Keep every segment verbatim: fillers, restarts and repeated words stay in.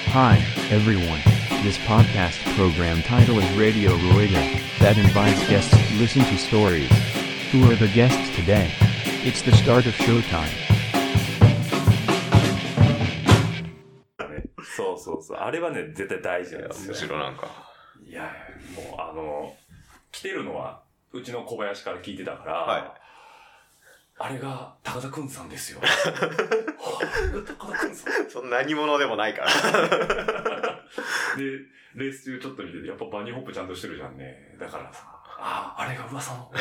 Hi, everyone. This podcast program title is Radio Rueda, that invites guests to listen to stories. Who are the guests today? It's the start of showtime. そうそうそう。あれはね、絶対大事なんですよ。 むしろなんか。 いや、もうあの、来てるのは、うちの小林から聞いてたから、 はい。 あれが高田くんさんですよ。はあ、高田くんさん。 そんな何者でもないから。 で、レース中ちょっと見てて、やっぱバニーホップちゃんとしてるじゃんね。だからさ、ああ、あれが噂の。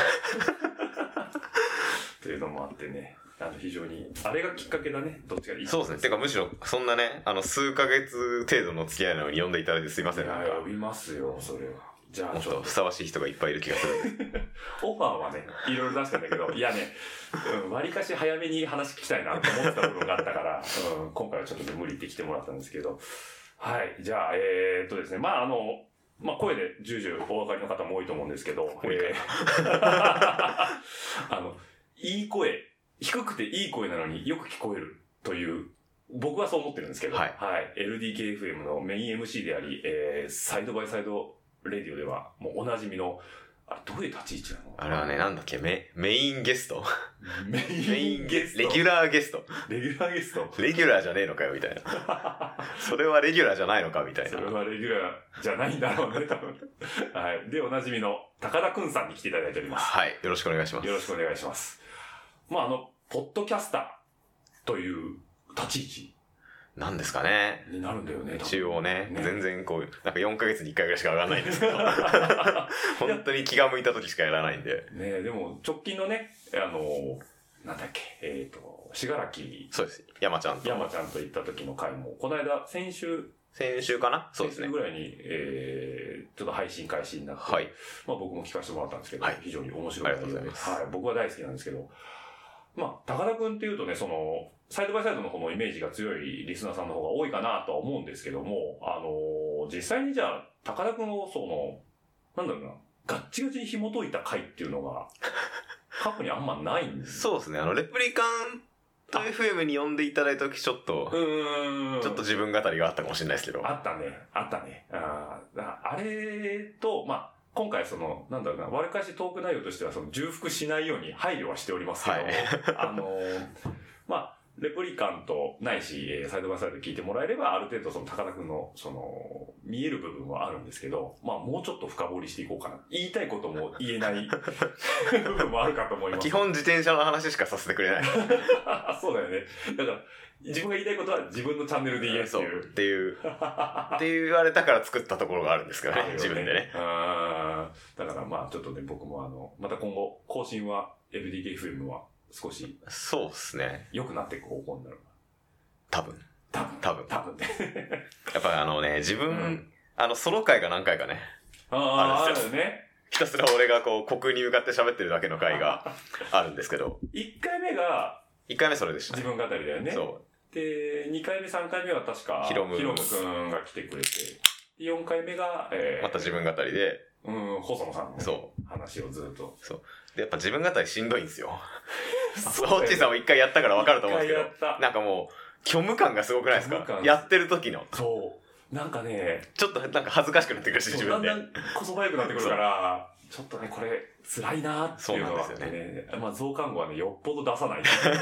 っていうのもあってね。あの非常に、あれがきっかけだね。どっちがいいそうですね。てかむしろ、そんなね、あの、数ヶ月程度の付き合いなのに呼んでいただいてすいません。 いや、呼びますよ、それは。じゃあもっとふさわしい人がいっぱいいる気がする。 オファーはね、いろいろ出したんだけど、いやね、うん、割かし早めに話聞きたいなと思ってた部分があったから、うん、今回はちょっとね、無理って来てもらったんですけど、はい、じゃあ、えー、っとですね、まあ、あの、まあ、声で重々お分かりの方も多いと思うんですけど、えー、あの、いい声、低くていい声なのによく聞こえるという、僕はそう思ってるんですけど、 はい。 はい、エルディーケーエフエム のメイン エムシー であり、えー、サイドバイサイドレディオでは、もうおなじみの、あれ、どういう立ち位置なの？ あれはね、なんだっけ、メ、メインゲストメインゲストレギュラーゲストレギュラーゲストレギュラーじゃねえのかよ、みたいな。それはレギュラーじゃないのか、みたいな。 それはレギュラーじゃないんだろうね、多分。はい。で、おなじみの高田くんさんに来ていただいております。 はい。よろしくお願いします。 よろしくお願いします。まあ、あの、ポッドキャスターという立ち位置。 なんですかね。 になるんだよね。 一応ね、 ね全然こう、なんかよんかげつにいっかいぐらいしか上がらないんですけど、本当に気が向いた時しかやらないんで。 ねでも直近のね、あの、なんだっけ、えっ、ー、と、しがらき。 そうです。山ちゃんと。 山ちゃんと行った時の回も、この間、先週、 先週かなそうですね。 先週ぐらいに、えー、ちょっと配信開始になって、 はい。 まあ僕も聞かせてもらったんですけど、 はい、 非常に面白い。 ありがとうございます。 はい、僕は大好きなんですけど、まあ、高田くんっていうとね、その、サイドバイサイドの方のイメージが強いリスナーさんの方が多いかなとは思うんですけども、あのー、実際にじゃあ、高田くんをその、なんだろうな、ガッチガチに紐解いた回っていうのが、過去にあんまないんですそうですね、あの、レプリカンと エフエム に呼んでいただいた時ちょっと、 うーん。 ちょっと自分語りがあったかもしれないですけど。 あったね、あったね。あ, あれと、まあ、今回その、なんだろうな、わりかしトーク内容としてはその重複しないように配慮はしておりますけど、はい、あのー、まあ、レプリカントないし、サイドバイサイド聞いてもらえれば、ある程度その高田くんの、その、見える部分はあるんですけど、まあ、もうちょっと深掘りしていこうかな。言いたいことも言えない部分もあるかと思います。 基本自転車の話しかさせてくれない。 そうだよね。だから、自分が言いたいことは自分のチャンネルで言えっていう。 っていう。って言われたから作ったところがあるんですけどね、自分でね。 あだからまあちょっとね、僕もあの、また今後、更新は エルディーケーエフエム は少し。 そうですね。 良くなっていく方向になる。 多分。 多分。 多分。 多分ね。 やっぱあのね、自分、うん、あの、ソロ回が何回かね。 ああるんですよ。あるね。 ひたすら俺がこう、虚空に向かって喋ってるだけの回があるんですけど。 いっかいめが、 いっかいめそれでした、 ね。自分語りだよね。 そう。 で、にかいめ、さんかいめは確か、 ヒロムヒロムくんが来てくれて、よんかいめが、えー、 また自分語りで、 うん、細野さんの、ね、 そう。 話をずっと。 そう。で、やっぱ自分語りしんどいんですよ。ホッチーさんも一回やったから分かると思うんですけど、なんかもう、虚無感がすごくないですか？やってる時の。 そう。なんかね、 ちょっとなんか恥ずかしくなってくるし、自分で。 だんだんこそばよくなってくるから、ちょっとね、これ、辛いなーっていうのがあってね。まあ、増刊号はね、よっぽど出さない。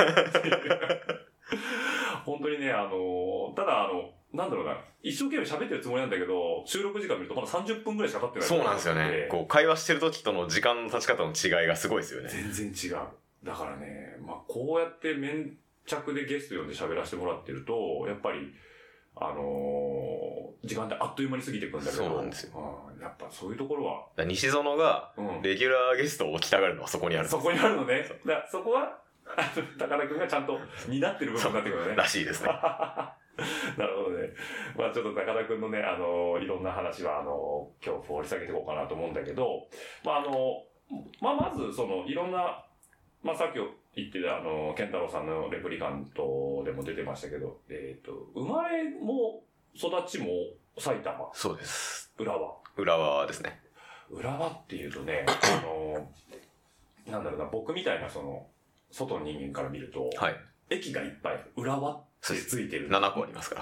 本当にね、あのー、ただあの、なんだろうな、一生懸命喋ってるつもりなんだけど、収録時間見るとまださんじゅっぷんぐらいしか経ってない。 そうなんですよね。こう、会話してる時との時間の経ち方の違いがすごいですよね。 全然違う。だからね、まあ、こうやって粘着でゲスト呼んで喋らせてもらってると、やっぱり、あのー、時間ってあっという間に過ぎていくんだけど。 そうなんですよ。 うん、やっぱそういうところは。 西園が、レギュラーゲストを置きたがるのはそこにある、うん。 そこにあるのね。だからそこは、高田くんがちゃんと担ってる部分になってくるね。 らしいですね。 なるほどね。まあちょっと高田くんのね、あのー、いろんな話は、あのー、今日掘り下げていこうかなと思うんだけど、まああのー、まあまず、その、いろんな、まあさっき言ってた、あのー、健太郎さんのレプリカントでも出てましたけど、えっと、生まれも育ちも埼玉。 そうです。 浦和。 浦和ですね。 浦和っていうとね、あのー、なんだろうな、僕みたいなその、外の人間から見ると、 はい、 駅がいっぱい、浦和ってついてる。 ななこありますから。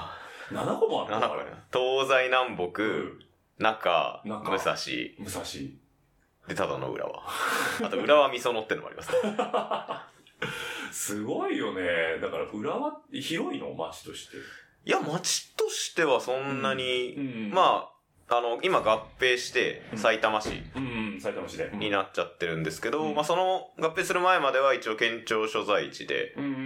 ななこもあった。 ななこね。東西南北、うん、中、武蔵、武蔵。で、ただの浦和。あと、浦和味噌のってのもありますね。 すごいよね。だから、浦和って広いの町として。 いや、町としてはそんなに、うんうん、まあ、あの、今合併して、埼玉市になっちゃってるんですけど、うん、まあ、その合併する前までは一応県庁所在地で、うんうん、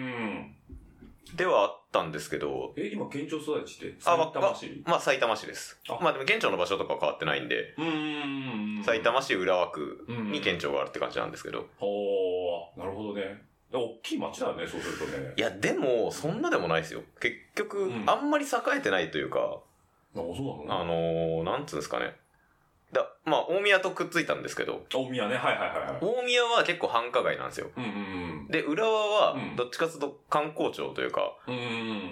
ではあったんですけど、 え、今県庁所在地って埼玉市？ あ、まあ、埼玉市です。あまあでも県庁の場所とかは変わってないんで、うん埼玉市浦和区に県庁があるって感じなんですけど。 ほー、なるほどね。大きい町だよね、そうするとね。 いや、でも、そんなでもないですよ。結局、うん、あんまり栄えてないというか、あ、 そうなの？ あのー、なんつうんですかね。だまあ、大宮とくっついたんですけど。 大宮ね、はいはいはい、はい。 大宮は結構繁華街なんですよ。うんうんうん、で、浦和は、どっちかというと観光庁というか、うんうん、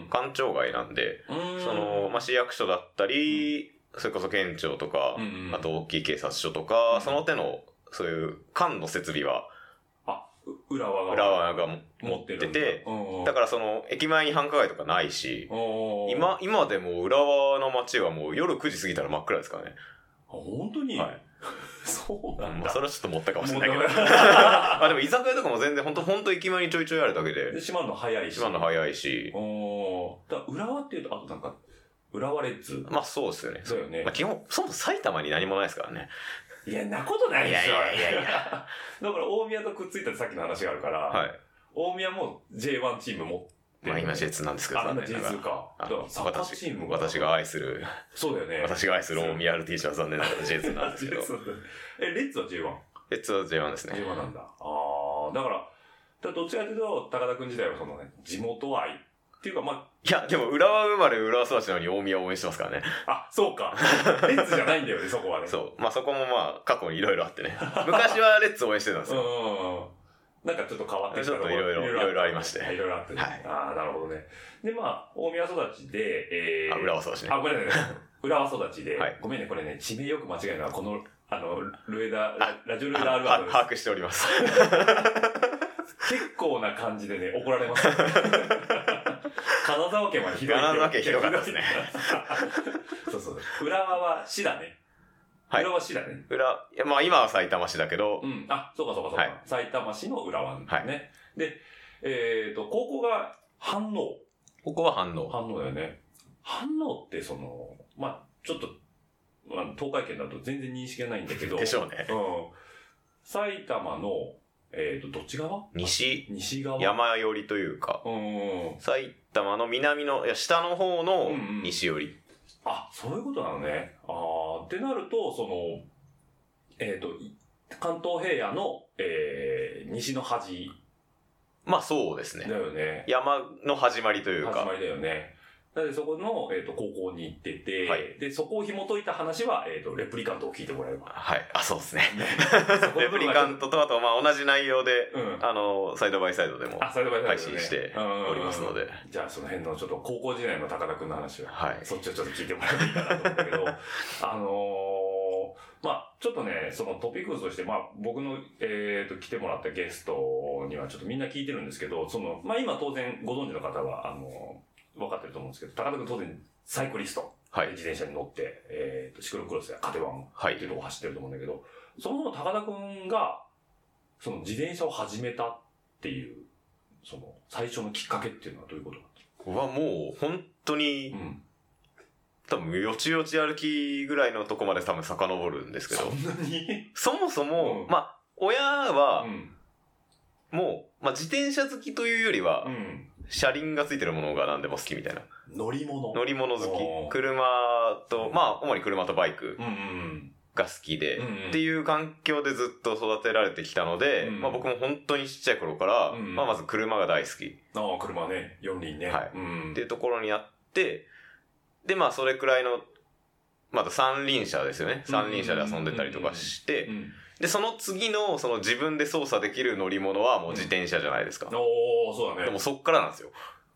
官庁街なんで、うんその、まあ、市役所だったり、うん、それこそ県庁とか、うんうん、あと大きい警察署とか、うん、その手の、そういう官の設備は、 浦和が浦和が持ってて、だからその駅前に繁華街とかないし、今今でも浦和の街はもう夜くじ過ぎたら真っ暗ですからね。 あ、本当に？はい。そうなんだ。 まあ、それはちょっと持ったかもしれないけど。まあでも居酒屋とかも全然本当本当駅前にちょいちょいあるだけで。 で閉まるの早いし。 閉まるの早いし。 おだ浦和っていうとあとなんか浦和レッズ。 まあそうですよね。 そうよね。 まあ基本そもそも埼玉に何もないですからね。 いや、なことないでしょ。 いやいやいやいや。 だから大宮とくっついたってさっきの話があるから、はい、大宮も ジェイワン チーム持ってる、ね。 まあ今 ジェイツー なんですけどね。 あ、今 ジェイツー か。だからサッカーチームが。 私が愛する。 そうだよね。 私が愛する大宮 アールティー 社は残念ながら ジェイツー なんですけど。 え、レッツは ジェイワン？ レッツは ジェイワン ですね。 ジェイワン なんだ。ああ、だから、だどっちかというと、高田くん時代はそのね、地元愛。っていうか、まあ。 いや、でも、浦和生まれ、浦和育ちなのに大宮を応援してますからね。 あ、そうか。レッツじゃないんだよね、そこはね。 そう。まあ、そこもまあ、過去にいろいろあってね。昔はレッツ応援してたんですよ。 うん。なんかちょっと変わってきたちょっといろいろ、いろいろありまして。 いろいろあってね。はい。ああ、なるほどね。で、まあ、大宮育ちで、 えー。あ、浦和育ちね。 あ、ごめんなさい。浦和育ちで。はい。ごめんね、これね、地名よく間違えるのは、この、あの、ルエダ、ラジオルエダあるあるです。 把握しております。 結構な感じでね、怒られます、ね。金沢県はひどい。 金沢県ひどかったですね。 そうそう。浦和は市だね。はい。浦和市だね。 浦、いやまあ今は埼玉市だけど。 うん。あ、そうかそうかそうか。はい、埼玉市の浦和ね。はい。で、えっ、ー、と、高校が飯能。 ここは飯能。 飯能だよね。飯能ってその、まあちょっと、まあ、東海圏だと全然認識がないんだけど。 でしょうね。 うん。埼玉の、えっ、ー、と、どっち側？ 西。 西側。 山寄りというか。うん。埼玉の南の、いや、下の方の西寄り。うんうん、 あ、そういうことなのね。ああ、ってなると、その、えっ、ー、と、関東平野の、えー、西の端。 まあそうですね。 だよね。 山の始まりというか。 始まりだよね。なのでそこの、えー、と高校に行ってて、はい、で、そこを紐解いた話は、えー、とレプリカントを聞いてもらえば。 はい。あ、そうですね。レプリカントとあと、まあ同じ内容で、うん、あの、サイドバイサイドでも配信しておりますので。 じゃあその辺のちょっと高校時代の高田くんの話は、はい、そっちをちょっと聞いてもらえばいいかなと思うんだけど、あのー、まあちょっとね、そのトピックスとして、まあ僕の、えー、と来てもらったゲストにはちょっとみんな聞いてるんですけど、その、まあ今当然ご存知の方は、あのー、分かってると思うんですけど、高田君当然サイクリスト。はい。自転車に乗って、えっ、ー、と、シクロクロスやカテワンっていうとこを走ってると思うんだけど、はい、そもそも高田君が、その自転車を始めたっていう、その最初のきっかけっていうのはどういうことなんですか？ 僕はもう本当に、うん、多分よちよち歩きぐらいのとこまで多分遡るんですけど、 そんなにそもそも、うん、まあ、親は、うん、もう、まあ自転車好きというよりは、うん車輪がついてるものが何でも好きみたいな。 乗り物乗り物好き。車と、まあ、主に車とバイクが好きで、うんうん、っていう環境でずっと育てられてきたので、うん、まあ僕も本当にちっちゃい頃から、うん、まあまず車が大好き。 ああ、車ね。四輪ね。 はい、 うん。 っていうところにあって、で、まあそれくらいの、また三輪車ですよね。三輪車で遊んでたりとかして、うんうんうんで、その次の、その自分で操作できる乗り物はもう自転車じゃないですか。うん、 おー、そうだね。 でもそっからなんですよ。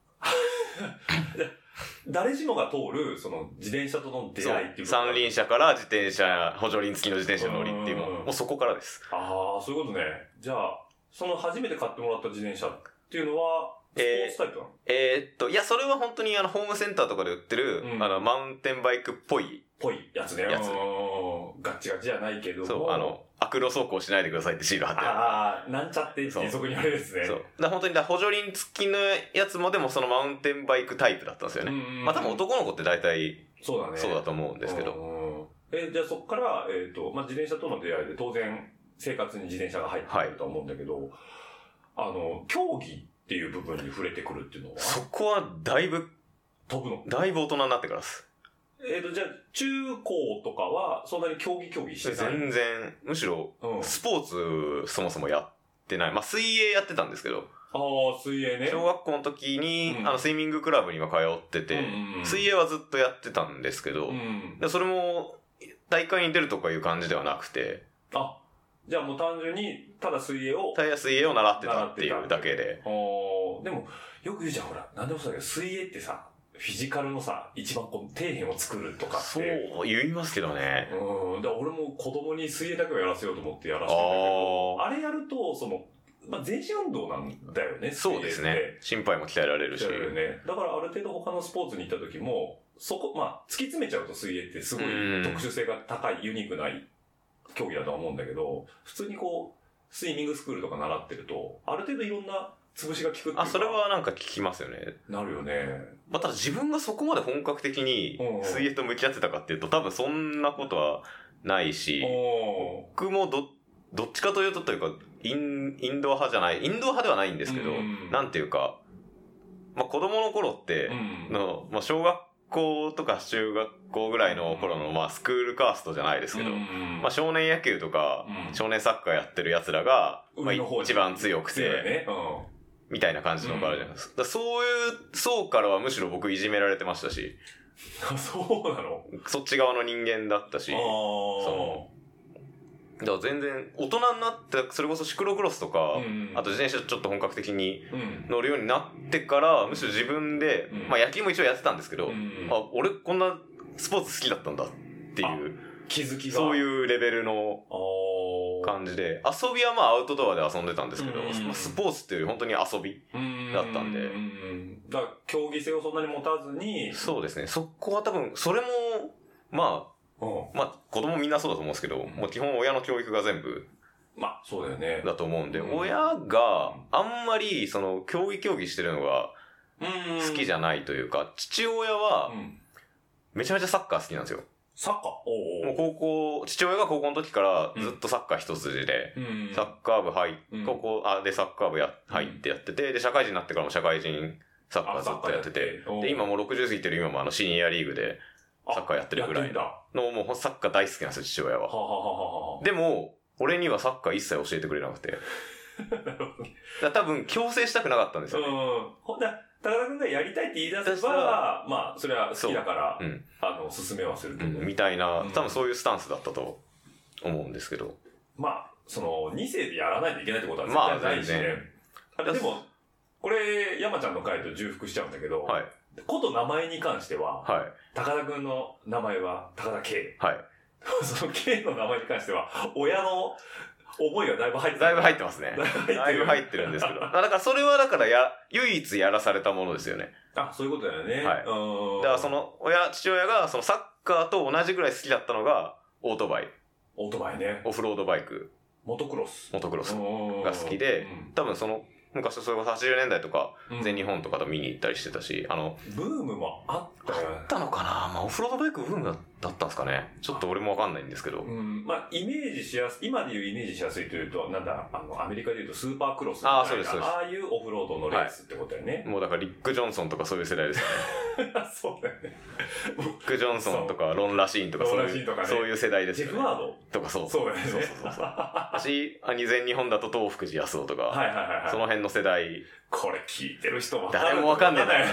誰しもが通る、その自転車との出会いっていう三輪車から自転車、補助輪付きの自転車乗りっていうのも、もうそこからです。 ああ、そういうことね。じゃあ、その初めて買ってもらった自転車っていうのは、 スポーツタイプなの？ えー、っと、いや、それは本当にあの、ホームセンターとかで売ってる、うん、あの、マウンテンバイクっぽい。 ぽいやつね。 やつ。 ガッチガチじゃないけども。 そう、あの、悪路走行しないでくださいってシール貼ってる。 ああ、なんちゃってってそこにあれですね。 そう。だ本当にだ補助輪付きのやつもでもそのマウンテンバイクタイプだったんですよね。まあ多分男の子って大体、そうだね。そうだと思うんですけど。 え、じゃあそこから、えっと、まあ自転車との出会いで当然生活に自転車が入ってくると思うんだけど、はい、あの、競技っていう部分に触れてくるっていうのはそこはだいぶ、 飛ぶのだいぶ大人になってからです。 えっと、じゃあ、中高とかは、そんなに競技競技してない？ 全然、むしろ、スポーツそもそもやってない。まあ、水泳やってたんですけど。 ああ、水泳ね。 小学校の時に、うん、あの、スイミングクラブには通ってて、うんうん、水泳はずっとやってたんですけど、うん、でそれも、大会に出るとかいう感じではなくて。 あ、じゃあもう単純に、ただ水泳を。 ただ水泳を習ってたっていうだけで。 ああ、でも、よく言うじゃん、ほら、なんでもそうだけど、水泳ってさ、フィジカルのさ、一番こう、底辺を作るとかって。 そう、言いますけどね。 うん。だから俺も子供に水泳だけはやらせようと思ってやらせてるんだけど、あれやると、その、まあ、全身運動なんだよね、 そうですね。心肺も鍛えられるし。 だよね。だからある程度他のスポーツに行った時も、そこ、まあ、突き詰めちゃうと水泳ってすごい特殊性が高い、ユニークな競技だとは思うんだけど、普通にこう、スイミングスクールとか習ってると、ある程度いろんな潰しが効くっていうか。 あ、それはなんか聞きますよね。 なるよね。 まあ、ただ自分がそこまで本格的に水泳と向き合ってたかっていうと、多分そんなことはないし、僕もど、どっちかというとというか、イン、インドア派じゃない、インドア派ではないんですけど、なんていうか、まあ子供の頃って、の、まあ小学校とか中学校ぐらいの頃の、まあスクールカーストじゃないですけど、まあ少年野球とか、少年サッカーやってる奴らが、まあ一番強くて、みたいな感じの子あるじゃないですか。そういう層からはむしろ僕いじめられてましたし。 そうなの？ そっち側の人間だったし。そのだから全然大人になって、それこそシクロクロスとか、うん、あと自転車ちょっと本格的に乗るようになってから、うん、むしろ自分で、うん、まあ野球も一応やってたんですけど、うん、あ、俺こんなスポーツ好きだったんだっていう、 気づきがそういうレベルの感じで、遊びはまあアウトドアで遊んでたんですけど、うん、スポーツっていうより本当に遊びだったんで。うん、 だから競技性をそんなに持たずに。 そうですね。そこは多分、それも、まあ、まあ、子供みんなそうだと思うんですけど、もう基本親の教育が全部、 まあ、そうだよね。 だと思うんで、親があんまり、その、競技競技してるのが好きじゃないというか、父親は、めちゃめちゃサッカー好きなんですよ。 サッカー？おーもう高校、父親が高校の時からずっとサッカー一筋で、サッカー部入っ、高校、あ、でサッカー部や、入ってやってて、で、社会人になってからも社会人サッカーずっとやってて、で、今もうろくじゅう過ぎてる今もあのシニアリーグで、サッカーやってるぐらいの、もうサッカー大好きなんですよ、父親は。ははははでも、俺にはサッカー一切教えてくれなくて。だ多分、強制したくなかったんですよ、ね。うん。 ほんで、高田くんがやりたいって言い出せば、まあ、それは好きだから、うん、あの、勧めはするけど、 うん。みたいな、多分そういうスタンスだったと思うんですけど。 まあ、その、に世でやらないといけないってことは絶対ないしね。まあ、あれでも、これ、山ちゃんの回と重複しちゃうんだけど、はい。こと名前に関しては、はい、高田くんの名前は高田圭。はい。その圭の名前に関しては、親の思いがだいぶ入ってる。 だいぶ入ってますね。だいぶ入ってるんですけど。だからそれはだからや、唯一やらされたものですよね。 あ、そういうことだよね。 はい。だからその、親、父親がそのサッカーと同じぐらい好きだったのが、オートバイ。 オートバイね。 オフロードバイク。 モトクロス。 モトクロスが好きで、多分その、昔それこそはちじゅうねんだいとか、全日本とかと見に行ったりしてたし、あの、 ブームもあったよね。 あったのかなまあオフロードバイクブームだったんですかね。ちょっと俺もわかんないんですけど。 うん。まあイメージしやすい、今で言うイメージしやすいというと、なんだ、あの、アメリカで言うとスーパークロスみたいな。ああ、そうです、そうです。ああいうオフロードのレースってことだよね。 はい、もうだからリック・ジョンソンとかそういう世代ですよね。 そうだよね。 リック・ジョンソンとかロン・ラシーンとかそういう、ね、そういう世代ですよね。 ジェフ・ワードとかそう。 そうだよね。 そうそうそう。私、全日本だと東福寺康夫とか、はいはいはいはい、その辺の世代。 これ聞いてる人も誰もわかんねえんだよ。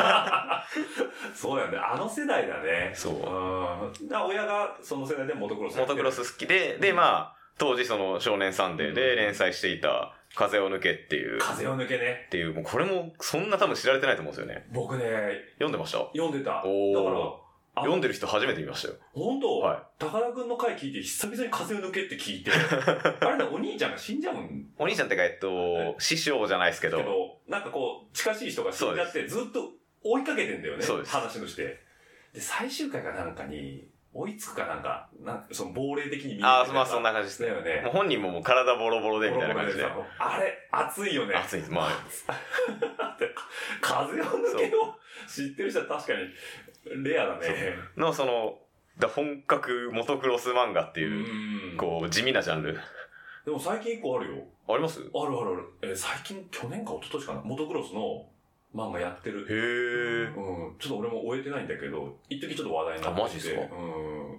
そうだよね。あの世代だね。そう。うん。だ親がその世代でモトクロスモトクロス好きで、で、まあ、当時その少年サンデーで連載していた風を抜けっていう。 風を抜けね。 っていう、もうこれもそんな多分知られてないと思うんですよね。 僕ね、 読んでました？ 読んでた。だから、 読んでる人初めて見ましたよ。 本当？ はい。 高田くんの回聞いて、久々に風を抜けって聞いて、あれね、お兄ちゃんが死んじゃうんお兄ちゃんってか、えっと、師匠じゃないですけど、 けど、なんかこう、近しい人が死んじゃって、ずっと追いかけてんだよね。 そうです。 話として。で、最終回かなんかに、追いつくかなんか、なんかその亡霊的に見える。 ああ、まあそんな感じですね。 だよね。 もう本人ももう体ボロボロでみたいな感じで。 あれ、熱いよね。 熱いです。まあ。 風を抜けを知ってる人は確かにレアだね。 の、その、だ本格モトクロス漫画っていう、うこう、地味なジャンル。 でも最近一個あるよ。 あります？ あるあるある。えー、最近、去年か一昨年かな。モトクロスの漫画やってる。 へー。 うん。ちょっと俺も終えてないんだけど、一時ちょっと話題になってて。 あ、マジですか？ うん。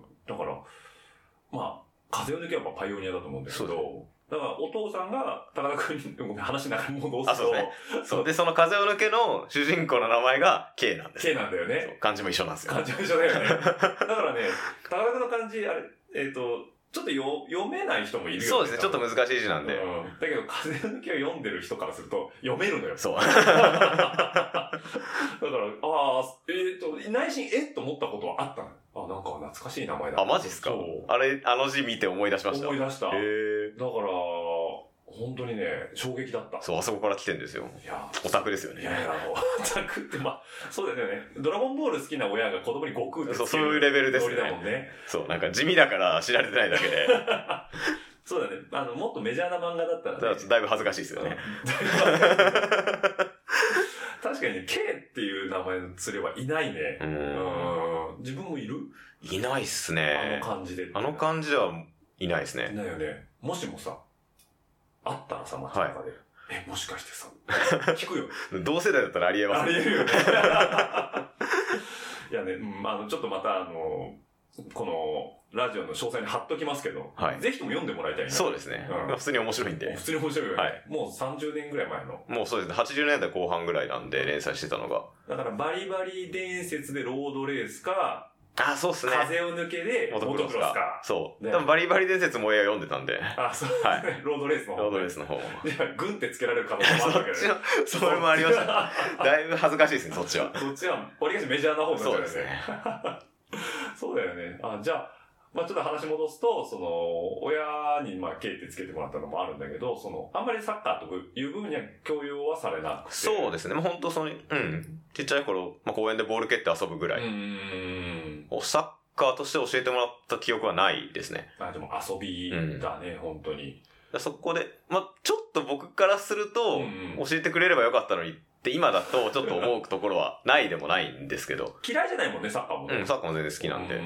だから、まあ、風を抜けばパイオニアだと思うんだけど、だからお父さんが高田君に、ごめん、話長に戻すと。 あ、そうですね。そう。で、その風を抜けの主人公の名前が K なんです。 K なんだよね。 漢字も一緒なんですよ。 漢字も一緒だよね。だからね、高田君の漢字、あれ、えっ、ー、と、ちょっとよ読めない人もいるよね。 そうですね、ちょっと難しい字なんで。 うん、だけど、風を抜けを読んでる人からすると、読めるのよ。 そう。 だから、ああ、えっ、ー、と、内心、えっと思ったことはあったの。あ、なんか懐かしい名前だ。 あ、マジっすか？あれ、あの字見て思い出しました。 思い出した。へー。 だから、本当にね、衝撃だった。 そう、あそこから来てんですよ。いや、オタクですよね。 いやいや、オタクって、まあ、そうだよね。ドラゴンボール好きな親が子供に悟空ってそう、そういうレベルですね。 だもんね。 そう、なんか地味だから知られてないだけで。 そうだね。あの、もっとメジャーな漫画だったら、ね、 だ, だいぶ恥ずかしいですよね。 確かにね、K っていう名前の連れはいないね。うん。自分もいる？ いないっすね。 あの感じで。 あの感じではいないですね。 いないよね。もしもさ、あったらさ、街中で、はい、え、もしかしてさ、聞くよ。 同世代だったらありえますね。ありえるよね。いやね、うん、あの、ちょっとまた、あの、この、ラジオの詳細に貼っときますけど、はい、ぜひとも読んでもらいたいな。 そうですね。うん、普通に面白いんで。 普通に面白いよね。はい、もうさんじゅうねんぐらい前の。 もうそうですね。はちじゅうねんだいこう半ぐらいなんで、連載してたのが。 だから、バリバリ伝説でロードレースか、 あ、そうっすね。 風を抜けで、モトクロスか。 そう。ね、多分バリバリ伝説も親読んでたんで。 あ、そうですね。はい、ロードレースの方。 ロードレースの方。 じゃあ、グンってつけられる可能性もあるわけどね。 それもありました。だいぶ恥ずかしいですね、そっちは。 そっちは、わりかしメジャーな方になっちゃうよね。 そうですね。 そうだよね。あ、じゃあ、まあちょっと話戻すと、その、親にまあ K ってつけてもらったのもあるんだけど、その、あんまりサッカーという部分には強要はされなくて。 そうですね。もう本当その、うん。ちっちゃい頃、まあ公園でボール蹴って遊ぶぐらい。 うん。 サッカーとして教えてもらった記憶はないですね。 あ、でも遊びだね、うん、本当に。 そこで、まあちょっと僕からすると、うん、教えてくれればよかったのにって今だとちょっと思うところはないでもないんですけど。 嫌いじゃないもんね、サッカーもね。 うん、サッカーも全然好きなんで。うん、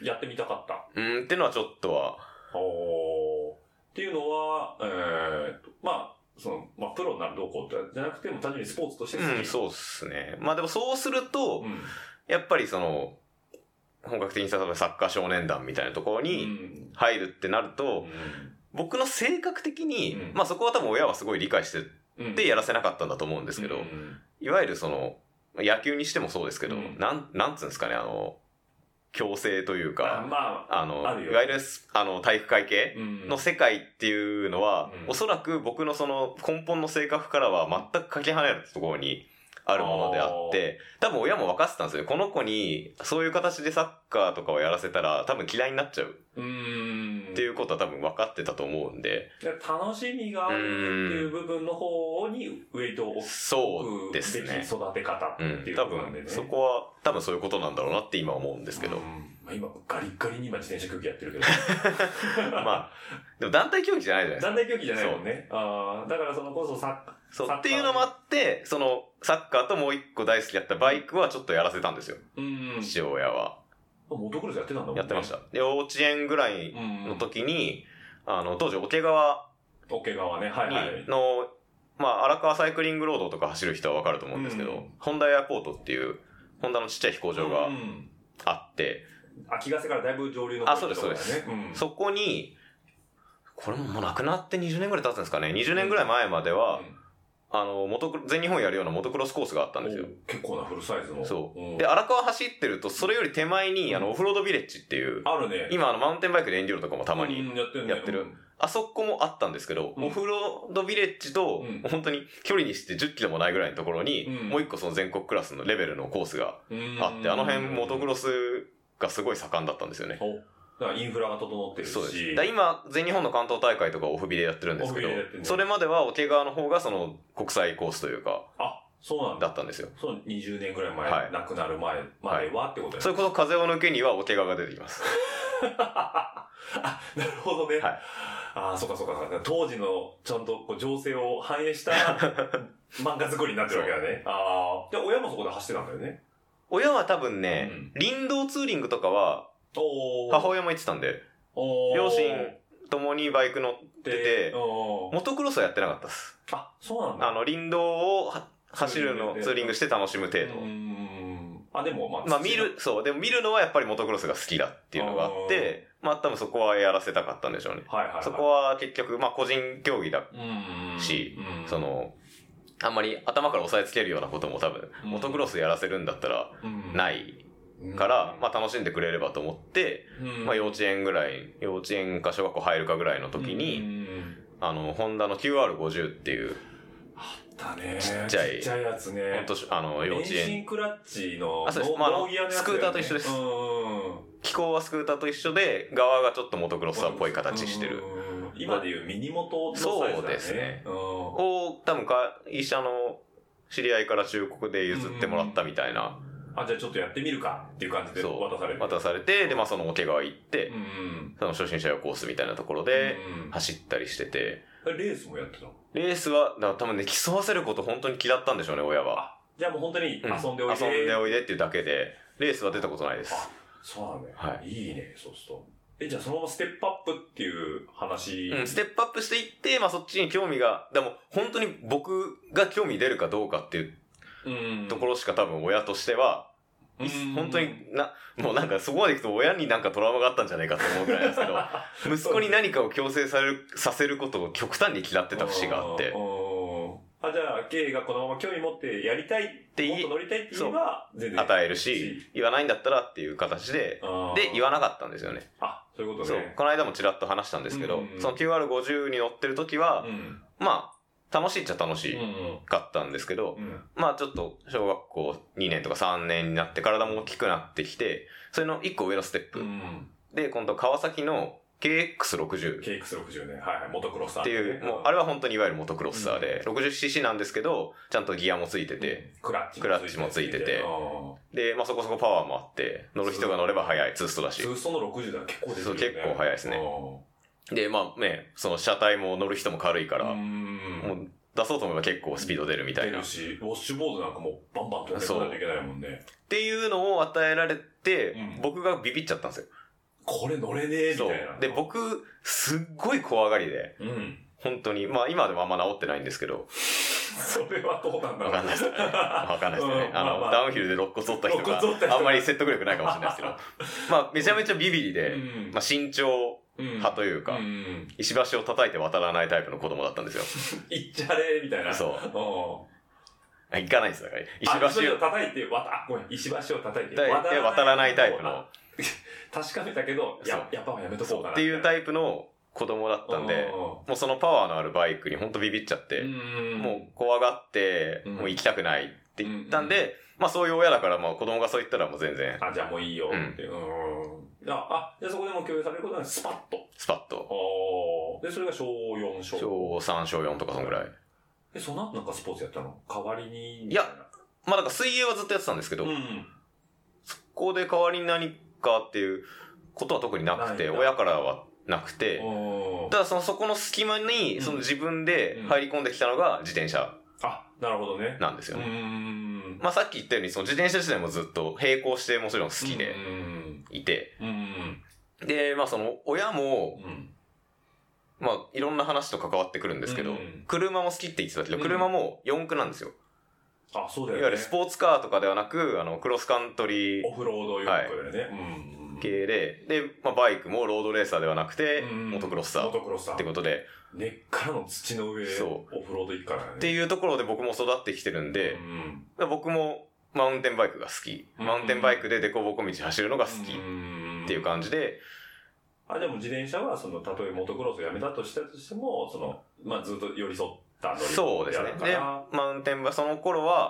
やってみたかった。 うん、っていうのはちょっとは。 おー。っていうのは、えー、まあ、その、まあ、プロになるどうこうってじゃなくても単純にスポーツとして好き。 うん、そうっすね。まあでもそうすると、うん、やっぱりその、本格的に例えばサッカー少年団みたいなところに入るってなると、うん、僕の性格的に、うん、まあそこは多分親はすごい理解してでやらせなかったんだと思うんですけど、うん、いわゆるその、野球にしてもそうですけど、うん、なん、なんつうんですかね、あの、強制というか、 あまあ、 あの、あいわゆる、あの、体育会系の世界っていうのは、うん、おそらく僕のその根本の性格からは全くかけ離れたところにあるものであって、多分親も分かってたんですよ。この子にそういう形でサッカーとかをやらせたら多分嫌いになっちゃう。うーんっていうことは多分分かってたと思うんで。 楽しみがあるっていう部分の方にウェイトを置くそうですね。 育て方っていうことなんでね、うん。多分そこは多分そういうことなんだろうなって今思うんですけど。 まあ、今ガリッガリに今自転車競技やってるけど。 まあ、でも団体競技じゃないじゃないですか。 団体競技じゃないもんね。あだからそのこそサッカー。 そうっていうのもあって、そのサッカーともう一個大好きだったバイクはちょっとやらせたんですよ。うん父親は。 モトクロスやってたんだもんね。 やってました。幼稚園ぐらいの時に、あの、当時桶川に桶川ね、はいはい。 の、まあ、荒川サイクリングロードとか走る人はわかると思うんですけど、ホンダエアポートっていう、ホンダのちっちゃい飛行場があって、 秋ヶ瀬からだいぶ上流の方に、ね。あ、そうです、そうです。うん、そこに、これももう亡くなってにじゅうねんぐらい経つんですかね。にじゅうねんぐらい前までは、うんあの、モトクロ、全日本やるようなモトクロスコースがあったんですよ。 結構なフルサイズの。 そう。で、荒川走ってると、それより手前に、あの、オフロードビレッジっていう。 あるね。 今、あの、マウンテンバイクでエンデューロとかもたまにやってる。 やってる。あそこもあったんですけど、オフロードビレッジと、本当に距離にしてじゅっキロもないぐらいのところに、もう一個その全国クラスのレベルのコースがあって、あの辺モトクロスがすごい盛んだったんですよね。 だからインフラが整ってるし。 そうです。だ今、全日本の関東大会とかオフビでやってるんですけど、それまでは桶川の方がその国際コースというか、 あ、そうなんだ。 だったんですよ。 そう、にじゅうねんぐらい前、はい、亡くなる前まではってことですね。そういうこと、風を抜けには桶川が出てきます。 あ、なるほどね。はい。ああ、そうかそうかそうか。当時のちゃんとこう情勢を反映した漫画作りになってるわけだね。ああ。で、親もそこで走ってたんだよね。 親は多分ね、うん、林道ツーリングとかは、母親も行ってたんで、両親ともにバイク乗ってて、モトクロスはやってなかったです。 あ、そうなんだ。 あの、林道を走るの、ツーリングして楽しむ程度。 あ、でもまあ、 まあ見る、そう、でも見るのはやっぱりモトクロスが好きだっていうのがあって、まあ多分そこはやらせたかったんでしょうね。 はいはい、はい。 そこは結局、まあ個人競技だし、その、あんまり頭から押さえつけるようなことも多分、モトクロスやらせるんだったら、ないから、まあ楽しんでくれればと思って、まあ幼稚園ぐらい、幼稚園か小学校入るかぐらいの時に、あの、ホンダの キューアールごじゅう っていう、 だね。 ちっちゃい。 ちっちゃいやつね。 ほんと、あの、幼稚園。 エンジンクラッチの、 あ、そうです。まあ、あの、スクーターと一緒です。機構はスクーターと一緒で、側がちょっとモトクロスターっぽい形してる。 今でいうミニモトのサイズだね。 そうですね。を、多分会社の知り合いから中古で譲ってもらったみたいな。 あ、じゃあちょっとやってみるかっていう感じで渡されて。 渡されて、で、まあその桶川行って、その初心者用コースみたいなところで走ったりしてて。 レースもやってたの？ レースは、だから多分ね、競わせること本当に嫌ったんでしょうね、親は。 じゃあもう本当に遊んでおいで、うん、 遊んでおいでっていうだけで、レースは出たことないです。 あ、そうなんだよ。はい。いいね、そうすると。え、じゃあそのままステップアップっていう話。 うん、ステップアップしていって、まあそっちに興味が、でも本当に僕が興味出るかどうかっていうところしか多分親としては、本当にな、もうなんかそこまで行くと親になんかトラウマがあったんじゃないかと思うぐらいなんですけど、息子に何かを強制される、させることを極端に嫌ってた節があって。 あ、じゃあ、K がこのまま興味持ってやりたいってもっと乗りたいって言えば、 全然。与えるし、言わないんだったらっていう形で、で、言わなかったんですよね。 あ、そういうことね。 そう。この間もちらっと話したんですけど、その キューアールごじゅう に乗ってる時は、まあ、楽しいっちゃ楽しかったんですけど、うんうん、まあちょっと小学校にねんとかさんねんになって体も大きくなってきて、それのいっこ上のステップ。うん、で、今度川崎の ケーエックスろくじゅう。 ケーエックスろくじゅう ね。はいはい。モトクロスター、 ね。っていう、もうあれは本当にいわゆるモトクロスターで、うん、ろくじゅうシーシー なんですけど、ちゃんとギアもついてて、 クラッチクラッチもついてて、で、まあそこそこパワーもあって、乗る人が乗れば速い、ツーストだし。 ツーストのろくじゅうだ結構出てるよね。 結構速いですね。で、まあね、その車体も乗る人も軽いから、もう出そうと思えば結構スピード出るみたいな。 出るし、ウォッシュボードなんかもうバンバンとやっていかないといけないもんね。 っていうのを与えられて、うん、僕がビビっちゃったんですよ。 これ乗れねえみたいな。 で、僕、すっごい怖がりで、うん、本当に、まあ今でもあんま治ってないんですけど。 それはどうなんだろう。 わかんないですね。わかんないですね。うん、あの、まあまあ、ダウンヒルで肋骨折った人が、あんまり説得力ないかもしれないですけど。まあめちゃめちゃビビリで、うん、まあ慎重派というか、うんうん、石橋を叩いて渡らないタイプの子供だったんですよ。 行っちゃれみたいな。 そう。行かないんですだから。 石橋を叩いて渡、ごめん、石橋を叩いて渡らないタイプの。 確かめたけど、や、やっぱやめとこうかな。 っていうタイプの子供だったんで、もうそのパワーのあるバイクに本当ビビっちゃって、もう怖がって、もう行きたくないって言ったんで、まあそういう親だからまあ子供がそう言ったらもう全然。 あ、じゃあもういいよって。うん。あ、じゃあそこでも共有されることはスパッと。 スパッと。 で、それが小よん、小小さん、小よんとかそんぐらい。 え、その後なんかスポーツやったの？代わりに。 いや、まあなんか水泳はずっとやってたんですけど、そこで代わりに何かっていうことは特になくて、親からはなくて、ただそのそこの隙間に、その自分で入り込んできたのが自転車。 あ、なるほどね。 なんですよね。まあさっき言ったように、その自転車自体もずっと並行してもちろん好きでいて、で、まあその親も、まあいろんな話と関わってくるんですけど、車も好きって言ってたけど、車もよん駆なんですよ。 あ、そうだよね。 いわゆるスポーツカーとかではなく、あの、クロスカントリー。 オフロードよん駆だよね。はい、 うん、系で、で、まあ、バイクもロードレーサーではなくて、モトクロスター。 モトクロスター。 ってことで。 根っからの土の上、そう。オフロード行くからね。 っていうところで僕も育ってきてるんで、うん、僕もマウンテンバイクが好き。マウンテンバイクでデコボコ道走るのが好き。っていう感じで、 あ、でも自転車は、その、たとえモトクロスをやめたとしたとしても、その、まあ、ずっと寄り添った乗り物そうですね。で、マウンテンバイク、その頃は、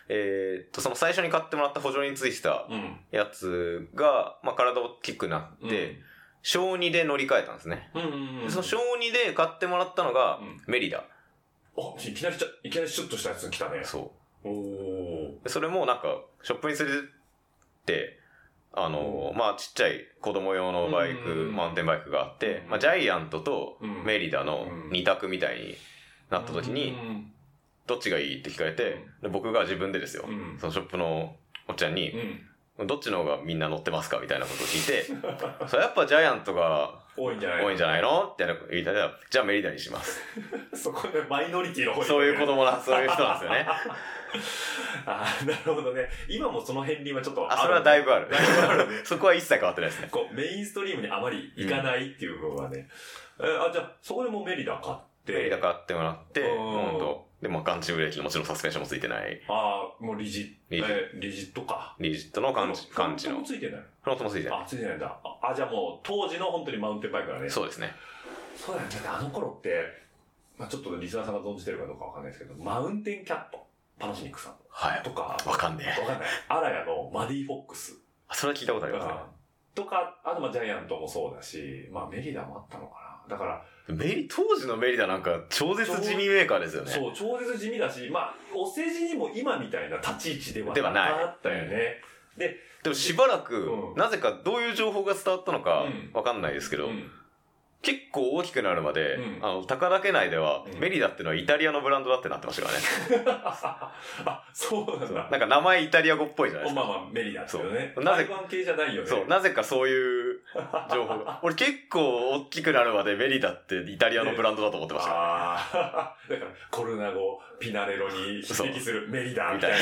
えー、っと、その最初に買ってもらった補助についてたやつが、まあ体大きくなって、うん、小にで乗り換えたんですね。うんうんうん、その小にで買ってもらったのが、メリダ。 うん、あ、いきなりちゃ、いきなりシュッとしたやつ来たね。 そう。おそれもなんか、ショップに連れてって、あの、うん、まあちっちゃい子供用のバイク、うんうん、マウンテンバイクがあって、うん、まあジャイアントとメリダの二択みたいになった時に、うん、どっちがいいって聞かれて、で僕が自分でですよ、うん、そのショップのおっちゃんに、うん、どっちの方がみんな乗ってますかみたいなことを聞いて、それやっぱジャイアントが多いんじゃないの多いんじゃないのって言ったら、じゃあメリダにします。 そこでマイノリティの方に、ね、 そういう子供な、そういう人なんですよね。 ああ、なるほどね。今もその片鱗はちょっとある、 ね。あ、それはだいぶある。だいぶあるね。そこは一切変わってないですね。 こう、メインストリームにあまり行かないっていう部分はね。うん、えー、あ、じゃあ、そこでもうメリダ買って。 メリダ買ってもらって、ほんと。で、まあ、感知ブレーキ、もちろんサスペンションもついてない。 ああ、もうリジット。えー、リジットか。 リジットの感知、感知の。 フロントもついてない。 フロントもついてない。 あ、ついてないんだ。あ、じゃあもう、当時の本当にマウンテンバイクだね。 そうですね。 そうだよね。だってあの頃って、まあちょっとリスナーさんが存じてるかどうかわかんないですけど、マウンテンキャット。パナソニックさん。 はい。 とか。 わかんねえ。わかんない。アラヤのマディフォックス。 それは聞いたことありますね。 とか、あとまあジャイアントもそうだし、まあメリダもあったのかな。だから、 メリ、当時のメリダなんか超絶地味メーカーですよね。 そう、超絶地味だし、まあ、お世辞にも今みたいな立ち位置ではなかったよね。 で、でもしばらく、うん、なぜかどういう情報が伝わったのかわかんないですけど、うんうん結構大きくなるまで、うん、あの、高田家内では、うん、メリダっていうのはイタリアのブランドだってなってましたからね。 あ、そうなんだ。 なんか名前イタリア語っぽいじゃないですか。 まあまあ、メリダっていうね。なぜ台湾系じゃないよね。 そう、なぜかそういう情報が。俺結構大きくなるまでメリダってイタリアのブランドだと思ってましたからね。 ああ、だから、コルナ語、ピナレロに匹敵するメリダみたいな。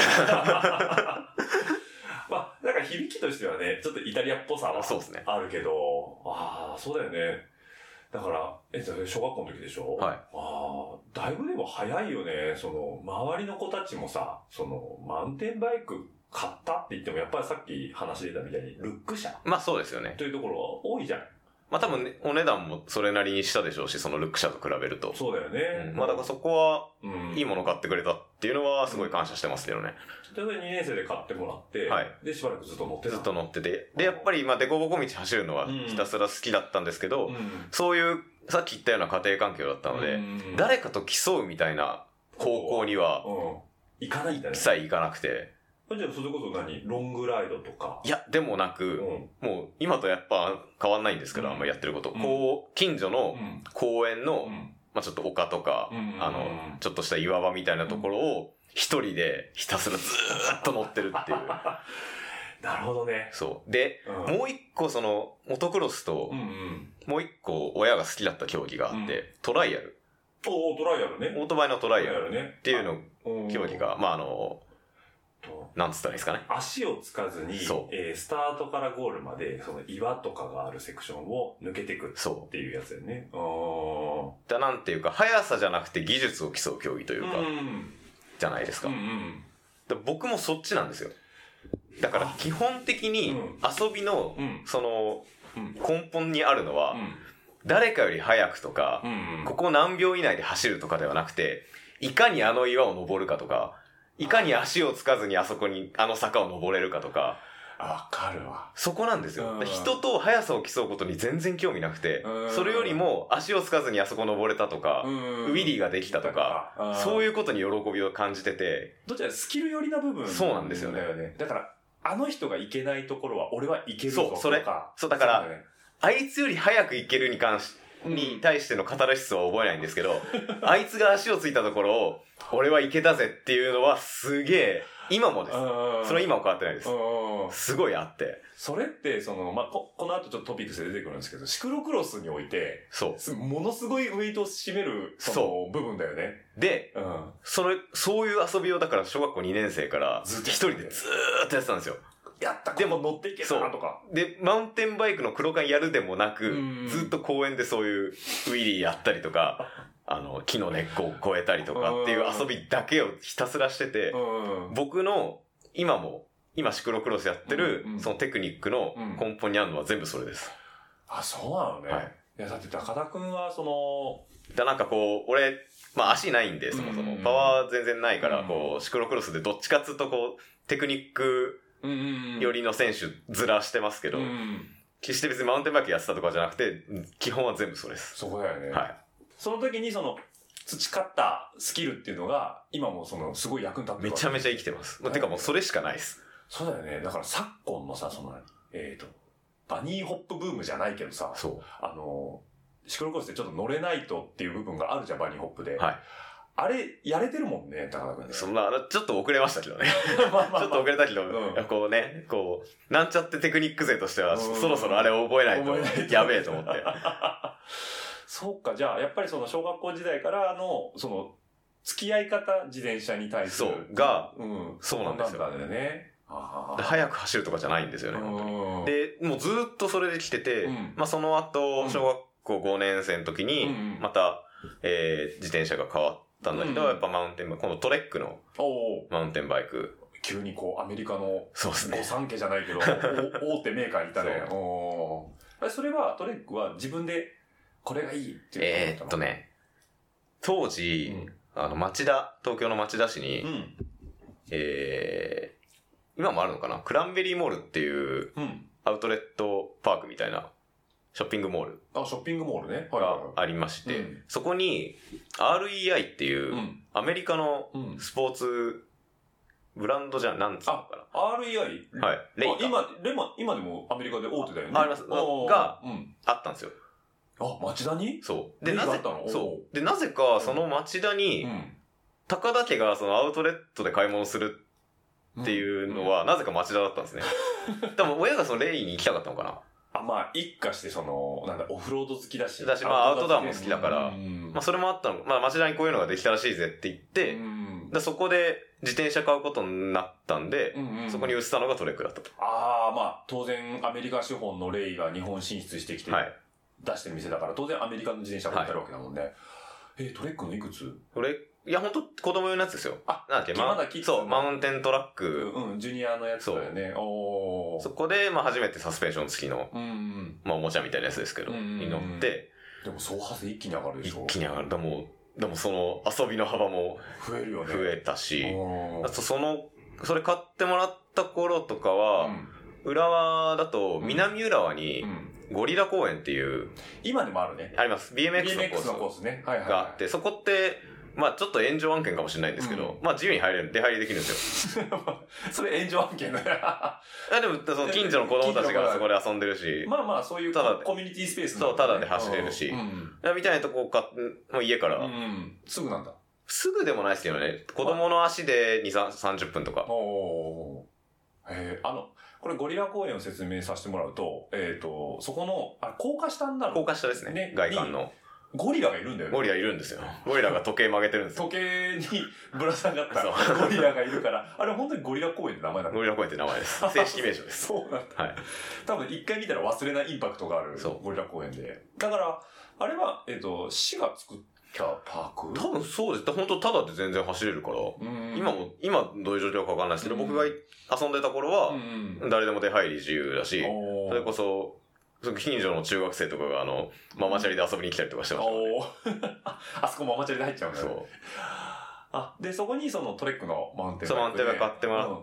まあ、なんか響きとしてはね、ちょっとイタリアっぽさはあるけど、ああ、そうだよね。だから、え、小学校の時でしょはい。ああ、だいぶでも早いよね。その、周りの子たちもさ、その、マウンテンバイク買ったって言っても、やっぱりさっき話出たみたいに、ルック車。 まあそうですよね。 というところは多いじゃん。 まあ多分ね、お値段もそれなりにしたでしょうし、そのルック車と比べると。 そうだよね。 うん、まあだからそこは、いいもの買ってくれたっていうのは、すごい感謝してますけどね。 例えばにねん生で買ってもらって、はい。で、しばらくずっと乗ってた。 ずっと乗ってて。で、やっぱり、まあ、デコボコ道走るのはひたすら好きだったんですけど、うん、そういう、さっき言ったような家庭環境だったので、うん、誰かと競うみたいな方向には、 行かないんだね。 一切行かなくて。 じゃあ、それこそ何ロングライドとかいや、でもなく、うん、もう、今とやっぱ変わんないんですけど、うん、あんまりやってること。うん、こう、近所の公園の、うん、まあちょっと丘とか、うん、あの、ちょっとした岩場みたいなところを、一人でひたすらずーっと乗ってるっていう。 なるほどね。 そう。で、うん、もう一個その、モトクロスと、うんうん、もう一個親が好きだった競技があって、うん、トライアル。 おー、トライアルね。 オートバイのトライアルっていうの、競技が、まああの、なんつったらいいですかね。 足をつかずに、えー、スタートからゴールまで、その岩とかがあるセクションを抜けていくっていうやつだよね。 そうだなんていうか、速さじゃなくて技術を競う競技というか、うんじゃないですか。うんうん、だ僕もそっちなんですよ。だから基本的に遊びの、その、根本にあるのは、誰かより速くとか、ここ何秒以内で走るとかではなくて、いかにあの岩を登るかとか、いかに足をつかずにあそこに、あの坂を登れるかとか、 わかるわ。 そこなんですよ。人と速さを競うことに全然興味なくて、それよりも足をつかずにあそこ登れたとか、ウィリーができたとか、そういうことに喜びを感じてて。 どちらスキル寄りな部分そうなんですよね。 だから、あの人が行けないところは俺は行けるぞとか。 そう、それ。そう、だから、あいつより早く行けるに関し、に対してのカタルシスは覚えないんですけど、あいつが足をついたところを、俺は行けたぜっていうのはすげえ、今もです。それは今も変わってないです。すごいあって。 それって、その、まあ、こ、この後ちょっとトピックスで出てくるんですけど、シクロクロスにおいて、そう。ものすごいウェイトを占める、その部分だよね。 で、うん、それ、そういう遊びをだから小学校にねん生からずっと一人でずーっとやってたんですよ。 やったでも乗っていけたなとか。 で、マウンテンバイクの黒缶やるでもなく、ずっと公園でそういうウィリーやったりとか、あの、木の根っこを越えたりとかっていう遊びだけをひたすらしてて、僕の今も、今シクロクロスやってる、そのテクニックの根本にあるのは全部それです。 あ、そうなのね。はい。 いや、だって高田くんは、その、 だなんかこう、俺、まあ足ないんで、そもそも。パワー全然ないから、こう、シクロクロスでどっちかっつうとこう、テクニック寄りの選手ずらしてますけど、決して別にマウンテンバイクやってたとかじゃなくて、基本は全部それです。 そこだよね。 はい。 その時にその、培ったスキルっていうのが、今もその、すごい役に立ってる。 めちゃめちゃ生きてます。てかもうそれしかないです。 そうだよね。だから昨今のさ、その、えっと、バニーホップブームじゃないけどさ、 そう。 あの、シクロクロスでちょっと乗れないとっていう部分があるじゃん、バニーホップで。 はい。 あれ、やれてるもんね、高田君ね。 そんな、ちょっと遅れましたけどね。まあまあまあちょっと遅れたけど、うん、こうね、こう、なんちゃってテクニック勢としては、そろそろあれを覚えないと、やべえと思って。 そうか、じゃあ、やっぱりその小学校時代からの、その、付き合い方、自転車に対する。 そう、が、 うん、 そうなんですよ。 なんだね。 早く走るとかじゃないんですよね、本当に。で、もうずっとそれで来てて、うん、まあその後、小学校ごねん生の時に、また、えー、自転車が変わったんだけど、うん、やっぱマウンテンバイク、今度トレックのマウンテンバイク。 急にこう、アメリカの、 そうですね。 御三家じゃないけど、大手メーカーにいたね。そ, それは、トレックは自分で、これがいいっていうえー、っとね、当時、うん、あの、町田、東京の町田市に、うん、えー、今もあるのかなクランベリーモールっていうアウトレットパークみたいなショッピングモールあ、ショッピングモールね。 がありまして、そこに アールイーアイ っていうアメリカのスポーツブランドじゃなんつうのかな。 アールイーアイ? はい。 レイカ。今、レマ、今でもアメリカで大手だよね。 あります。があったんですよ。 あ、町田にそう。で、なぜ、そう。で、なぜかその町田に高田家がそのアウトレットで買い物するっていうのは、なぜか町田だったんですね。多分親がそのレイに行きたかったのかな。 あ、まあ、一家してその、なんだ、オフロード好きだし。 だし、まあ、アウトドアも好きだから、まあ、それもあったの。まあ、町田にこういうのができたらしいぜって言って、でそこで自転車買うことになったんで、そこに移ったのがトレックだったと。 ああ、まあ、当然、アメリカ資本のレイが日本進出してきて、出してる店だから、当然アメリカの自転車が売ってるわけだもんね。はい、え、トレックのいくつトレいや、ほんと子供用のやつですよ。 あ、 なんだっけ、 まだキッズそう、マウンテントラック。 うん、ジュニアのやつだよね。おそこで、まあ初めてサスペンション付きの、うんうん、まあおもちゃみたいなやつですけど、うんうん、に乗って。 でも走破性一気に上がるでしょ。 一気に上がる。でも、でもその遊びの幅も増えるよね。 増えたし、あとその、それ買ってもらった頃とかは、うん、浦和だと南浦和に、ゴリラ公園っていう、 今でもあるね。 あります。ビーエムエックス のコース。 ビーエムエックス のコースね。はいはい、はい。 があって、そこって、まあちょっと炎上案件かもしれないんですけど、うん、まあ自由に入れる、出入りできるんですよ。 それ炎上案件だよ。 あでも、その近所の子供たちがそこで遊んでるし。 まあまあそういうコミュニティスペース、 ね、そう、ただで走れるし。うん、みたいなとこか、もう家から、うん。 すぐなんだ。 すぐでもないですけどね。子供の足でに、さんじゅっぷんとか。 おー。へー。あの、これゴリラ公園を説明させてもらうと、えっ、ー、と、そこの、あ、高架下になる。 高架下ですね。ね外観の。 ゴリラがいるんだよね。 ゴリラいるんですよ。ゴリラが時計曲げてるんですよ。 時計にぶら下がったゴリラがいるから、あれ本当にゴリラ公園って名前なの？ ゴリラ公園って名前です。正式名称です。 そうなんだ。はい。多分一回見たら忘れないインパクトがあるゴリラ公園で。だから、あれは、えっと、市が作ったパーク？ 多分そうです。本当ただで全然走れるから、今も、今どういう状況かわかんないですけど、僕が遊んでた頃は、誰でも出入り自由だし、それこそ、近所の中学生とかがあの、ママチャリで遊びに来たりとかしてましたね。 あ, あそこママチャリで入っちゃうんだよね。そう。あ、で、そこにそのトレックのマウンテンバイクで。そう、 マウンテンバイク買ってもらって、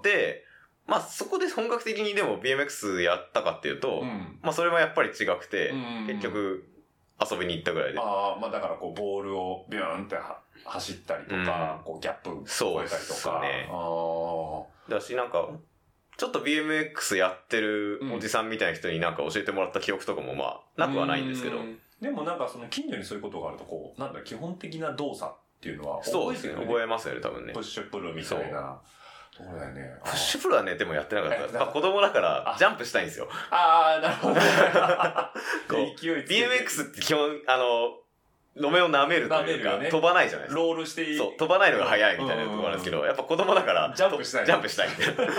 うん、まあそこで本格的にでも ビーエムエックス やったかっていうと、うん、まあそれもやっぱり違くて、うん、結局遊びに行ったぐらいで。 ああ、まあだからこうボールをビューンって走ったりとか、うん、こうギャップ超えたりとか。 そうですね。あだしなんか、ちょっと ビーエムエックス やってるおじさんみたいな人になんか教えてもらった記憶とかもまあなくはないんですけど。 でもなんかその近所にそういうことがあるとこう、なんだ基本的な動作っていうのは覚えてる、ね、 そうですね。覚えますよね、多分ね。 プッシュプルみたいな。そうだよね。 プッシュプルはね、でもやってなかった。やっぱ子供だからジャンプしたいんですよ。 ああ、なるほど、ね。 こう勢い ビーエムエックス って基本、あの、路面を舐めるというか、ね、飛ばないじゃないですか。 ロールしていい。 そう、飛ばないのが早いみたいなところなんですけど、やっぱ子供だから、 ジャンプしたい。 ジャンプしたい。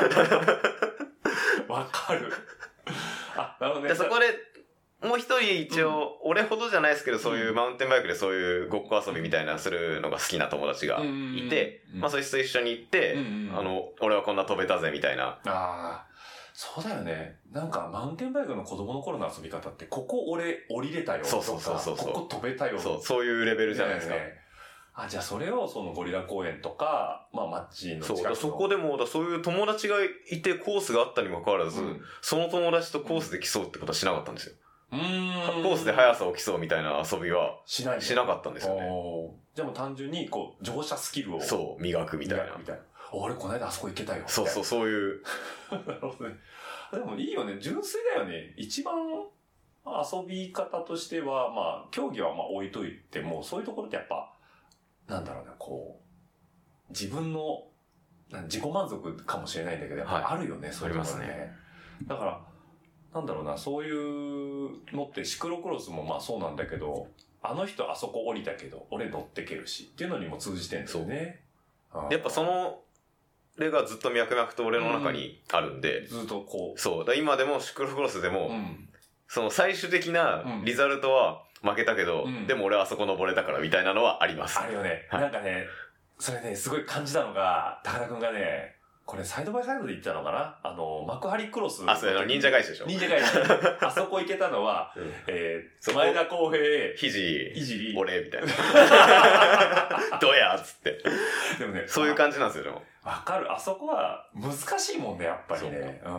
わかる。あ、なるほどね。 で、そこで、もう一人一応、うん、俺ほどじゃないですけど、そういうマウンテンバイクでそういうごっこ遊びみたいなするのが好きな友達がいて、うん、まあそいつと一緒に行って、うん、あの、俺はこんな飛べたぜみたいな。 ああ。 そうだよね。なんか、マウンテンバイクの子供の頃の遊び方って、ここ俺降りれたよとか、 そうそうそうそうここ飛べたよ。 そう、そういうレベルじゃないですか。 ね、あ、じゃあそれをそのゴリラ公園とか、まあ街の近くの。 そう、だそこでも、だそういう友達がいてコースがあったにもかかわらず、うん、その友達とコースで競うってことはしなかったんですよ。うーんコースで速さを競うみたいな遊びはしない、ね、しなかったんですよね。 じゃあもう単純にこう乗車スキルをそう磨くみたいな。 みたいな。俺この間あそこ行けたよ。 そうそうそういう。 なるほどね。でもいいよね。純粋だよね。一番遊び方としては、まあ競技はまあ置いといても、そういうところってやっぱ、なんだろうな、こう、自分の自己満足かもしれないんだけど、やっぱあるよね、はい、そういうところね。ありますね。だから、なんだろうな、そういうのってシクロクロスもまあそうなんだけど、あの人あそこ降りたけど、俺乗ってけるしっていうのにも通じてんですよね。 やっぱその、れがずっと脈々と俺の中にあるんで。 うん、ずっとこう。 そう。だ今でもシクロクロスでも、うん、その最終的なリザルトは負けたけど、うん、でも俺はあそこ登れたからみたいなのはあります。 あるよね。はい、なんかね、それね、すごい感じたのが、高田くんがね、これサイドバイサイドで言ってたのかなあの、幕張クロス。 あ、それの忍者返しでしょ忍者返し。あそこ行けたのは、うん、えー、前田康平、 ひじ、 ひじり、 俺、みたいな。どやっつって。 でもね、 そういう感じなんですよ、でも。 わかる。あそこは難しいもんね、やっぱりね。うん。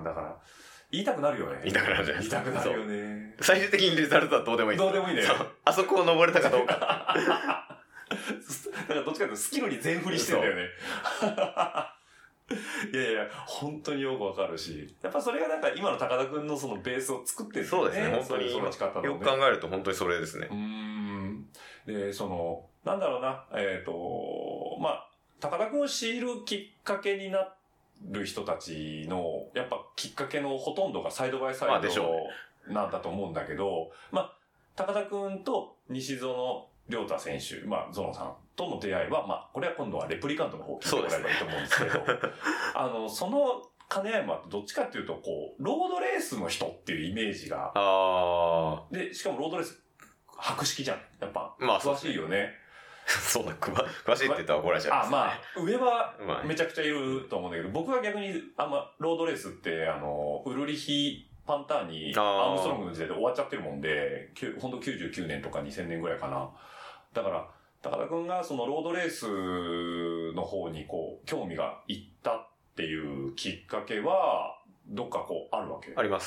だから、言いたくなるよね。 言いたくなるじゃないですか。言いたくなるよね。 最終的にリザルトはどうでもいい。 どうでもいいね。 あそこを登れたかどうか。 だからどっちかというとスキルに全振りしてるんだよね。いやいや、本当によくわかるし。やっぱそれがなんか今の高田くんのそのベースを作ってるんだよね。 そうですね、本当に。 よく考えると本当にそれですね。 うん。で、その、なんだろうな、えっと、まあ、高田くんを知るきっかけになる人たちの、やっぱきっかけのほとんどがサイドバイサイドなんだと思うんだけど、まあ、高田くんと西園亮太選手、まあ、ゾノさんとの出会いは、まあ、これは今度はレプリカントの方を聞いてもらえばいいと思うんですけど、あの、その兼ね合いもあって、どっちかっていうと、こう、ロードレースの人っていうイメージが、 あで、しかもロードレース、博識じゃん。やっぱ、 まあ、 詳しいよね。 そうだ、詳しいって言ったら怒られちゃう、 ね。あ、まあ、上はめちゃくちゃいると思うんだけど、僕は逆に、あんま、ロードレースって、あの、ウルリヒ・パンターニ、アームストロングの時代で終わっちゃってるもんで、ほんときゅうじゅうきゅうねんとかにせんねんぐらいかな。だから、高田くんがそのロードレースの方にこう、興味がいったっていうきっかけは、どっかこう、あるわけ？ あります。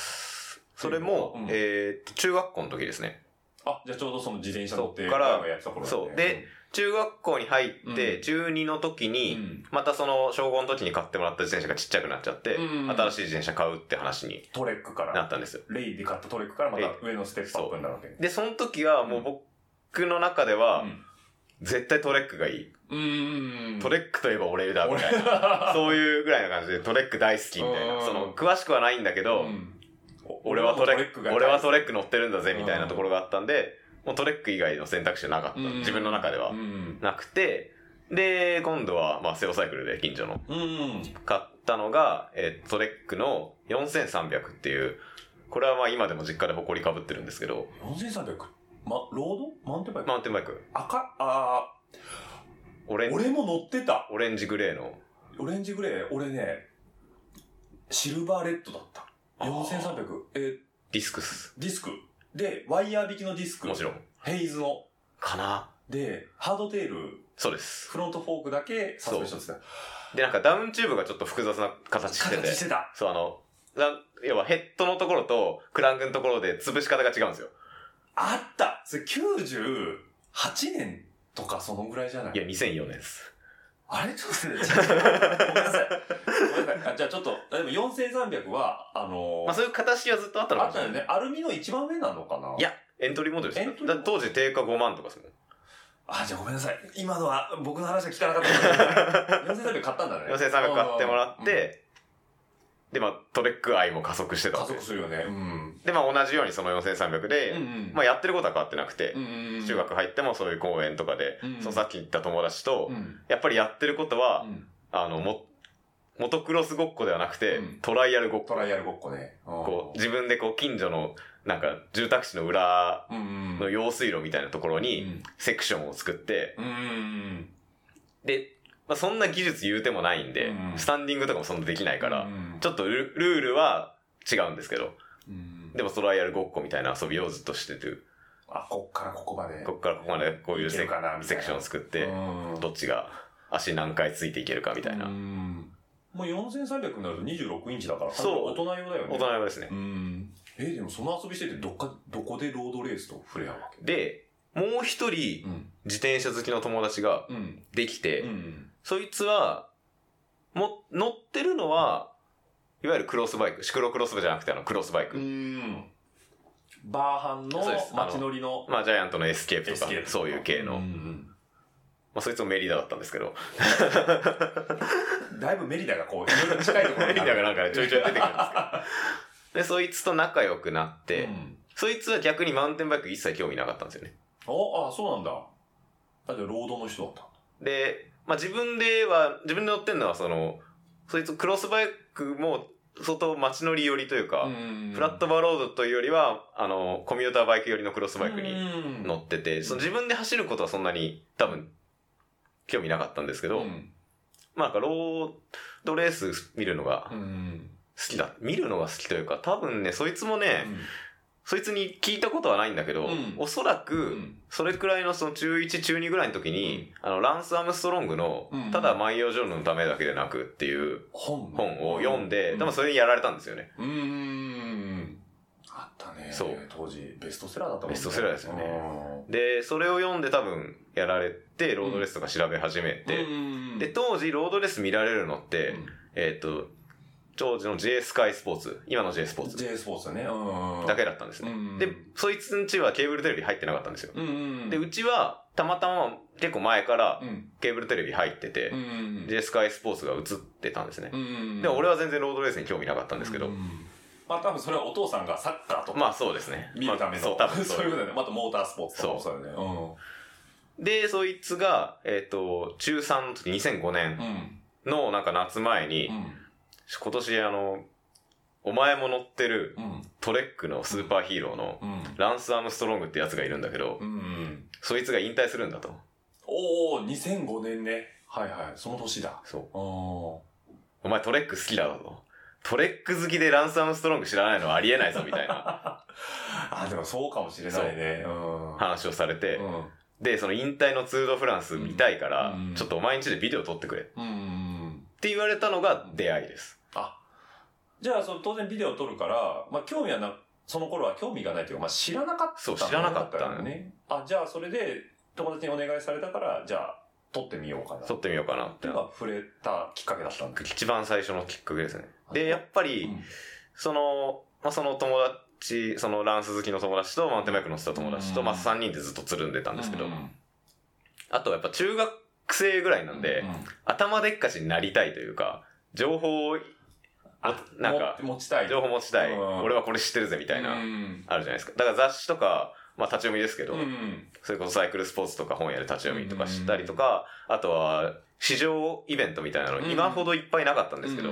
それも、うん、えー、中学校の時ですね。 あ、じゃあちょうどその自転車乗ってからやってた頃だね。 そう。で、中学校に入って、中にの時に、うん、またその、小ごの時に買ってもらった自転車がちっちゃくなっちゃって、うん、新しい自転車買うって話にトレックからなったんですよ。 レイで買ったトレックからまた上のステップアップになるわけ。 で、その時はもう僕の中では、うん、絶対トレックがいい。 うーんトレックといえば俺だみたいな。そういうぐらいな感じでトレック大好きみたいな。その、詳しくはないんだけど、うん、俺はトレック、俺はトレック乗ってるんだぜみたいなところがあったんで、もうトレック以外の選択肢はなかった。自分の中ではなくて、で、今度は、まあ、セオサイクルで近所の、買ったのが、えー、トレックのよんせんさんびゃくっていう、これはまあ今でも実家で埃かぶってるんですけど。 よんせんさんびゃく? ま、ロードマウンテンバイクマウンテンバイク。 赤、あー、オレンジ。俺も乗ってた。 オレンジグレーの。 オレンジグレー、俺ね、シルバーレッドだった。よんせんさんびゃく。えー、 ディスクス。 ディスク。で、ワイヤー引きのディスク。 もちろん。 ヘイズの。 かな。 で、ハードテール。 そうです。 フロントフォークだけサスペンションしてた。 で、なんかダウンチューブがちょっと複雑な形してて。 形してた。 そう、あの、要はヘッドのところとクランクのところで潰し方が違うんですよ。 あったそれきゅうじゅうはちねんとかそのぐらいじゃない？ いや、にせんよねんです。 あれちょっと待って、ごめんなさい。ごめんなさい。じゃあちょっと、でもよんせんさんびゃくは、あのー、 まあそういう形はずっとあったのかもしれない。あったよね。アルミの一番上なのかな？ いや、エントリーモデルですよ。だ当時定価ごまんとかですもん。 あ、じゃあごめんなさい。今のは僕の話は聞かなかった。よんせんさんびゃく買ったんだね。 よんせんさんびゃく買ってもらって、うん、で、まあトレック愛も加速してたわけ加速するよね。うん。 で、まあ同じようにそのよんせんさんびゃくで、うんうん、まあやってることは変わってなくて、 うんうんうん、 中学入ってもそういう公園とかで、 うんうん、 そのさっき言った友達と、 うん、 やっぱりやってることは、うん、あの、も、モトクロスごっこではなくて、うん、トライアルごっこ。 トライアルごっこね。 こう、自分でこう、近所の、なんか、住宅地の裏の用水路みたいなところに、セクションを作って、 うんうん、 で、 まあ、そんな技術言うてもないんで、うん、スタンディングとかもそんなできないから、うん、ちょっとルールは違うんですけど、うん、でもトライアルごっこみたいな遊びをずっとしてて、 あ、こっからここまで。 こっからここまでこういうセクセクションを作って、どっちが足何回ついていけるかみたいな。 うんもうよんせんさんびゃくになるとにじゅうろくインチだから、そう。大人用だよね。 大人用ですね。 うん。えー、でもその遊びしててどっか、どこでロードレースと触れ合うわけで、もう一人、うん、自転車好きの友達ができて、うんうん、そいつは、も、乗ってるのは、いわゆるクロスバイク、シクロクロスじゃなくてあのクロスバイク。うん。 バーハンの街乗りの。 まあジャイアントのエスケープとか、とかそういう系の。うんうんまあ、そいつもメリダだったんですけど。 だいぶメリダがこう、いろいろ近いところにメリダがなんかちょいちょい出てくるんですけど。で、そいつと仲良くなって、うん、そいつは逆にマウンテンバイク一切興味なかったんですよね。 ああ、そうなんだ。だってロードの人だった。 で、まあ自分では、自分で乗ってんのはその、そいつクロスバイクも相当街乗り寄りというか、フラットバーロードというよりは、あの、コミューターバイク寄りのクロスバイクに乗ってて、その自分で走ることはそんなに多分、興味なかったんですけど、うん、まあなんかロードレース見るのが好きだ。見るのが好きというか、多分ね、そいつもね、うん、そいつに聞いたことはないんだけど、うん、おそらく、それくらいのその中いち、中にぐらいの時に、うん、あの、ランス・アームストロングの、うん、ただ万葉ジョンのためだけでなくっていう本を読んで、多分それにやられたんですよね。 うん。あったね。そう。当時、ベストセラーだったもんね。 ベストセラーですよね。で、それを読んで多分やられて、ロードレースとか調べ始めて、うん、で、当時ロードレース見られるのって、うん、えっと、当時の J スカイスポーツ、今の J スポーツ。 J スポーツだね。 だけだったんですね。うん、で、そいつんちはケーブルテレビ入ってなかったんですよ。うん、で、うちはたまたま結構前からケーブルテレビ入ってて、うん、J スカイスポーツが映ってたんですね。うん、でも俺は全然ロードレースに興味なかったんですけど、うんまあ多分それはお父さんがサッカーとか。 まあそうですね。 見るための。 まあ、そう、多分そういうことだよね。またモータースポーツとかもそうだよね。 うん。で、そいつが、えっ、ー、と、中さんの時にせんごねんのなんか夏前に、うん、今年あの、お前も乗ってるトレックのスーパーヒーローのランス・アームストロングってやつがいるんだけど、うんうん、そいつが引退するんだと。 おー、にせんごねんね。はいはい。その年だ。 そう。お前トレック好きだろと。トレック好きでランス・アームストロング知らないのはありえないぞみたいな。 あ、でもそうかもしれないね。 うん、話をされて、うん、で、その引退のツール・ド・フランス見たいから、うん、ちょっとお前ん家でビデオ撮ってくれ。うん、って言われたのが出会いです。 あ、じゃあその当然ビデオを撮るから、まあ興味はな、その頃は興味がないというか、まあ知らなかった、ね。 そう、知らなかったよね。あ、じゃあそれで友達にお願いされたから、じゃあ、撮ってみようかな。 撮ってみようかなって。 いうのが触れたきっかけだったんで。 一番最初のきっかけですね。で、やっぱり、うん、その、まあ、その友達、そのランス好きの友達とマウンテンバイク乗ってた友達と、うん、まあ、さんにんでずっとつるんでたんですけど、うん、あとはやっぱ中学生ぐらいなんで、うん、頭でっかちになりたいというか、情報を、なんか、 持ちたい。 情報持ちたい。俺はこれ知ってるぜみたいな、あるじゃないですか。だから雑誌とか、まあ立ち読みですけど、うん、それこそサイクルスポーツとか本屋で立ち読みとかしたりとか、うん、あとは市場イベントみたいなの、うん、今ほどいっぱいなかったんですけど、うん、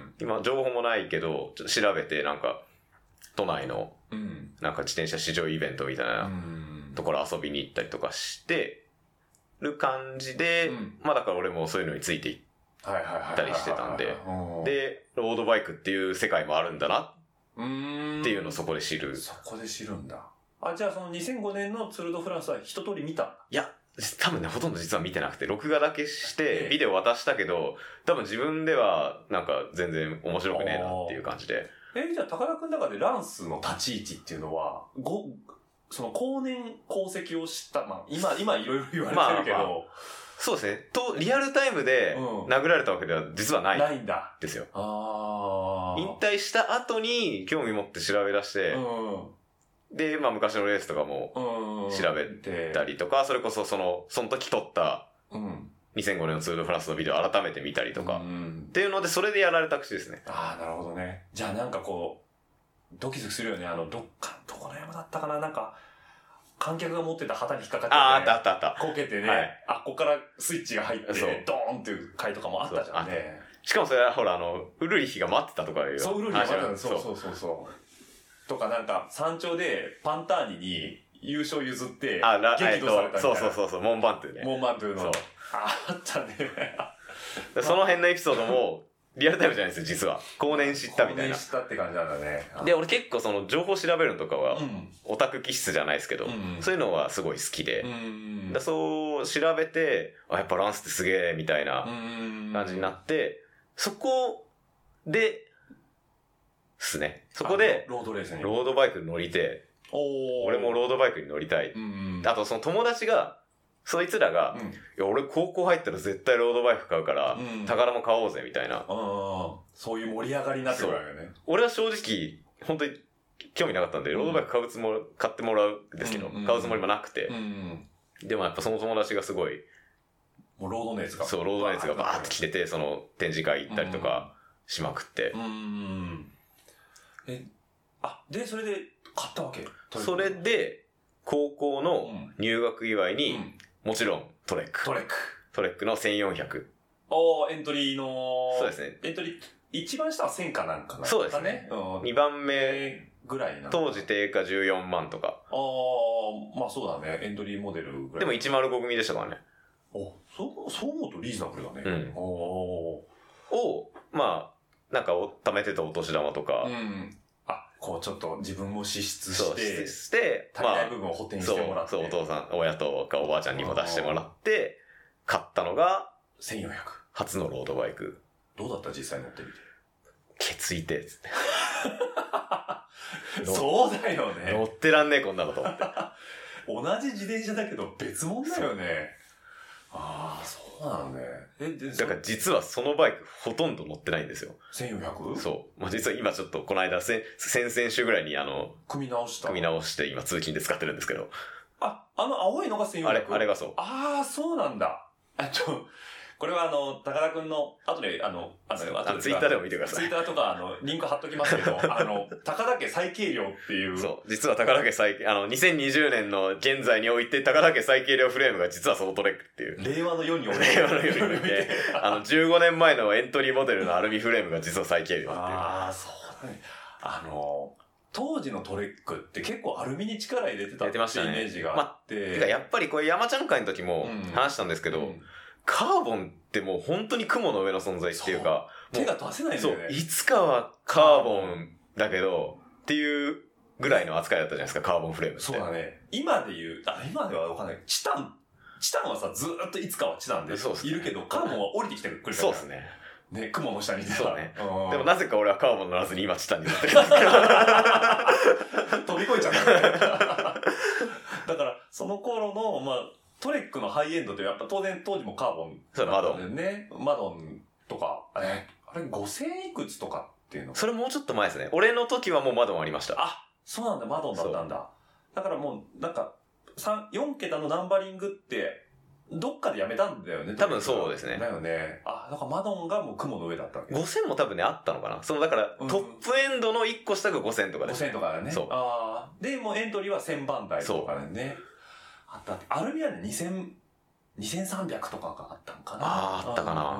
今情報もないけど、ちょっと調べてなんか、都内のなんか自転車市場イベントみたいなところ遊びに行ったりとかしてる感じで、うん、まあだから俺もそういうのについていったりしてたんで、で、ロードバイクっていう世界もあるんだなっていうのをそこで知る。 そこで知るんだ。あ、じゃあそのにせんごねんのツールドフランスは一通り見た？ いや、多分ね、ほとんど実は見てなくて、録画だけして、ビデオ渡したけど、多分自分ではなんか全然面白くねえなっていう感じで。 え、じゃあ高田くんの中でランスの立ち位置っていうのは、ご、その後年功績を知った、まあ今、今いろいろ言われてるけど、まあまあ、 そうですね。と、リアルタイムで殴られたわけでは実はない。 ないんだ。 ですよ。 あ引退した後に興味持って調べ出して、うんで、まあ昔のレースとかも調べたりとか、それこそその、その時撮ったにせんごねんのツールドフランスのビデオを改めて見たりとか、っていうので、それでやられた口ですね。 ああ、なるほどね。じゃあなんかこう、ドキドキするよね。あの、どっか、どこの山だったかななんか、観客が持ってた旗に引っかかって、ね、 ああ、あったあったあった。 こけてね、はい、あ、ここからスイッチが入って、ドーンっていう回とかもあったじゃんね。 しかもそれはほら、あの、ウルリヒが待ってたとかいう。 そう、ウルリヒが待ってた。そうそうそうそう。とかなんか山頂でパンターニに優勝譲って激怒されたみたいな。 そうそうそうそう、モンバントゥね。 モンバントゥの。あったね。 その辺のエピソードもリアルタイムじゃないですよ実は。後年知ったみたいな。 後年知ったって感じなんだね。 で俺結構その情報調べるのとかは、うん、オタク気質じゃないですけど、うん、そういうのはすごい好きで、うん、だそう調べてあやっぱランスってすげえみたいな感じになって、そこですね。そこでロードレースにロードバイクに乗りて、俺もロードバイクに乗りたい。うんうん、あとその友達が、そいつらが、うん、いや俺高校入ったら絶対ロードバイク買うから、うん、宝も買おうぜみたいな。 そういう盛り上がりになってくるわよね。 俺は正直、本当に興味なかったんで、ロードバイク買うつもり、買ってもらうんですけど、うん、買うつもりもなくて、うん、でもやっぱその友達がすごい、 もうロード熱が。 そう、ロード熱がバーって来てて、その展示会行ったりとかしまくって。 うんうんえ、あ、で、それで買ったわけ？ それで、高校の入学祝いに、うん、もちろんトレック。 トレック。 トレックのせんよんひゃく。 おー、エントリーの、 そうですね。 エントリー、一番下はせんかなんかな。 そうですね。うん、にばんめぐらいな。 当時定価じゅうよんまんとか。 あー、まあそうだね。エントリーモデルぐらい。 でもひゃくご組でしたからね。 お、そう、そう思うとリーズナブルだね。 うん。おを、まあ、なんか貯めてたお年玉とか。 うん。あ、こうちょっと自分も支出して、 して、 足りない部分を補填してもらって。 そう、そう、お父さん、親とかおばあちゃんにも出してもらって、買ったのが、 せんよんひゃく。 初のロードバイク。 どうだった実際乗ってみて。 ケツいて、つって。 そうだよね。 乗ってらんねえ、こんなのと思って。 同じ自転車だけど別物だよね。ああ、そうなんだね。 え、で、だから実はそのバイクほとんど乗ってないんですよ。 せんよんひゃく？ そう。まあ、実は今ちょっとこの間、先々週ぐらいにあの、 組み直した。 組み直して今通勤で使ってるんですけど。 あ、あの青いのがせんよんひゃく？ あれ、あれがそう。 ああ、そうなんだ。あ、ちょ、これはあの、高田くんの、後で、あの、あの、 あのツイッターでも見てください。 ツイッターとか、あの、リンク貼っときますけど、あの、高田家最軽量っていう。 そう。実は高田家最、あの、にせんにじゅうねんの現在において、高田家最軽量フレームが実はそのトレックっていう。 令和の世において。令和の世において。あの、じゅうごねんまえのエントリーモデルのアルミフレームが実は最軽量っていう。 ああ、そうだね。あの、当時のトレックって結構アルミに力入れてたっていうイメージがあって。 まあ、てかやっぱりこれ山ちゃん会の時も話したんですけど、うんうんカーボンってもう本当に雲の上の存在っていうか。 手が出せないんだよね。 そう。いつかはカーボンだけど、っていうぐらいの扱いだったじゃないですか、カーボンフレームって。 そうだね。今で言う、あ、今ではわかんない。チタン、チタンはさ、ずーっといつかはチタンでいるけど、カーボンは降りてきてくるから。 そうですね。 ね、雲の下にいてそうね。でもなぜか俺はカーボン乗らずに今チタンに乗ってるんですけど。 飛び越えちゃったね。だから、その頃の、まあ、トレックのハイエンドってやっぱ当然当時もカーボンだったんだよね。マドンとか、え、あれごせんいくつとかっていうの？ それもうちょっと前ですね。俺の時はもうマドンありました。 あ、そうなんだ、マドンだったんだ。だからもう、なんか、よん桁のナンバリングって、どっかでやめたんだよね。 多分そうですね。 だよね。あ、だからマドンがもう雲の上だったわけ。 ごせんも多分ね、あったのかな。その、だから、トップエンドのいっこ下がごせんとかです。 ごせんとかだね。 そう。 ああ。で、もうエントリーはせんばん台とかでね。あったって。アルミはね、にせん、にせんさんびゃくとかがあったんかな。 ああ、あったかな。 うん。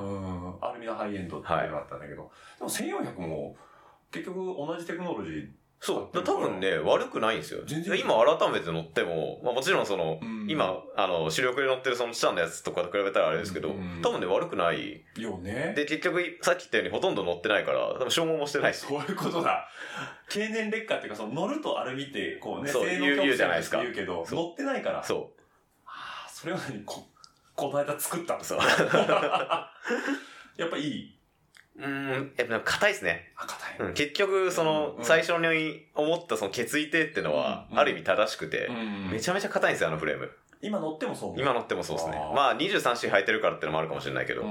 アルミのハイエンドっていうのがあったんだけど。はい、でもせんよんひゃくも、結局同じテクノロジー。 そう。多分ね、悪くないんですよ。全然今改めて乗っても、まあもちろんその、うん、今、あの、主力で乗ってるそのチタンのやつとかと比べたらあれですけど、うん、多分ね、悪くない。 よね。 で、結局、さっき言ったようにほとんど乗ってないから、多分消耗もしてないし。 そういうことだ。経年劣化っていうか、その乗るとアルミって、こうね、 そう性能言うじゃないですか。 言うけど、乗ってないから。 そう。 はあ、それは何こ、この間作ったんですよ。 やっぱいい。 うーん、やっぱ硬いですね。 あ、硬い。うん、結局、その、うん、最初に思ったその血いてっていうのは、ある意味正しくて、うん、めちゃめちゃ硬いんですよ、あのフレーム。 今乗ってもそう？ 今乗ってもそうですね。まあ、にじゅうさんシー履いてるからってのもあるかもしれないけど。 うん。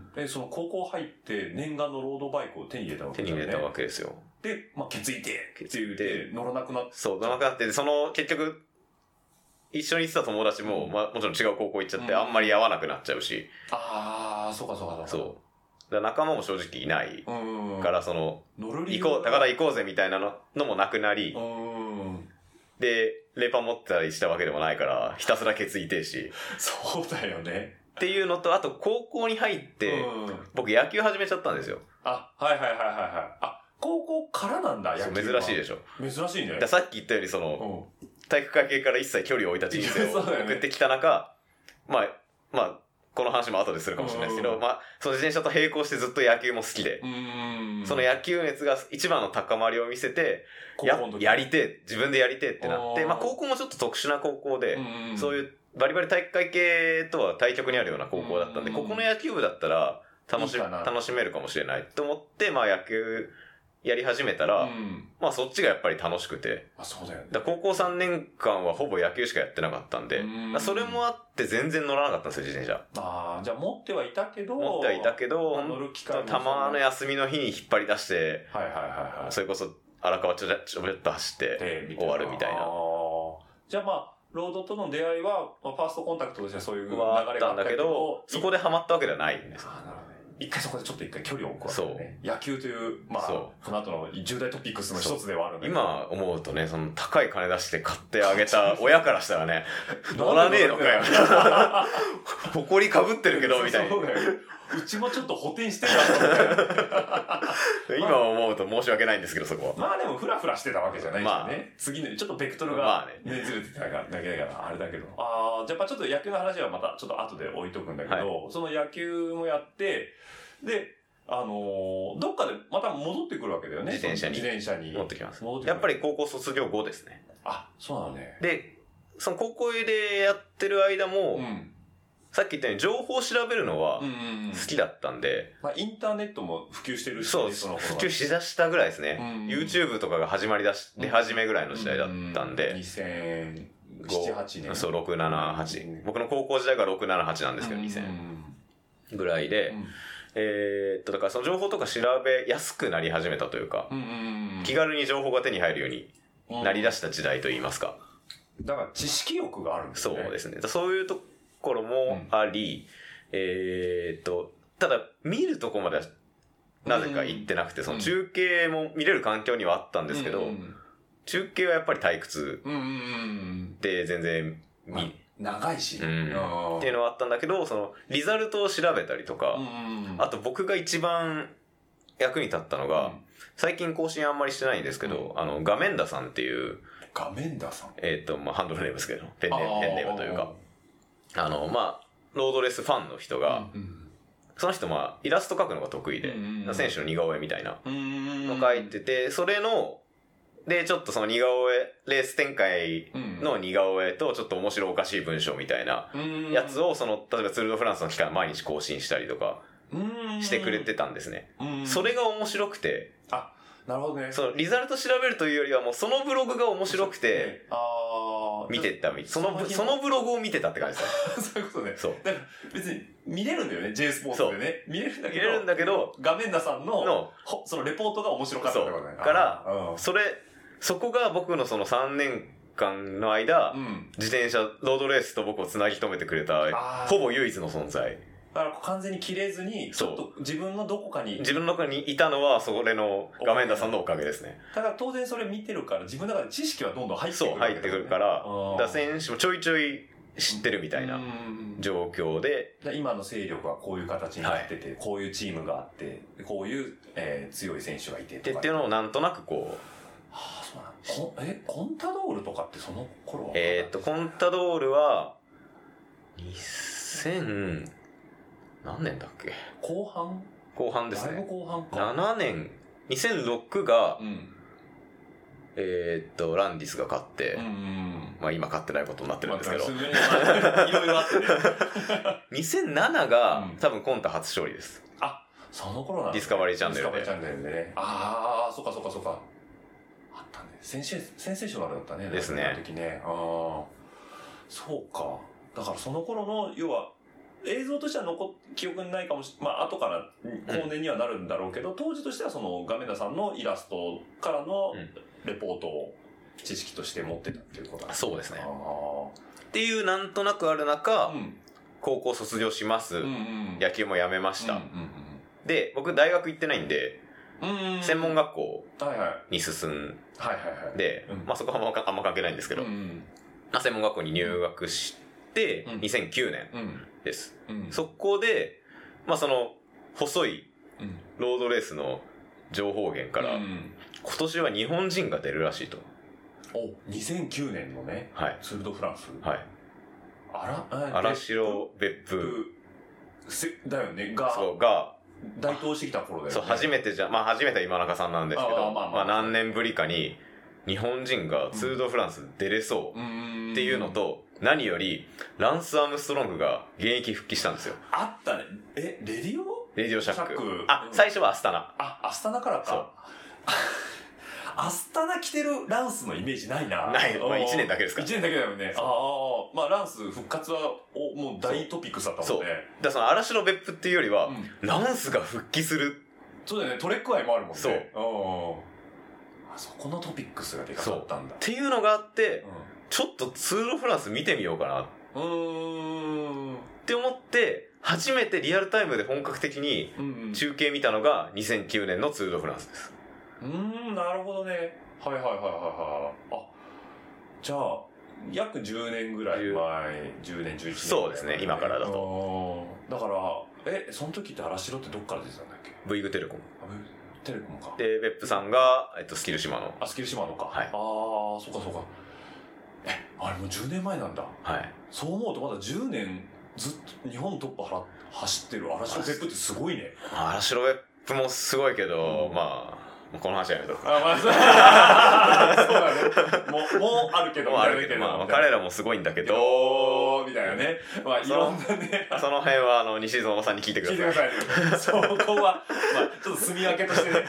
で、その高校入って念願のロードバイクを手に入れたわけですよね。手に入れたわけですよ。 で、まあ、血いてって言って乗らなくなって。 そう、乗らなくなって、その、結局、一緒に行ってた友達も、まあ、もちろん違う高校行っちゃって、うん、あんまり合わなくなっちゃうし。 ああ、そうかそうかそうか。 そう。だから仲間も正直いないから、その、 乗る行こう、高田行こうぜみたいなののもなくなり、で、レーパー持ってたりしたわけでもないから、ひたすらケツいてえし。 そうだよね。 っていうのと、あと高校に入って、僕野球始めちゃったんですよ。 あ、はいはいはいはいはい。あ、高校からなんだ、野球は。 珍しいでしょ。 珍しいね。 ださっき言ったように、その、体育会系から一切距離を置いた人生を送ってきた中、まあ、まあ、 この話も後でするかもしれないですけど、まあ、その自転車と並行してずっと野球も好きで、その野球熱が一番の高まりを見せて、や、やりてえ、自分でやりてえってなって、まあ高校もちょっと特殊な高校で、そういうバリバリ体育会系とは対極にあるような高校だったんで、ここの野球部だったら楽し、楽しめるかもしれないと思って、まあ野球やり始めたら、うん、まあそっちがやっぱり楽しくて。 あ、そうだよね。 だ高校さんねんかんはほぼ野球しかやってなかったんで、んそれもあって全然乗らなかったんですよ、自転車。 ああ、じゃあ持ってはいたけど、 持ってはいたけど、 乗る機会たまの休みの日に引っ張り出して、 はいはいはいはい。 それこそ荒川ちょちょびっと走って終わるみたいな。 じゃあまあ、ロードとの出会いは、ファーストコンタクトとしてそういう流れがあったんだけど、そこでハマったわけではないんです。 一回そこでちょっと一回距離を置くわけですね。野球という、まあ、この後の重大トピックスの一つではあるんだけど。 今思うとね、その高い金出して買ってあげた親からしたらね、乗らねえのかよ。誇りかぶってるけど、みたいな。 うちもちょっと補填してるわけ今思うと申し訳ないんですけど、そこは。 まあでもフラフラしてたわけじゃないですよね。まあ、次の、ちょっとベクトルがね、ずれてただけだから、あれだけど。ああ、じゃあやっぱちょっと野球の話はまたちょっと後で置いとくんだけど、はい、その野球もやって、で、あのー、どっかでまた戻ってくるわけだよね。 自転車に。 自転車に。 戻ってきます。やっぱり高校卒業後ですね。 あ、そうなのね。 で、その高校でやってる間も、うん、さっき言ったように情報を調べるのは好きだったんで。 まあインターネットも普及してるし、ね、 そう、その普及しだしたぐらいですね。YouTube とかが始まりだし、出始めぐらいの時代だったんで。 にせんなな、はちねん。 そう、ろく、なな、はち。僕の高校時代がろく、なな、はちなんですけど、にせんぐらいで。うん、えー、っと、だからその情報とか調べやすくなり始めたというか、気軽に情報が手に入るようになりだした時代といいますか。 だから知識欲があるんですね。 そうですね。そういうところもあり、うん、えー、っと、ただ見るとこまではなぜか行ってなくて、その中継も見れる環境にはあったんですけど、中継はやっぱり退屈で全然見、 長いし、 うん、っていうのはあったんだけど、そのリザルトを調べたりとか、あと僕が一番役に立ったのが、うん、最近更新あんまりしてないんですけど、うん、あの画面田さんっていう画面田さんえっ、ー、とまあハンドルネームですけどペンネペンネームというかあのまあロードレースファンの人が、うんうん、その人まあイラスト描くのが得意で、うんうん、選手の似顔絵みたいなの描いてて、それので、ちょっとその似顔絵、レース展開の似顔絵とちょっと面白おかしい文章みたいなやつを、その、例えばツールドフランスの期間毎日更新したりとかしてくれてたんですね。それが面白くて、 あ、なるほどね。 そのリザルト調べるというよりはもうそのブログが面白くて、見てたみ、その、そのブログを見てたって感じですね。そういうことね。 そう。 だから別に見れるんだよね、J スポーツでね。見れるんだけど、 見れるんだけど、 画面田さんの、のそのレポートが面白かったってことね。 から、それ、そこが僕のそのさんねんかんの間、うん、自転車、ロードレースと僕をつなぎ止めてくれた、ほぼ唯一の存在。 だから完全に切れずに、ちょっと自分のどこかに。 自分の中にいたのは、それの画面田さんのおかげですね。 ただ当然それ見てるから、自分の中で知識はどんどん入ってくる、ね。 そう、入ってくるから、だ選手もちょいちょい知ってるみたいな状況で。 今の勢力はこういう形になってて、はい、こういうチームがあって、こういう、えー、強い選手がいてとか。 っていうのをなんとなくこう、 はあ、そうなんえ、コンタドールとかってその頃はえーっと、コンタドールは、にせん、何年だっけ後半後半ですね。 だいぶ後半か。 ななねん、にせんろくが、うん、えーっと、ランディスが勝って、うんうん、まあ今勝ってないことになってるんですけど。 まあ、いろいろあってね。 にせんななが、うん、多分コンタ初勝利です。 あ、その頃なんですね。ディスカバリーチャンネルで。 ディスカバリーチャンネルでね。ああ、そっかそっかそっか。センセーショナルだったね。 ですね。 時ね。ああ。そうか。だからその頃の、要は、映像としては残っ、記憶にないかもしれない。まあ、後から後年にはなるんだろうけど、うん、当時としてはその画面田さんのイラストからのレポートを知識として持ってたっていうことなんですね。 そうですね。っていうなんとなくある中、うん、高校卒業します、うんうん。野球もやめました。うんうんうん、で、僕大学行ってないんで、うん専門学校に進んで、まあそこはあんま、あんま関係ないんですけど、うんまあ、専門学校に入学して、うん、にせんきゅうねんです。うんうん、そこで、まあその、細いロードレースの情報源から、うん、今年は日本人が出るらしいと。 お、にせんきゅうねんのね、はい、ツールドフランス。 はい。 あら、 荒城別府だよね、が、 そう、が、 台頭してきた頃だよね。 そう、初めてじゃ、まあ初めては今中さんなんですけど、 あまあまあまあ何年ぶりかに、日本人がツール・ド・フランス出れそうっていうのと、何より、ランス・アームストロングが現役復帰したんですよ。 あったね。え、レディオレディオシャック。 シャックあ、最初はアスタナ。 あ、アスタナからか。そう。アスタナ着てるランスのイメージないな。 ない。まあいちねんだけですか。 いちねんだけだよね。ああ、まあランス復活はおもう大トピックスだったもんね。そう。だからその嵐の別府っていうよりは、うん、ランスが復帰する。 そうだよね。トレック愛もあるもんね。 そう。 あそこのトピックスがでかかったんだ。 っていうのがあって、うん、ちょっとツール・フランス見てみようかな。 うーん。 って思って、初めてリアルタイムで本格的に中継見たのがにせんきゅうねんのツール・ド・フランスです。 うーん、なるほどね。はいはいはいはいはい。あ、じゃあ、約じゅうねんぐらい前、じゅうねん、じゅういちねん。 そうですね、今からだと。 だから、え、その時って荒城ってどっから出てたんだっけ？ ブイグテレコム。 テレコムか。 で、別府さんが、えっと、スキル島の。 あ、スキル島のか。 はい。 ああ、そうかそうか。え、あれもうじゅうねんまえなんだ。 はい。 そう思うとまだじゅうねんずっと日本トップは走ってる荒城別府ってすごいね。 荒城別府もすごいけど、うん、まあ、この話はやめとく。 あ、まあ、そうだね。もう、もうあるけど、 もうあるけど、まあ、彼らもすごいんだけど、 みたいなね。まあ、いろんなね。 その辺は、あの、西園さんに聞いてください。 聞いてください。そこは、まあ、ちょっと住み分けとしてね。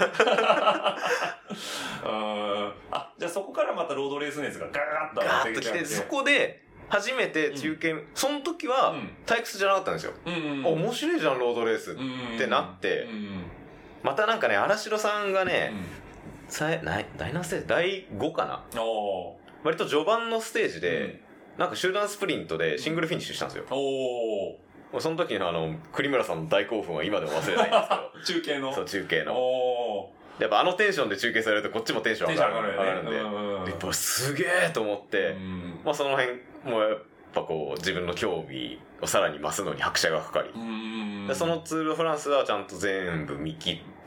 あ、じゃあそこからまたロードレース熱がガーッとガーッと来て、そこで、初めて中継、うん、その時は、退屈じゃなかったんですよ。うんうんうん、面白いじゃん、ロードレースってなって、うんうん、またなんかね、荒城さんがね、うん、さえ、な第何ステージだいごかな割と序盤のステージで、うん、なんか集団スプリントでシングルフィニッシュしたんですよ。おー。その時のあの、栗村さんの大興奮は今でも忘れないんですけど。 中継のそう、中継の。おー。やっぱあのテンションで中継されるとこっちもテンション上がる、 上がるんで、 うん、やっぱすげえと思って、うん、まあその辺もやっぱこう自分の興味をさらに増すのに拍車がかかり、うん、でそのツール・ド・フランスはちゃんと全部見切って、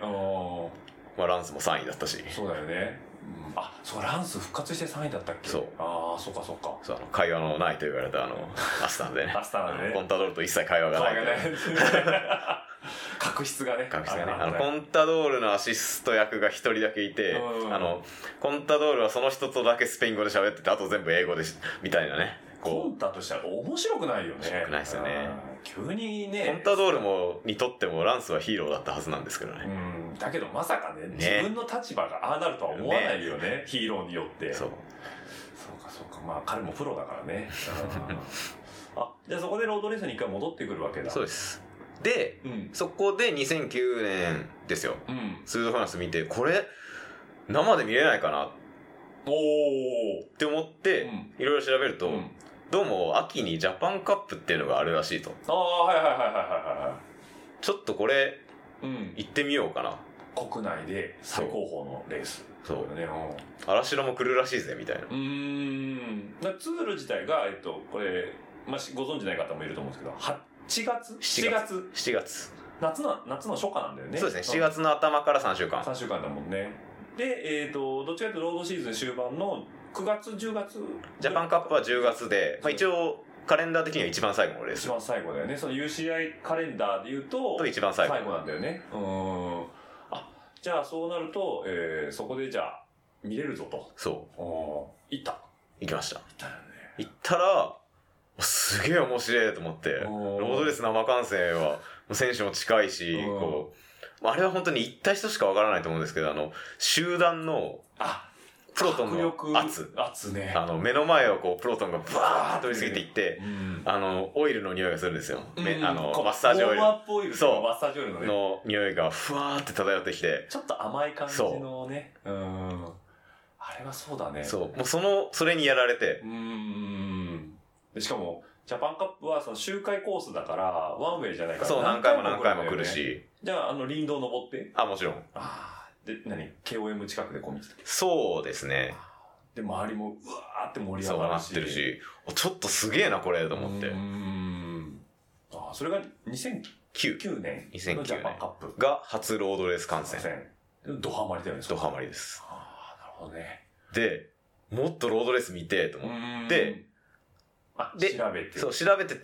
まあ、ランスもさんいだったし。 そうだよね。あ、そう、ランス復活してさんいだったっけ？ そう。 ああ、そうかそうか。 そう、あの、会話のないと言われたあの、アスタンでね。 アスタンでね。 コンタドールと一切会話がない。 確執がね。 確執がね。あの、コンタドールのアシスト役が一人だけいて、あの、コンタドールはその人とだけスペイン語で喋ってて、あと全部英語でし、みたいなね。 コンタとしては面白くないよね。面白くないですよね。 急にね。 コンタドールも、にとってもランスはヒーローだったはずなんですけどね。 うん。だけどまさかね、自分の立場がああなるとは思わないよね。ね、ヒーローによって。そう。そうかそうか。まあ彼もプロだからね。あ、じゃあそこでロードレースに一回戻ってくるわけだ。 そうです。で、うん、そこでにせんきゅうねんですよ。うん、ツール・ド・フランス見て、これ、生で見れないかなおって思って、いろいろ調べると、うん、どうも秋にジャパンカップっていうのがあるらしいと。 ああ、はいはいはいはいはい。 ちょっとこれ、うん、行ってみようかな。 国内で最高峰のレース。 そう。そうね。荒城も来るらしいぜ、みたいな。うーん。ツール自体が、えっと、これ、まあ、ご存知ない方もいると思うんですけど、はちがつ ?しちがつ ?しちがつ。 夏の、夏の初夏なんだよね。 そうですね。しちがつの頭からさんしゅうかん。 さんしゅうかんだもんね。で、えっと、どっちかというとロードシーズン終盤のくがつ、じゅうがつ。 ジャパンカップはじゅうがつで、まあ一応、カレンダー的には一番最後のレース。 一番最後だよね。その ユーシーアイ カレンダーで言うと、 と一番最後。 最後なんだよね。うん。あ、じゃあそうなると、えー、そこでじゃあ、見れるぞと。 そう。 お行った。 行きました。 行ったよね。 行ったら、すげえ面白いと思って、ロードレース生観戦は、選手も近いし、こう、あれは本当に行った人しかわからないと思うんですけど、あの、集団の、 あ、 プロトンの圧。 圧ね。 あの、目の前をこう、プロトンがバーッと通り過ぎていって、うん、あの、オイルの匂いがするんですよ。うん、あの、マッサージオイル。 ウォームアップオイルそう。 マッサージオイルのね。 の匂いがふわーって漂ってきて。 ちょっと甘い感じのね。う。うん。あれはそうだね。 そう。もうその、それにやられて。 うん。でしかも、ジャパンカップはその周回コースだから、ワンウェイじゃないから。 そう、何回も何回も来るし。 じゃあ、あの、林道登って。 あ、もちろん。 ああ。で、何 ?ケーオーエム 近くでコミット。 そうですね。 で、周りも、うわーって盛り上がるし。 そうなってるし、ちょっとすげえな、これ、と思って。うん。ああ、それがにせんきゅうねんのジャパンカップ。 が初ロードレース観戦。 ドハマりだよね。 ドハマりです。 ああ、なるほどね。 で、もっとロードレース見て、と思って、 あ、で調べて。 そう、調べてってか、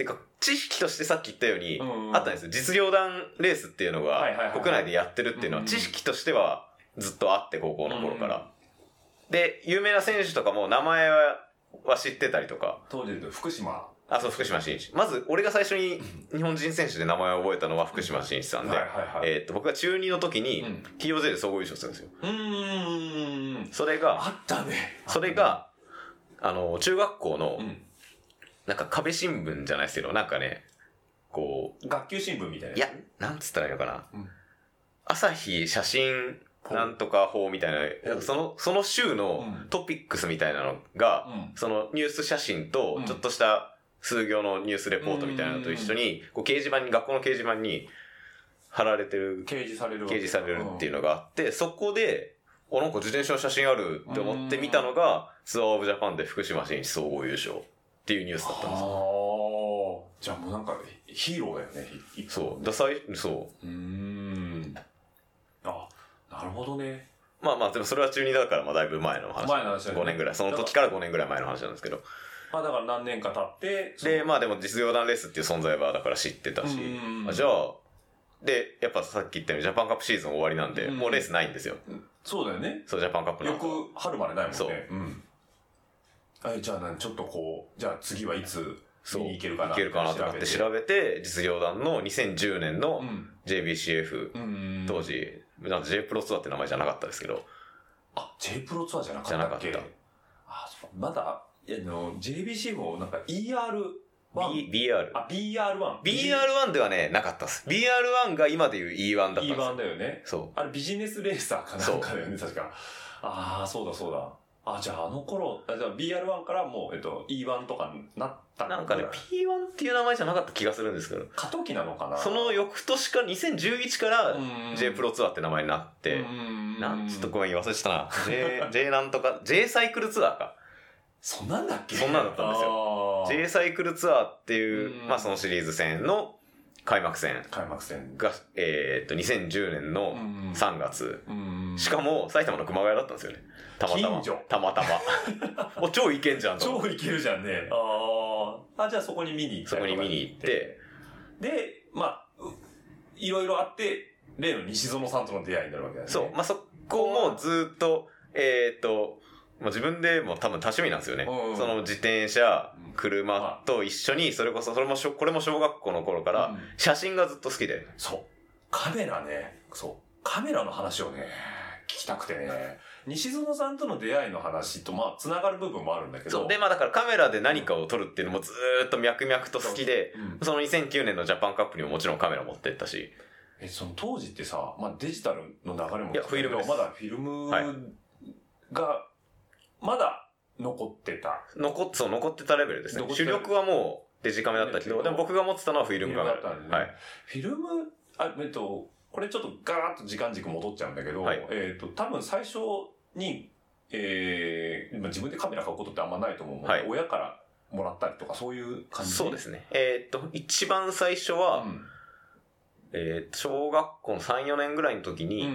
知識としてさっき言ったように、うんうん、あったんですよ。実業団レースっていうのが国内でやってるっていうのは知識としてはずっとあって、高校の頃から。うんうん、で、有名な選手とかも名前は知ってたりとか。 当時で福島。 あ、そう、福島真一。まず、俺が最初に日本人選手で名前を覚えたのは福島真一さんで、えっと、僕が中にの時に ティーオージェー で総合優勝するんですよ。 うーん。 それが、 あったね。 それが、あの、中学校の、なんか壁新聞じゃないですけど、なんかね、こう。学級新聞みたいな。 いや、なんつったらいいのかな。うん、朝日写真なんとか法みたいな、その、その週のトピックスみたいなのが、うん、そのニュース写真と、ちょっとした、数行のニュースレポートみたいなのと一緒に、こう掲示板に、学校の掲示板に貼られてる。 掲示される。 掲示されるっていうのがあって、そこで、お、なんか自転車の写真あるって思って見たのが、ツアーオブジャパンで福島真一総合優勝っていうニュースだったんですよ。 ああ。じゃあもうなんかヒーローだよね。 そう。ダサい、そう。 うーん。あ、なるほどね。 まあまあ、でもそれは中にだから、まあだいぶ前の話。 前の話だね。 ごねんぐらい。その時からごねんぐらい前の話なんですけど。 まあだから何年か経って。 で、まあでも実業団レースっていう存在はだから知ってたし、あじゃあ、で、やっぱさっき言ったようにジャパンカップシーズン終わりなんで、もうレースないんですよ。 そうだよね。 そう、ジャパンカップなんか。よく春までないもんね。そう。うん。え、じゃあちょっとこう、じゃあ次はいつ見に行けるかな行けるかなとかって調べて、実業団のにせんじゅうねんの ジェービーシーエフ、当時、なんか J プロツアーって名前じゃなかったですけど。 あ、J プロツアーじゃなかったっけ？じゃなかった。あ、そう、まだ、いや、の、ジェービーシー もなんか イーアールワン。 B、ビーアール。 あ、ビーアールワン。 ビーアールワン ではね、なかったっす。ビーアールワン が今でいう イーワン だったんですよ。 イーワン だよね。 そう。 あれビジネスレーサーかなんかだよね、確か。ああ、そうだそうだ。あ、じゃああの頃、あじゃあ ビーアールワン からもう、えっと、イーワン とかになったなんかね、ピーワン っていう名前じゃなかった気がするんですけど。 過渡期なのかな。 その翌年かにせんじゅういちから J プロツアーって名前になって、なんちょっとごめん忘れてたな。J、J なんとか、J サイクルツアーか。 そんなんだっけ？ そんなんだったんですよ。J サイクルツアーっていう、まあそのシリーズ戦の開幕戦。 開幕戦。 が、えー、っと、にせんじゅうねんのさんがつ。しかも、埼玉の熊谷だったんですよね。たまたま。たまたま。お、超いけんじゃんと。 超いけるじゃんね。ああ。あ、じゃあそこに見に行って。 そこに見に行って。 で、まあ、いろいろあって、例の西園さんとの出会いになるわけだよね。 そう。まあそこもずっと、えー、っと、まあ、自分でも多分多趣味なんですよね。うんうん、その自転車、車と一緒に、それこそ、それもしょ、これも小学校の頃から、写真がずっと好きで、うん。 そう。カメラね。そう。カメラの話をね、聞きたくてね。西園さんとの出会いの話と、まあ、つながる部分もあるんだけど。 そう。で、まあだからカメラで何かを撮るっていうのもずーっと脈々と好きで、うん、そのにせんきゅうねんのジャパンカップにももちろんカメラ持ってったし。 え、その当時ってさ、まあデジタルの流れも。 いや、フィルムです。 まだフィルムが、はいまだ残ってた。 残っ、そう、残ってたレベルですね。主力はもうデジカメだったけど、でも僕が持ってたのはフィルムカメラ。 フィルムだったんでね。はい。フィルム、あ、えっと、これちょっとガーッと時間軸戻っちゃうんだけど、はい、えっと、多分最初に、えー、自分でカメラ買うことってあんまないと思う。はい、親からもらったりとかそういう感じ。 そうですね。えー、っと、一番最初は、うん、えー、小学校のさん、よねんぐらいの時に、うんうん、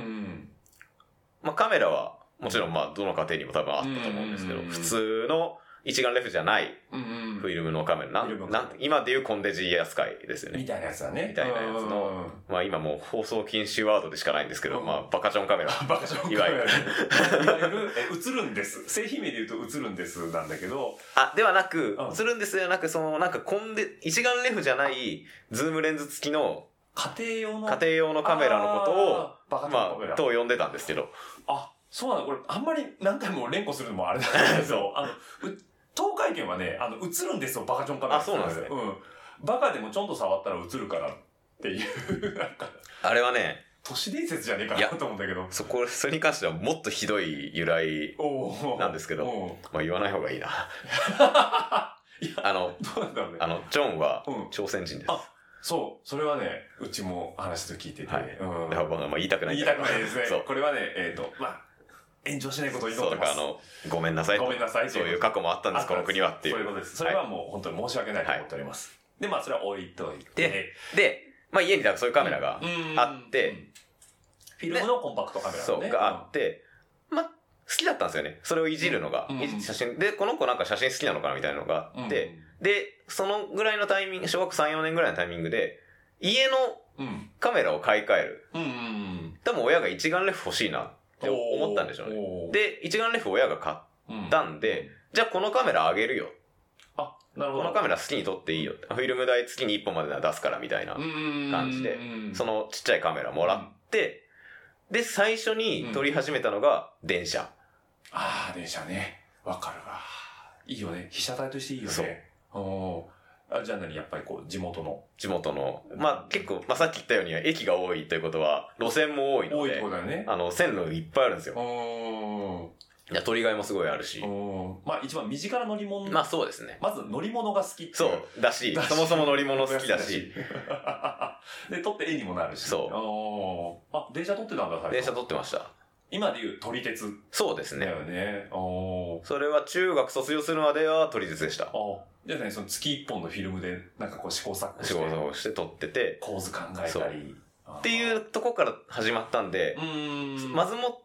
まあカメラは、もちろんまあどの家庭にも多分あったと思うんですけど、普通の一眼レフじゃないフィルムのカメラ、なんなん今でいうコンデジ扱いですよね。 みたいなやつだね。 みたいなやつの、まあ今もう放送禁止ワードでしかないんですけど、まあバカチョンカメラ。 バカチョンカメラ。いわゆる。いわゆる、え、映るんです。製品名で言うと映るんですなんだけど。 あ、ではなく、映るんですではなく、そのなんかコンデ、一眼レフじゃないズームレンズ付きの家庭用の家庭用のカメラのことを、まあ、と呼んでたんですけど。 あ、そうなのこれ、あんまり何回も連呼するのもあれだけど、あの、東海圏はね、あの、映るんですよ、バカチョンカメラ。 あ、そうなんですね。 うん。バカでもちょんと触ったら映るからっていう、なんか。 あれはね、 都市伝説じゃねえかなと思うんだけど。 そこ、それに関してはもっとひどい由来なんですけど、まあ言わない方がいいな。あの、 どうなんだろうね。 あの、ジョンは朝鮮人です。 うん、あそう。それはね、うちも話と聞いてて。はい。 うん。だからまあ言いたくない。 言いたくないですね。そう。これはね、えっと、まあ、炎上しないことを祈ってます。 そう、だからあの、ごめんなさい。 ごめんなさい。 そういう過去もあったんです、この国はっていう。 そういうことです。それはもう本当に申し訳ないと思っております。で、まあそれは置いといて。 で、で、まあ家にだからそういうカメラがあって、 フィルムのコンパクトカメラね。 そう、があって、まあ、 きだったんですよね。それをいじるのが。うん、写真。で、この子なんか写真好きなのかなみたいなのがあって、うん、で、そのぐらいのタイミング、小学さん、よねんぐらいのタイミングで、家のカメラを買い替える。うんうんうん、多分親が一眼レフ欲しいなって思ったんでしょうね。で、一眼レフ親が買ったんで、うん、じゃあこのカメラあげるよ。 あ、なるほど。 このカメラ好きに撮っていいよ。フィルム代月にいっぽんまでなら出すからみたいな感じで、そのちっちゃいカメラもらって、うん、で、最初に撮り始めたのが電車。うん、 ああ、電車ね。わかるわ。いいよね。被写体としていいよね。そう。おあ、じゃあ何やっぱりこう、地元の。 地元の。まあ結構、まあさっき言ったように駅が多いということは、路線も多いので。 多いってことだよね。 あの、線路いっぱいあるんですよ。うんいや、取り替えもすごいあるし。 まあ一番身近な乗り物。 まあそうですね。 まず乗り物が好きっていう。 そう。だし、そもそも乗り物好きだし。 で、撮って絵にもなるし。 そう。 あ、電車撮ってたんだ、最初。 電車撮ってました。 今でいう撮り鉄。 そうですね。 だよね。 それは中学卒業するまでは撮り鉄でした。 じゃあね、その月一本のフィルムで、なんかこう試行錯誤して。 試行錯誤して撮ってて。 構図考えたり。 っていうとこから始まったんで、まずもって、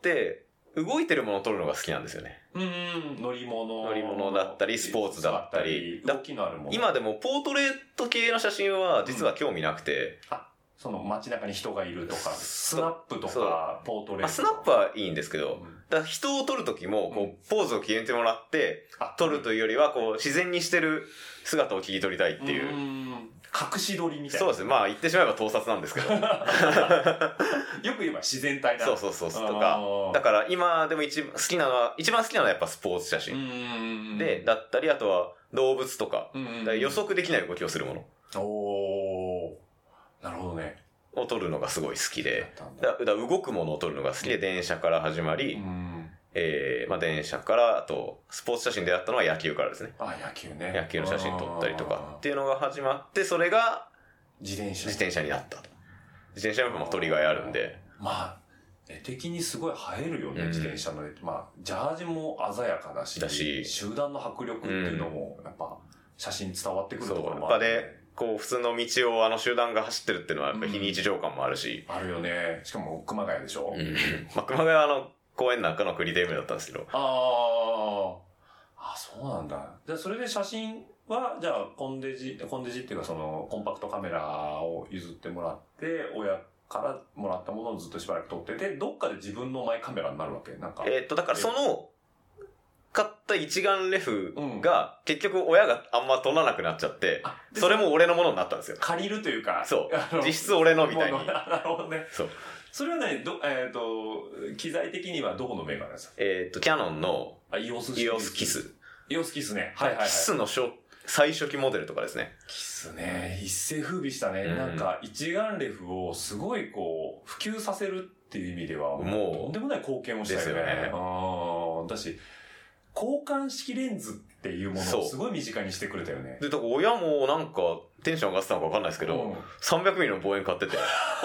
動いてるものを撮るのが好きなんですよね。 うん、乗り物。 乗り物だったり、スポーツだったり。 動きのあるもの。 今でもポートレート系の写真は実は興味なくて。 うん、あ、その街中に人がいるとか、スナップとか、ポートレートとか。 スナップはいいんですけど、うん、だから人を撮るときも、こう、ポーズを決めてもらって、撮るというよりは、こう、自然にしてる姿を切り取りたいっていう。 うん隠し撮りみたいな。 そうですね。まあ言ってしまえば盗撮なんですけど。よく言えば自然体な。 そうそうそう。とか。だから今でも一番好きなのは、一番好きなのはやっぱスポーツ写真。で、だったり、あとは動物とか。だから予測できない動きをするもの。 おー。なるほどね。 を撮るのがすごい好きで。だから動くものを撮るのが好きで、電車から始まり、えー、まあ電車から、あと、スポーツ写真でやったのは野球からですね。 あ、野球ね。 野球の写真撮ったりとかっていうのが始まって、それが、 自転車。 自転車になったと。自転車も撮りがいあるんで。 まあ、絵的にすごい映えるよね、うん、自転車の絵。まあ、ジャージも鮮やかだし、だし集団の迫力っていうのも、やっぱ、写真伝わってくるところもある、ね。 そう、やっぱで、こう、普通の道をあの集団が走ってるっていうのは、やっぱ非日常感もあるし、 うん。あるよね。しかも、熊谷でしょ。 うん。まあ、熊谷はあの、公園なんかのクリデームだったんですけど。 ああ。あ、そうなんだ。じゃあ、それで写真は、じゃあ、コンデジ、コンデジっていうか、その、コンパクトカメラを譲ってもらって、親からもらったものをずっとしばらく撮ってて、どっかで自分のマイカメラになるわけなんか。 えー、っと、だからその、買った一眼レフが、結局親があんま撮らなくなっちゃって、うん、それも俺のものになったんですよ。 借りるというか。 そう。実質俺のみたいに。 なるほどね。 そう。 それはね、ど、えっ、ー、と、機材的にはどこのメーカーですか？ えっ、ー、と、キヤノンの、 あ、イオスイオスキス。 イオスキスね。はいはいはい。 キスの初、最初期モデルとかですね。 キスね。一世風靡したね。うん、なんか、一眼レフをすごいこう、普及させるっていう意味では、もう、とんでもない貢献をしたよね。ですよね。あだし、交換式レンズっていうものをすごい身近にしてくれたよね。 で、だから親もなんか、テンション上がってたのかわかんないですけど、うん、さんびゃくミリの望遠買ってて。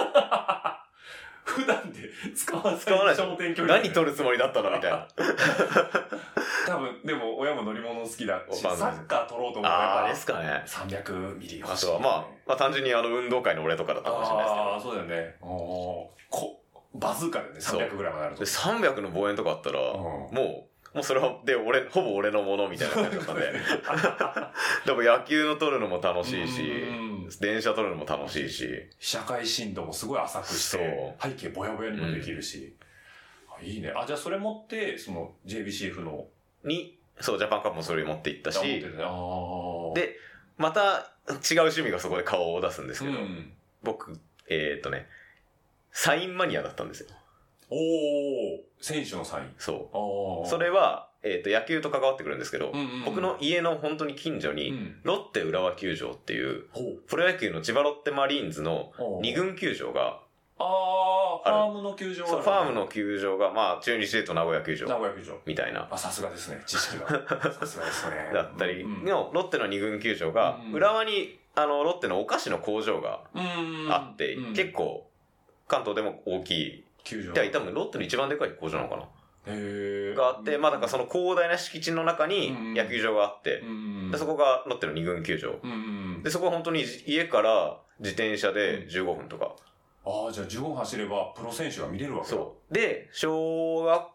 普段で使わない。 使わない焦点距離、ね。何撮るつもりだったのみたいな。 多分、でも親も乗り物好きだし、サッカー撮ろうと思ったら。ああ、ですかね。 さんびゃくミリ欲しい、ね。あとは、まあ、まあ単純にあの運動会の俺とかだったかもしれないですけど。 ああ、そうだよね。おこバズーカでね、さんびゃくぐらいまであると。 で、さんびゃくの望遠とかあったら、うん、もう、もうそれは、で、俺、ほぼ俺のものみたいな感じだったんで。でも野球の撮るのも楽しいし、電車撮るのも楽しいし。 被写界深度もすごい浅くして、背景ぼやぼやにもできるし。うん、いいね。あ、じゃあそれ持って、その ジェイビーシーエフ の。 に、そう、ジャパンカップもそれ持って行ったし。 持ってね、あで、また違う趣味がそこで顔を出すんですけど、うん、僕、えー、っとね、サインマニアだったんですよ。 おー、選手のサイン。 そう。それは、えっと、野球と関わってくるんですけど、うんうんうん、僕の家の本当に近所に、うん、ロッテ浦和球場っていう、プロ野球の千葉ロッテマリーンズのに軍球場が、 ああ、ファームの球場が、ね、そう、ファームの球場が、まあ、中日でと名古屋球場。 名古屋球場。 みたいな。 あ、さすがですね、知識が。さすがですね。 だったりの、ロッテのに軍球場が、うんうん、浦和に、あの、ロッテのお菓子の工場があって、うんうん、結構、関東でも大きい。 球場。 いや、多分ロッテの一番でかい工場なのかな。 へがあって、まあだからその広大な敷地の中に野球場があって、うんうん、でそこがロッテのに軍球場、うんうん。で、そこは本当に家から自転車でじゅうごふんとか。 うん、ああ、じゃあじゅうごふん走ればプロ選手が見れるわけだ。 そう。で、小学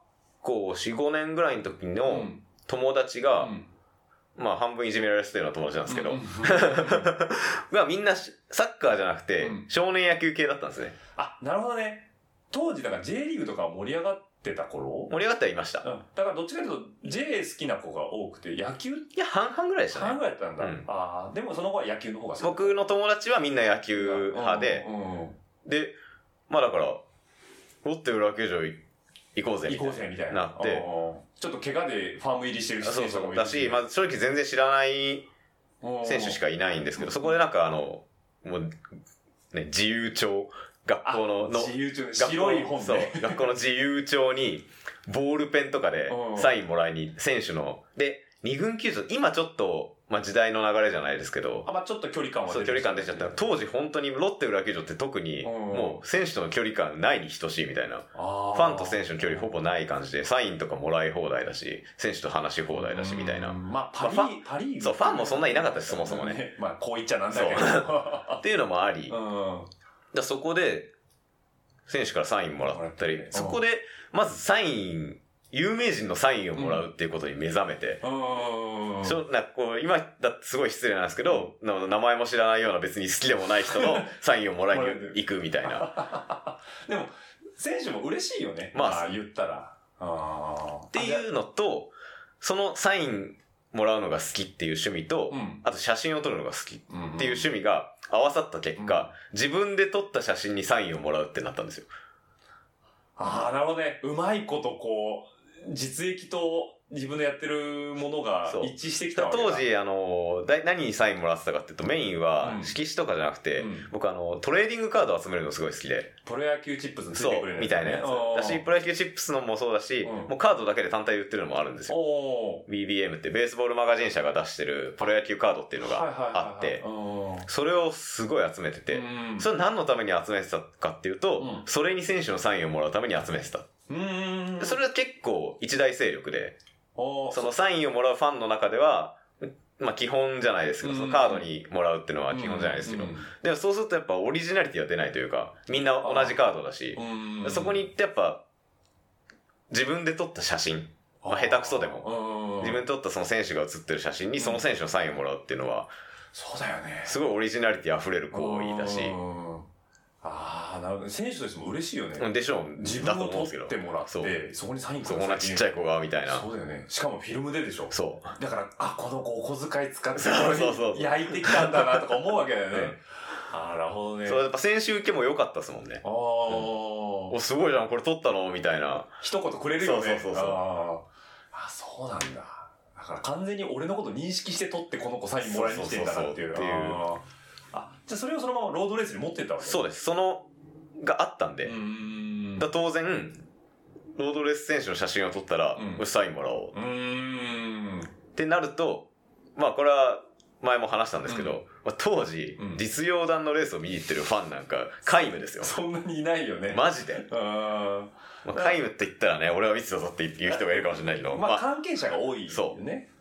校 よん、ごねんぐらいの時の友達が、うん、まあ半分いじめられてたような友達なんですけど、うん、がみんなサッカーじゃなくて、うん、少年野球系だったんですね。 あ、なるほどね。当時だから J リーグとか盛り上がってた頃盛り上がってはいました。うん。 だからどっちかというと J 好きな子が多くて、野球いや、半々ぐらいでしたね。 半々ぐらいだったんだ。うん、ああ、でもその後は野球の方が好き。 僕の友達はみんな野球派で、うんうん、で、まあだから、ロッテ浦和球場行こうぜみたいな。行こうぜみたいな。なって、 ちょっと怪我でファーム入りしてる選手とかもいるし。 だし、まあ正直全然知らない選手しかいないんですけど、そこでなんかあの、もう、ね、自由帳、学校の、の自由帳、白い本で。 そう、学校の自由帳に、ボールペンとかでサインもらいに、選手の、で、二軍球場、今ちょっと、まあ時代の流れじゃないですけど、 あ、まあちょっと距離感は出てそう、距離感出ちゃった。当時本当にロッテ浦和球場って特に、もう選手との距離感ないに等しいみたいな。ファンと選手の距離ほぼない感じで、サインとかもらい放題だし、選手と話し放題だしみたいな。 まあパリ、まあ、パリーグ。 そう、ファンもそんないなかったし、そもそもね。 まあこう言っちゃなんだけど。 っていうのもあり、だそこで、選手からサインもらったり、そこで、まずサイン、有名人のサインをもらうっていうことに目覚めて、うん、ちょなんかこう今だってすごい失礼なんですけど、名前も知らないような別に好きでもない人のサインをもらいに行くみたいな。 でも、選手も嬉しいよね。まあ、言ったら。 あっていうのと、そのサインもらうのが好きっていう趣味と、うん、あと写真を撮るのが好きっていう趣味が合わさった結果、うん、自分で撮った写真にサインをもらうってなったんですよ。 ああ、なるほどね。うまいことこう、実益と自分でやってるものが一致してきたわけだ。 当時、あの、何にサインもらってたかっていうと、メインは色紙とかじゃなくて、うん、僕あの、トレーディングカードを集めるのすごい好きで。 プロ野球チップスについてくれる、ね、 そう、みたいなやつ。だし、プロ野球チップスのもそうだし、うん、もうカードだけで単体で売ってるのもあるんですよ。ビービーエム ってベースボールマガジン社が出してるプロ野球カードっていうのがあって、それをすごい集めてて、うん、それ何のために集めてたかっていうと、うん、それに選手のサインをもらうために集めてた。うんそれは結構一大勢力で、そのサインをもらうファンの中では、まあ基本じゃないですけど、そのカードにもらうっていうのは基本じゃないですけど、でもそうするとやっぱオリジナリティは出ないというか、みんな同じカードだし、そこに行ってやっぱ、自分で撮った写真、まあ、下手くそでも、自分で撮ったその選手が写ってる写真にその選手のサインをもらうっていうのは、 そうだよね。 すごいオリジナリティ溢れる行為だし、 ああ、なるほど。選手としても嬉しいよね。 でしょう。 自分を撮ってもらって、そこにサインください。そこなちっちゃい子が、みたいな。 そうだよね。しかもフィルムででしょ。 そう。 だから、あ、この子お小遣い使って、これ焼いてきたんだなとか思うわけだよね。ああ、なるほどね。 そう、やっぱ選手受けも良かったですもんね。ああ、うん。お、すごいじゃん、これ撮ったのみたいな。 一言くれるよね。 そうそうそう。 ああ、そうなんだ。だから完全に俺のこと認識して撮ってこの子サインもらいに来てんだなっていう。あ、じゃあそれをそのままロードレースに持ってったわけ？ そうです。その、があったんで、んだ当然、ロードレース選手の写真を撮ったら、うん、サインもらおう。うーんってなると、まあこれは前も話したんですけど、うんまあ、当時、うん、実業団のレースを見に行ってるファンなんか、皆無ですよ。 そんなにいないよね。 マジで。あまあ、皆無って言ったらね、俺は見てたぞって言う人がいるかもしれないけど。 まあ関係者が多いよね。 そう。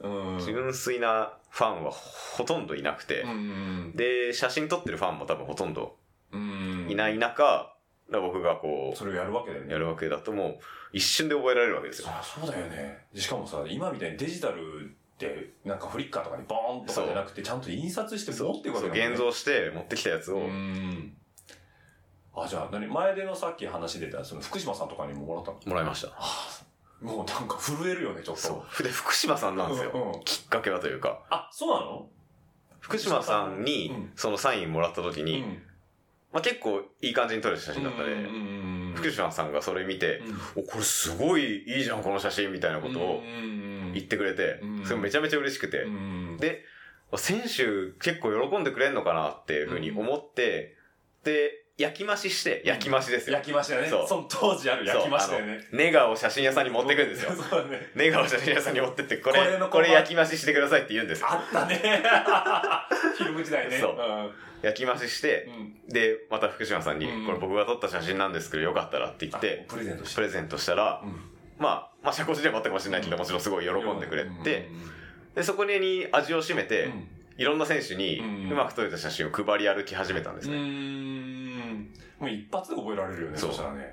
うん純粋なファンはほとんどいなくて、うんで、写真撮ってるファンも多分ほとんどいない中、僕がこう、 それをやるわけだよね。 やるわけだともう、一瞬で覚えられるわけですよ。 そうだよね。しかもさ、今みたいにデジタルって、なんかフリッカーとかにボーンとかじゃなくて、ちゃんと印刷して持っていくわけだよね。 現像して持ってきたやつを。うんあ、じゃあ何、前でのさっき話出た、その福島さんとかにももらったの？ もらいました。はあ、もうなんか震えるよね、ちょっと。そう。で、福島さんなんですよ。うんうん、きっかけはというか。 あ、そうなの？ 福島さんに、そのサインもらった時に、うんまあ、結構いい感じに撮れた写真だったで、福島さんがそれ見て、うん、お、これすごいいいじゃん、この写真みたいなことを言ってくれて、それめちゃめちゃ嬉しくて、で、選手結構喜んでくれんのかなっていうふうに思って、で、焼き増しして、焼き増しですよ。 焼き増しだね。そう。その当時ある焼き増しだよね。 ネガを写真屋さんに持ってくんですよ。そうだね。ネガを写真屋さんに持ってって、これ、これ, これ焼き増ししてくださいって言うんですよ。 あったね。フィルム時代ね。 そう。うん、焼き増しして、うん、で、また福島さんに、うん、これ僕が撮った写真なんですけど、よかったらって言って、 プレゼントして。 プレゼントしたら、うん、まあ、まあ、社交辞令もあったかもしれないけど、もちろんすごい喜んでくれて、で、そこに味を占めて、うん、いろんな選手にうまく撮れた写真を配り歩き始めたんですね。 うんもう一発で覚えられるよね、そしたらね。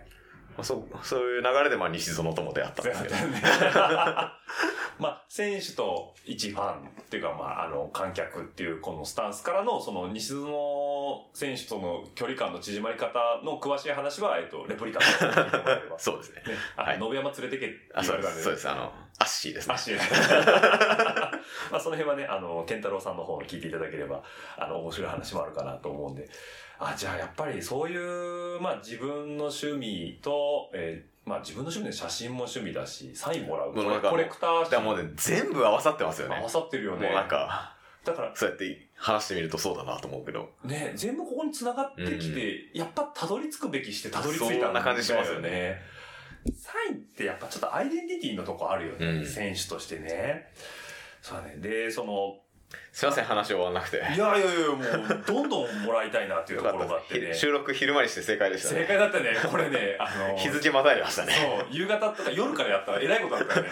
そそういう流れでまあ西園とも出会ったんですけど。 まあ、選手と一ファンっていうか、まあ、あの、観客っていうこのスタンスからの、その西園選手との距離感の縮まり方の詳しい話は、えっと、レプリカントで聞いてもらえれば。 そうですね。 ねあの、はい、延山連れてけって言われたんで。 そうです。あの、アッシーですね。 アッシー。まあ、その辺はね、あの、健太郎さんの方を聞いていただければ、あの、面白い話もあるかなと思うんで。あ、じゃあやっぱりそういう、まあ自分の趣味と、えー、まあ自分の趣味で写真も趣味だし、サインもらう。 もうコレクター。 だからもうね、全部合わさってますよね。 合わさってるよね。 もうなんか、 だから、 そうやって話してみるとそうだなと思うけど。 ね、全部ここに繋がってきて、うん、やっぱたどり着くべきしてたどり着いたんだよね。 そんな感じしますよね。 サインってやっぱちょっとアイデンティティのとこあるよね。うん、選手としてね。そうだね。で、その、 すいません、話終わんなくて。いやいやいや、もう、どんどんもらいたいなっていうところがあってね。 収録昼間にして正解でしたね。 正解だったね。これね、あのー、 日付またいでましたね。 そう、夕方とか夜からやったら偉いことだったよね。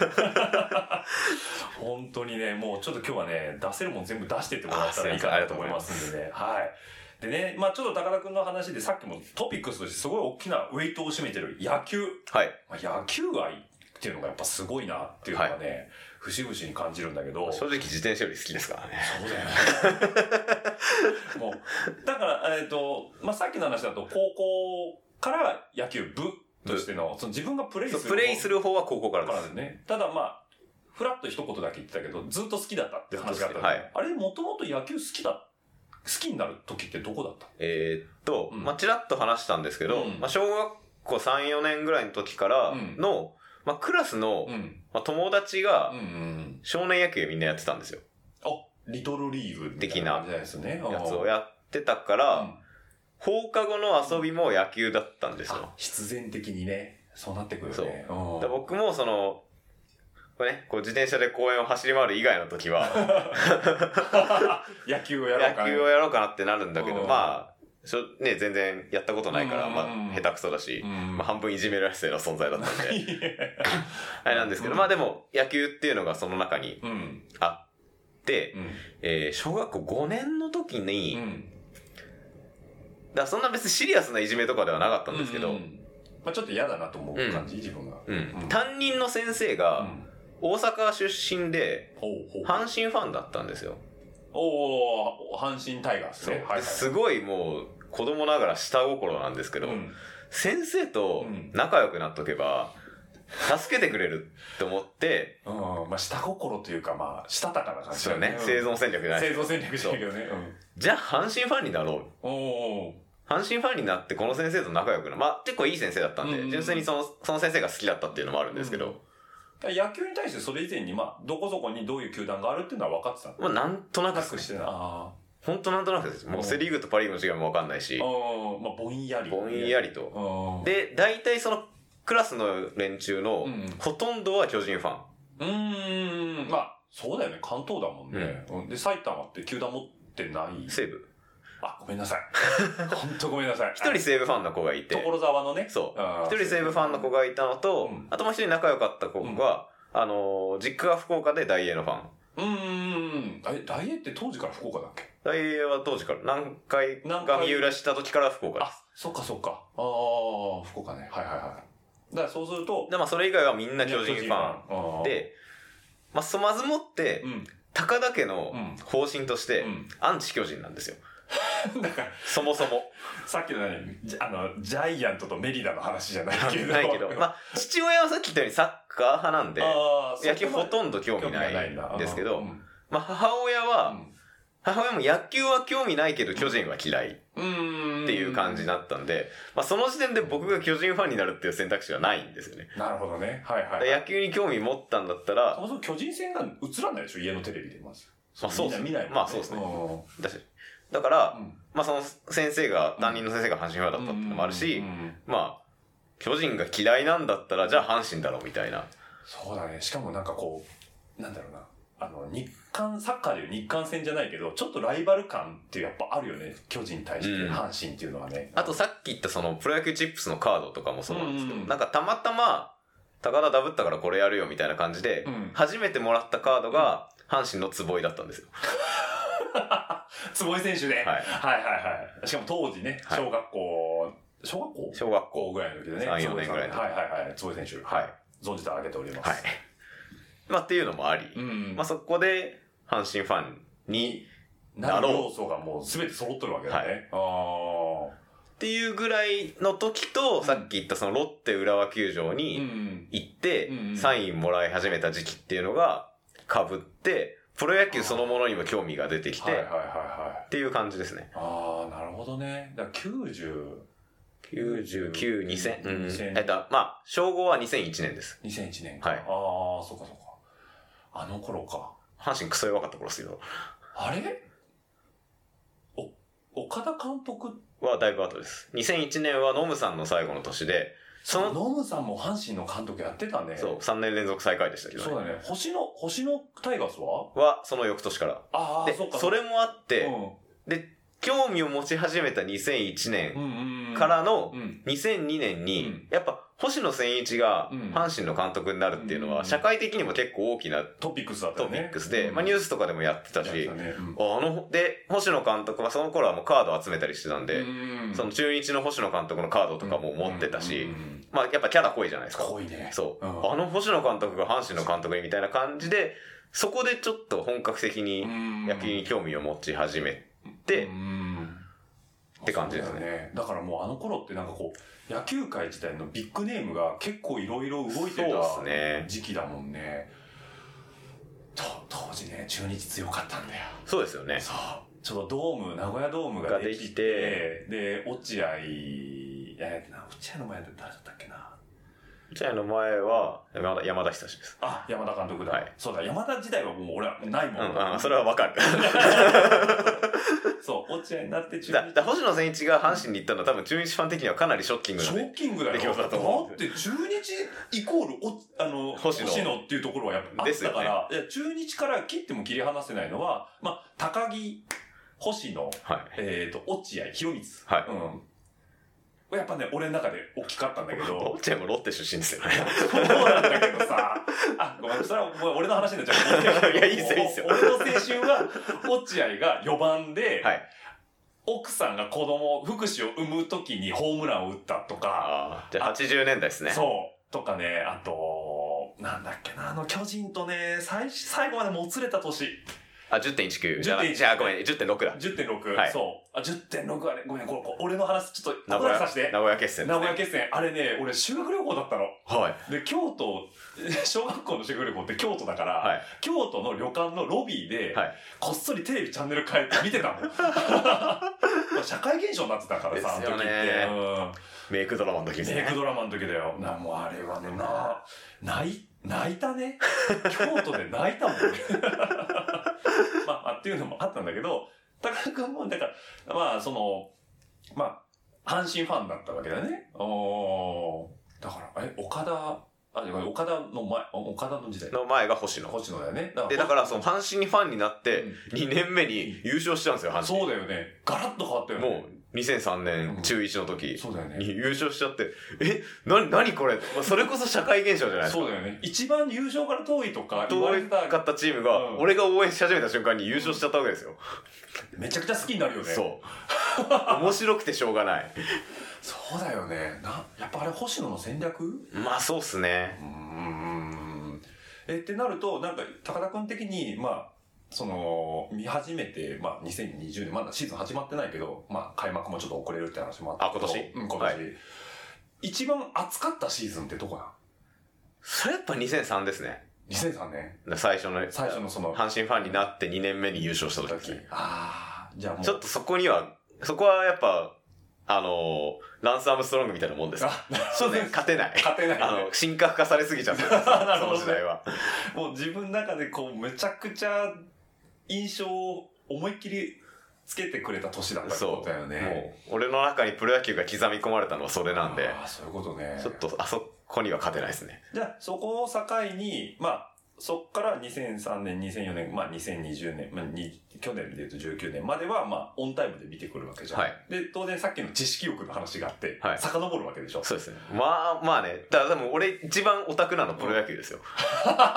本当にね、もうちょっと今日はね、出せるもん全部出してってもらったらいいかなと思いますんでね。はい。でね、まあちょっと高田くんの話でさっきもトピックスとしてすごい大きなウェイトを占めてる野球。 はい。 まあ、野球愛っていうのがやっぱすごいなっていうのがね、はい節々に感じるんだけど。 正直自転車より好きですからね。 そうだよね。もう、だから、えっと、まあ、さっきの話だと、高校から野球部としての、その自分がプレイする方。 プレイする方は高校からです。 からね。ただまあ、フラッと一言だけ言ってたけど、ずっと好きだったって話があった。 はい。 あれ、もともと野球好きだ、好きになる時ってどこだった？ えー、っと、うん、まあ、ちらっと話したんですけど、うん、まあ、小学校さん、よねんぐらいの時からの、うんまあ、クラスの、うんまあ、友達が少年野球みんなやってたんですよ。 あ、リトルリーグ的なやつをやってたから、うん、放課後の遊びも野球だったんですよ。 必然的にね、そうなってくるよね。 そう。僕もその、これね、こう自転車で公園を走り回る以外の時は野球をやろうかな。 野球をやろうかなってなるんだけど、まあ、しょね、全然やったことないから、まあ、下手くそだし、まあ、半分いじめられそうな存在だったんで、あれなんですけど、まあでも、野球っていうのがその中にあって、うんえー、小学校ごねんの時に、うん、だそんな別にシリアスないじめとかではなかったんですけど、うんうんまあ、ちょっと嫌だなと思う感じ、うん、自分が、 うんうん。担任の先生が、大阪出身で、阪神ファンだったんですよ。 おー、阪神タイガースね。 はいはい、すごいもう子供ながら下心なんですけど、うん、先生と仲良くなっとけば、助けてくれるって思って、 うん、まあ下心というかまあ、したたかな感じだよね。そうね、生存戦略じゃないですか。生存戦略じゃないけどね。うん、 じゃあ阪神ファンになろう。おー阪神ファンになってこの先生と仲良くな、まあ結構いい先生だったんで、うん、純粋にその、その先生が好きだったっていうのもあるんですけど、うん野球に対してそれ以前に、まあ、どこそこにどういう球団があるっていうのは分かってたの？まあ、なんとなくです、 ね。してな。あほんとなんとなくです。もうセリーグとパリーグの違いも分かんないし。 あまあ、ぼんやり。 ぼんやりと。で、大体そのクラスの連中の、ほとんどは巨人ファン。 うーん。まあ、そうだよね。関東だもんね。うん、で、埼玉って球団持ってない？ 西武。 あ、ごめんなさい。ほんとごめんなさい。 一人西武ファンの子がいて。 所沢のね。 そう。一人西武ファンの子がいたのと、うん、あともう一人仲良かった子が、うん、あのー、実家が福岡で大英のファン。 うーん。え、大英って当時から福岡だっけ？ 大英は当時から、南海が三浦した時から福岡です。 あ、そっかそっか。ああ、福岡ね。はいはいはい。だからそうすると。 で、まあそれ以外はみんな巨人ファンで、まあ、そまずもって、うん、高田家の方針として、うん、アンチ巨人なんですよ。だからそもそもさっきの何あのジャイアントとメリダの話じゃないけどないけど、まあ、父親はさっき言ったようにサッカー派なんで野球ほとんど興味ないんですけど、うん、まあ、母親は、うん、母親も野球は興味ないけど巨人は嫌いっていう感じだったんで、まあ、その時点で僕が巨人ファンになるっていう選択肢はないんですよね。 なるほどね。はいはい、はい、 野球に興味持ったんだったらそもそも巨人戦が映らないでしょ家のテレビでまず。 まあそうですね。 見ないもんね。 まあそうですね。だしだから、うん、まあその先生が、担任の先生が阪神ファンだったっていうのもあるし、まあ、巨人が嫌いなんだったら、じゃあ阪神だろうみたいな。 そうだね。しかもなんかこう、なんだろうな。あの、日韓、サッカーでいう日韓戦じゃないけど、ちょっとライバル感ってやっぱあるよね。巨人に対して、阪神っていうのはね、 うん。あとさっき言ったそのプロ野球チップスのカードとかもそうなんですけど、うん、なんかたまたま、高田ダブったからこれやるよみたいな感じで、うん、初めてもらったカードが、阪神の坪井だったんですよ。 坪井選手ね、はい。はいはいはい。しかも当時ね、小学校小学校小学校ぐらいの時でね。 さん、よねんぐらいの時。 はいはいはい。坪井選手。 はい。 存じてあげております。 はい。まあっていうのもあり、うん、まあそこで阪神ファンになろう。 要素がもう全て揃ってるわけだね。はい、あっていうぐらいの時と、うん、さっき言ったそのロッテ浦和球場に行って、うんうん、サインもらい始めた時期っていうのが被って、プロ野球そのものにも興味が出てきて、っていう感じですね。 ああ、なるほどね。だからきゅうじゅう、 きゅうじゅうきゅう、にせん、うん、えっと、まあ、称号はにせんいちねんです。 にせんいちねんか。 はい。 ああ、そうかそうか。あの頃か。 阪神クソ弱かった頃ですけど。 あれお、岡田監督はだいぶ後です。にせんいちねんはノムさんの最後の年で、 そのノムさんも阪神の監督やってたね。 そう、さんねん連続最下位でしたけどね。そうだね。星の、星のタイガースはは、その翌年から。 ああ、そうか。 それもあって、うん、で、興味を持ち始めたにせんいちねんからのにせんにねんに、やっぱ星野千一が阪神の監督になるっていうのは、社会的にも結構大きなトピックスだったよね。 トピックスで、まあニュースとかでもやってたし、あの、で、星野監督はその頃はもうカード集めたりしてたんで、その中日の星野監督のカードとかも持ってたし、まあやっぱキャラ濃いじゃないですか。 濃いね。 そう。あの星野監督が阪神の監督にみたいな感じで、そこでちょっと本格的に野球に興味を持ち始めて、って感じですね。 ね。だからもうあの頃ってなんかこう、野球界自体のビッグネームが結構いろいろ動いてた時期だもんね。と、当時ね、中日強かったんだよ。 そうですよね。 そう。ちょっとドーム、名古屋ドームができて、で、落合、えー、落合の前で誰だったっけな。 落合の前は山田、山田久志です。 あ、山田監督だ。はい。そうだ、山田時代はもう俺はないもん。 うん、あそれはわかる。 そう、落合になって中日。だ、だ星野千一が阪神に行ったのは多分中日ファン的にはかなりショッキングな、 ね。ショッキングだよ。 だと思う。 だって中日イコールお、あの、星野。星野っていうところはやっぱあったから、ね、いや中日から切っても切り離せないのは、まあ、高木、星野、はい、えっ、ー、と、落合、博光。はい。うんやっぱね、俺の中で大きかったんだけど。 落合もロッテ出身ですよね。 そうなんだけどさ。あ、ごめん、それはもう俺の話になっちゃう。 いや、いいっすよ、いいっすよ。 俺の青春は、落合がよばんで、はい、奥さんが子供、福祉を産むときにホームランを打ったとか。 あじゃあはちじゅうねんだいですね。 そう。とかね、あと、なんだっけな、あの巨人とね、最、最後までもつれた年。 あ、じゅってんいちきゅう。じゃあ、じゃあごめん、じゅってんろくだ。 じゅってんろく。はい。そう。あ、じゅってんろくはね、ごめん、これ、俺の話ちょっと、 名古屋させて。名古屋決戦、 ね。名古屋決戦。あれね、俺修学旅行だったの。 はい。 で、京都、小学校の修学旅行って京都だから、はい、京都の旅館のロビーで、はい、こっそりテレビチャンネル変えて見てたもん。社会現象になってたからさ、あの時って。うん。 メイクドラマの時ですね。 メイクドラマの時だよ。な、もうあれはね、な、泣い、泣いたね。京都で泣いたもんね。まあ、っていうのもあったんだけど、高田くんも、だから、まあ、その、まあ、阪神ファンだったわけだね。おだから、え、岡田、あ、岡田の前、岡田の時代の前が星野。 星野だよね。 だからで、だからその阪神ファンになって、にねんめに優勝しちゃうんですよ、阪神。 そうだよね。ガラッと変わったよね。 もう、にせんさんねん、中いちの時そうだよね。 に優勝しちゃって、え、な、なにこれ、まあ、それこそ社会現象じゃないですか。 そうだよね。一番優勝から遠いとか言われた。遠かったチームが、うん、俺が応援し始めた瞬間に優勝しちゃったわけですよ。 めちゃくちゃ好きになるよね。 そう。面白くてしょうがない。 そうだよね。な、やっぱあれ星野の戦略？ まあそうっすね。 うーん。え、ってなると、なんか、高田くん的に、まあ、その、見始めて、まあ、にせんにじゅうねん、まだシーズン始まってないけど、まあ、開幕もちょっと遅れるって話もあった。 あ、今年うん、今年。はい、一番熱かったシーズンってどこだ？ それやっぱにせんさんですね。 にせんさんねん最初の、 最初のその、 阪神ファンになってにねんめに優勝した時。 ああ、じゃあもう。 ちょっとそこには、そこはやっぱ、あのー、ランスアームストロングみたいなもんです。あ、 そうね。 勝てない。 勝てない、ね。 あの、神格化されすぎちゃってるんですよ。その時代は。 もう自分の中でこう、めちゃくちゃ印象を思いっきりつけてくれた年だったってことだよね。 もう、俺の中にプロ野球が刻み込まれたのはそれなんで。 ああ、そういうことね。 ちょっと、あそこには勝てないですね。 じゃあ、そこを境に、まあ、そっからにせんさんねん、にせんよねん、まあにせんにじゅうねん、まあ、に去年で言うとじゅうきゅうねんまでは、まあ、オンタイムで見てくるわけじゃん。はい。で、当然さっきの知識欲の話があって、はい。遡るわけでしょ。 そうですね。まあ、まあね。だからでも俺一番オタクなのプロ野球ですよ。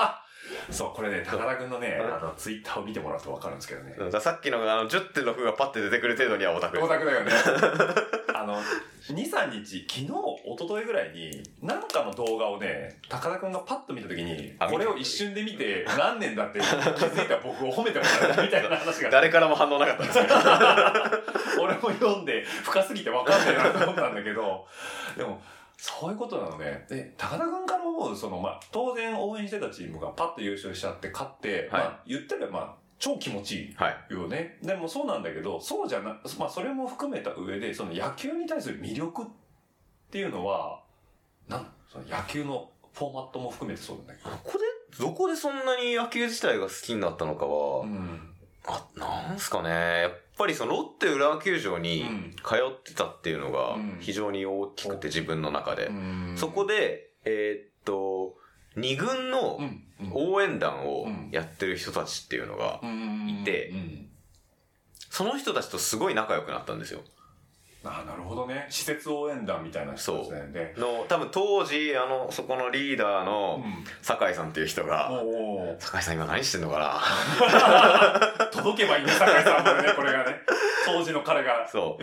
そう、これね、高田くんのね、あの、ツイッターを見てもらうと分かるんですけどね。 ださっきのあのじゅってんの符がパッて出てくる程度にはオタクです。 オタクだよね。あの、に、さんにち、昨日、一昨日ぐらいに、なんかの動画をね、高田くんがパッと見たときに、これを一瞬で見て、何年だって気づいた僕を褒めてもらったみたいな話が。 誰からも反応なかったんですけど。 俺も読んで、深すぎて分かんないなと思ったんだけど、でも、そういうことなのね。で、高田くんから思う、その、まあ、当然応援してたチームがパッと優勝しちゃって勝って、はい、まあ、言ったら、まあ、超気持ちいいよね、はい。でもそうなんだけど、そうじゃな、まあ、それも含めた上で、その野球に対する魅力っていうのは、なんその野球のフォーマットも含めてそうなんだけど。 どこで、どこでそんなに野球自体が好きになったのかは、うん、あ、なんすかね。やっぱりそのロッテ浦和球場に通ってたっていうのが非常に大きくて、自分の中で。うん、そこで、えー、っと、二軍の応援団をやってる人たちっていうのがいて、その人たちとすごい仲良くなったんですよ。 ああ、なるほどね。施設応援団みたいな人ですね。 そう。の、多分当時、あの、そこのリーダーの酒井さんっていう人が、うん、酒井さん今何してんのかな届けばいいんだ、酒井さんまでね、これがね。当時の彼が。 そう。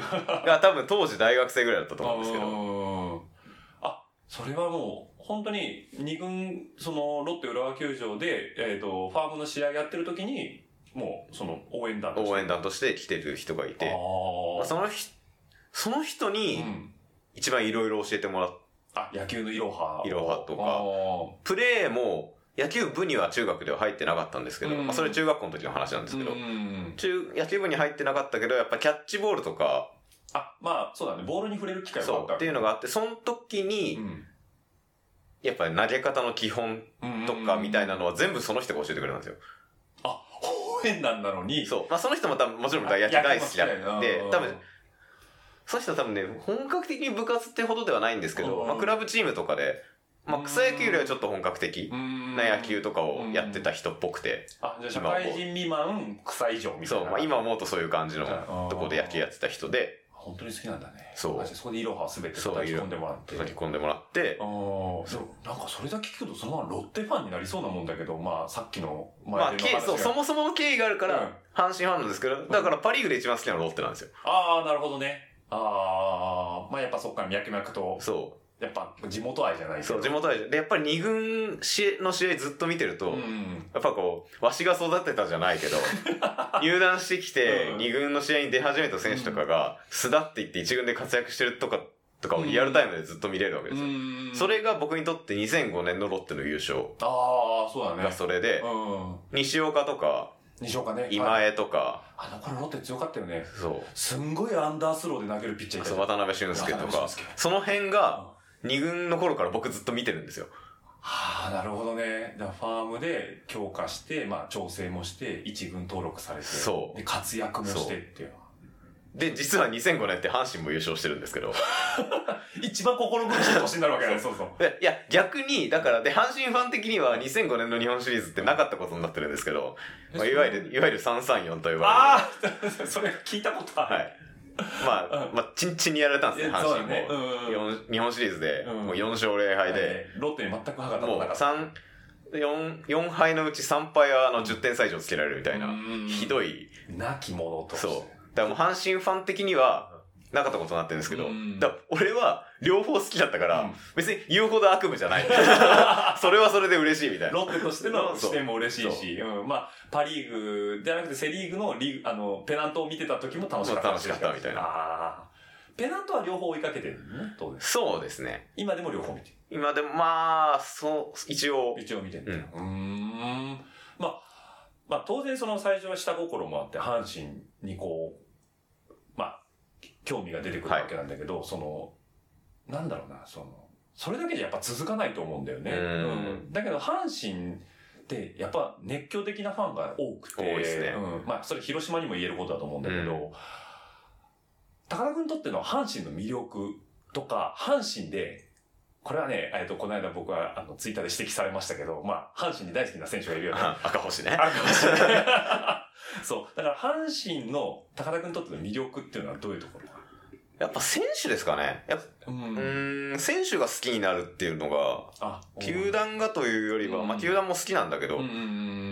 が多分当時大学生ぐらいだったと思うんですけど。 あ、それはもう、本当に二軍、その、ロッテ浦和球場で、えっと、ファームの試合やってる時に、もう、その、応援団として。応援団として来てる人がいて、まあ、その人、その人に、一番いろいろ教えてもらった。あ、野球のいろはいろはとか、プレーも、野球部には中学では入ってなかったんですけど、まあそれ中学校の時の話なんですけど、中、野球部に入ってなかったけど、やっぱキャッチボールとか、 あ、まあそうだね、ボールに触れる機会があった。 そう、っていうのがあって、その時に、やっぱり投げ方の基本とかみたいなのは全部その人が教えてくれたんですよ。 あ、応援団なのに。 そう。まあその人も多分もちろん野球大好きだって、多分、その人は多分ね、本格的に部活ってほどではないんですけど、まあクラブチームとかで、まあ草野球よりはちょっと本格的な野球とかをやってた人っぽくて。 あ、じゃあ社会人未満草以上みたいな。 そう、まあ今思うとそういう感じのところで野球やってた人で。 本当に好きなんだね。 そう。 そこでイロハすべて叩き込んでもらって。 叩き込んでもらって。 ああ、そう。なんかそれだけ聞くとそのままロッテファンになりそうなもんだけど、まあさっきの前での話が。まあ、そう、そもそもの経緯があるから、阪神ファンなんですけど、だからパリーグで一番好きなのはロッテなんですよ。 ああ、なるほどね。ああ、まあやっぱそっから脈々と。 そう。 やっぱ地元愛じゃないですか。 そう、地元愛で、やっぱり二軍の試合ずっと見てると、うん、やっぱこう、わしが育てたじゃないけど、入団してきて二軍の試合に出始めた選手とかが、巣立っていって一軍で活躍してるとか、とかをリアルタイムでずっと見れるわけですよ。うん、それが僕にとってにせんごねんのロッテの優勝。 ああ、そうだね。 がそれで、うん、西岡とか、 西岡ね。 今江とか。 あの頃ロッテ強かったよね。 そう。 すんごいアンダースローで投げるピッチャーいた。 そう、渡辺俊介とか。その辺が、二軍の頃から僕ずっと見てるんですよ。 はあ、なるほどね。だファームで強化して、まあ調整もして、一軍登録されて。 そう。 で、活躍もしてっていう。 で、実はにせんごねんって阪神も優勝してるんですけど。 一番心苦しい年になるわけだね、そうそう。 いや、逆に、だから、で、阪神ファン的にはにせんごねんの日本シリーズってなかったことになってるんですけど、まあ、いわゆる、いわゆるさんさんよんと呼ばれる。 ああそれ聞いたことある。はい。 まあ、まあ、チンチンにやられたんですね、阪神も。ねうん、日本シリーズで、もうよんしょうぜろはいで。 ロッテに全く歯が立たなかった。 もうさん、よん、よんはいのうちさんはいはあのじゅってん差以上つけられるみたいな、ひどい。 なきものとして。 そう。だからもう阪神ファン的には、なかったことになってるんですけど、だから俺は両方好きだったから、うん、別に言うほど悪夢じゃない。それはそれで嬉しいみたいな。 ロッテとしての視点も嬉しいし、うん、まあ、パリーグではなくてセリーグのリーグ、あの、ペナントを見てた時も楽しかった。 楽しかったみたいな。 あペナントは両方追いかけてるのね、どうですか？ そうですね。 今でも両方見てる。 今でもまあ、そう、一応。 一応見てる。うん。うーん。まあ、まあ当然その最初は下心もあって、阪神にこう、まあ、興味が出てくるわけなんだけど、はい、その、なんだろうな、その、それだけじゃやっぱ続かないと思うんだよね。うんうん、だけど阪神ってやっぱ熱狂的なファンが多くて、 多いですね。 うん、まあそれ広島にも言えることだと思うんだけど、うん、高田君にとっての阪神の魅力とか、阪神で、これはね、えっと、この間僕は、あの、ツイッターで指摘されましたけど、まあ、阪神に大好きな選手がいるよね。 赤星ね。 赤星ね。そう。だから、阪神の高田君にとっての魅力っていうのはどういうところか。 やっぱ選手ですかね。やっぱ、うん、うーん、選手が好きになるっていうのが、球団がというよりは、うん、まあ球団も好きなんだけど、うん、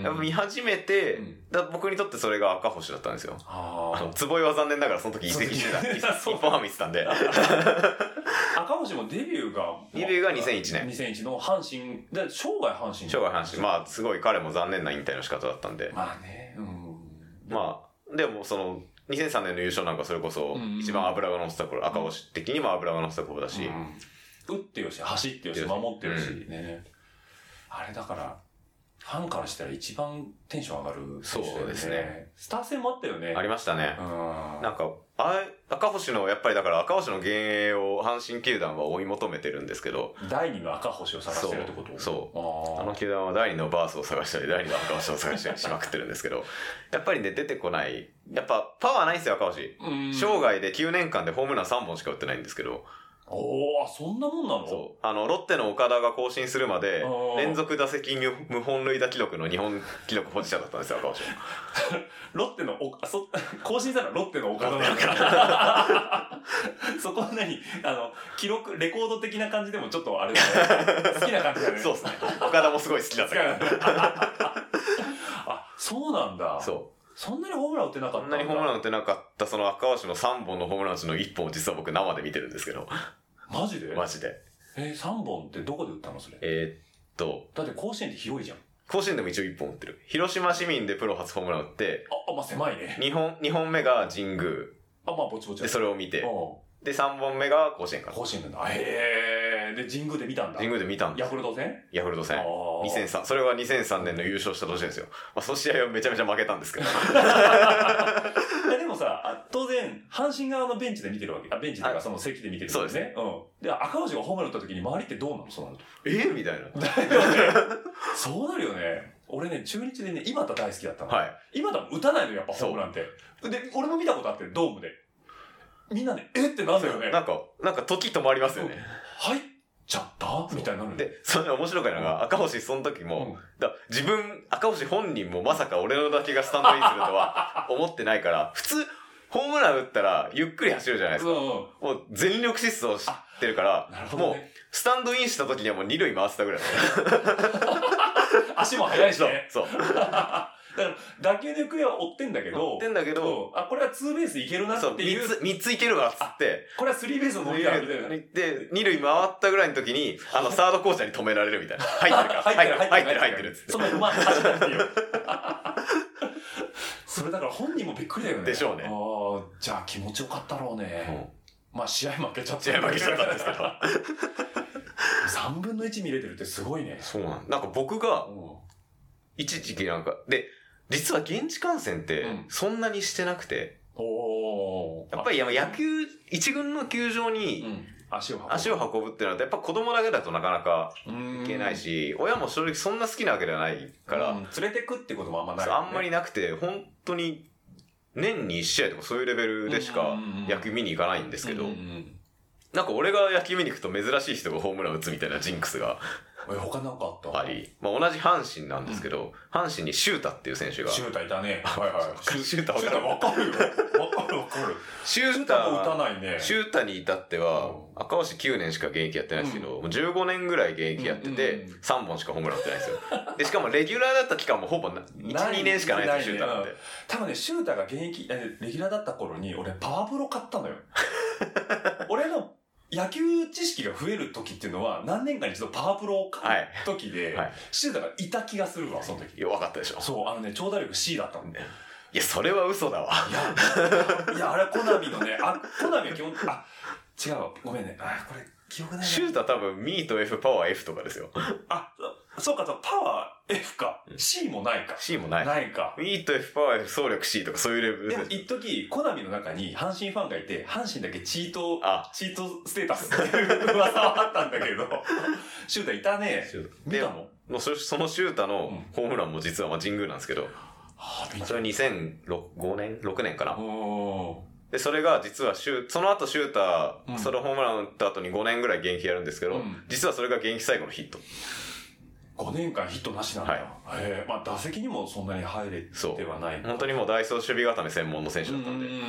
やっぱ見始めて、うん、だ僕にとってそれが赤星だったんですよ。あの坪井は残念ながらその時移籍してた。日本ハム行ってたんで。 赤星もデビューが、 デビューがにせんいちねん。 にせんいちの阪神、で生涯阪神。 生涯阪神。まあすごい彼も残念な引退の仕方だったんで。 まあね。うん、 まあ、でもその、にせんさんねんの優勝なんかそれこそ一番脂が乗ってた頃、うん、赤星的にも脂が乗ってた頃だし、 うん、打ってよし走ってよし守ってよし、うん、ね、あれだからファンからしたら一番テンション上がる、ね、 そうですね。 スター戦もあったよね。 ありましたね。うん、なんかあ赤星のやっぱりだから赤星の幻影を阪神球団は追い求めてるんですけど、 第二の赤星を探してるってこと。 そうそう。あ, あの球団は第二のバースを探したり第二の赤星を探したりしまくってるんですけど、やっぱりね出てこない。やっぱパワーないんですよ赤星。生涯できゅうねんかんでホームランさんぼんしか打ってないんですけど。 おー、そんなもんなの？ そう。あの、ロッテの岡田が更新するまで、連続打席無本塁打記録の日本記録保持者だったんですよ、赤星。 ロッテのお、あ、そ、更新したのはロッテの岡田だから。そこは何あの、記録、レコード的な感じでもちょっとあれだね。好きな感じだね。 そうですね。岡田もすごい好きだったから。 あ、そうなんだ。 そう。 そんなにホームラン打ってなかったんだ。 そんなにホームラン打ってなかったその赤星のさんぼんのホームランうちのいっぽんを実は僕生で見てるんですけど。 マジで？ マジで。 えー、さんぼんってどこで打ったのそれ？ えー、っと。 だって甲子園って広いじゃん。 甲子園でも一応いっぽん打ってる。広島市民でプロ初ホームラン打って、 あ、あまあ狭いね。 にほん、にほんめが神宮。 あ、まあぼちぼち。 で、それを見て。で、さんぼんめが甲子園から。 甲子園なんだ。へー。で、神宮で見たんだ。 神宮で見たんだ。 ヤクルト戦？ ヤクルト戦。にせんさん、それはにせんさんねんの優勝した年ですよ。まあ、その試合はめちゃめちゃ負けたんですけど。 でもさ、当然、阪神側のベンチで見てるわけ。あ、ベンチとかその席で見てる、ね。 そうですね。 うん。で、赤星がホームラン打った時に周りってどうなのそうなると。 えー、みたいな。 だよね。そうなるよね。俺ね、中日でね、今田大好きだったの。はい。今田も打たないのよ、やっぱホームランって。で、俺も見たことあって、ドームで。みんなね、えってなんだよね。 なんか、なんか時止まりますよね。 入っちゃったみたいになるんで、それ面白かったのが、赤星その時も、うん、だ自分、赤星本人もまさか俺のだけがスタンドインするとは思ってないから、普通、ホームラン打ったらゆっくり走るじゃないですか。うんうん、もう全力疾走してるから、ね、もうスタンドインした時にはもう二塁回ってたぐらい。 足も速いしね。 そう。そうだから、打球の行方は追ってんだけど、 追ってんだけど、 あ、これはツーベースいけるなっていう。 そう、三つ、三ついけるわ、つって。 これはスリーベースの伸びたみたいな。 で、二塁回ったぐらいの時に、あの、サードコーチャーに止められるみたいな。入ってるから。 入ってる、 入ってる、入ってる、つって。 その馬走らなくていいよ。それだから本人もびっくりだよね。 でしょうね。 ああ、じゃあ気持ちよかったろうね。うん、まあ試合負けちゃった。 試合負けちゃったんですけど。 さんぶんのいち見れてるってすごいね。 そうなんなんか僕が、一時期なんか、で、実は現地観戦ってそんなにしてなくて、うん、おやっぱり野球一軍の球場に足を運ぶ、足を運ぶってなるとやっぱ子供だけだとなかなかいけないし、親も正直そんな好きなわけではないから、うん、 連れてくってこともあんまない、ね、 あんまりなくて本当に年にいち試合とかそういうレベルでしか野球見に行かないんですけど、なんか俺が野球見に行くと珍しい人がホームラン打つみたいなジンクスがえ、他なんかあったあり、まあ同じ阪神なんですけど、うん、阪神にシュータっていう選手が。 シュータいたね。はいはい。 シュータわかるわかるよ。わかるわかる。 シュータも打たないね。 シュータに至っては、赤星きゅうねんしか現役やってないんですけど、うん、じゅうごねんぐらい現役やってて、うんうん、さんぼんしかホームラン打ってないんですよ。で、しかもレギュラーだった期間もほぼいち、にねんしかないんですよ、シュータなんて。 多分ね、シュータが現役、レギュラーだった頃に、俺パワープロ買ったのよ。俺の、野球知識が増える時っていうのは何年かに一度パワープロを買う時で、はいはい、シュータがいた気がするわ、その時。 弱かったでしょ。 そう、あのね、長打力 C だったんで。 いや、それは嘘だわ。 いや、いや、あれコナミのね、あ、コナミは基本、あ、違うわ、ごめんね。あ、これ、記憶ないな。 シュータ多分、ミート F、パワー F とかですよ。 あ、そうか、パワー F か。C もないか。 C もない。 ないか。 ミート F、パワー F、走力 C とかそういうレベルで。でも、一時コナミの中に阪神ファンがいて、阪神だけチート、チートステータスっていう噂はあったんだけど、シュータいたね。見たの？ そのシュータのホームランも実はまあ神宮なんですけど、うん、それはにせんごねん ろくねんかな。で、それが実はシュー、その後シューター、うん、それホームラン打った後にごねんぐらい現役やるんですけど、うん、実はそれが現役最後のヒット。 ごねんかんヒットなしなんだ。はい、へまあ打席にもそんなに入れてはない。 本当にもうダイソー守備固め専門の選手だったんで。うん 、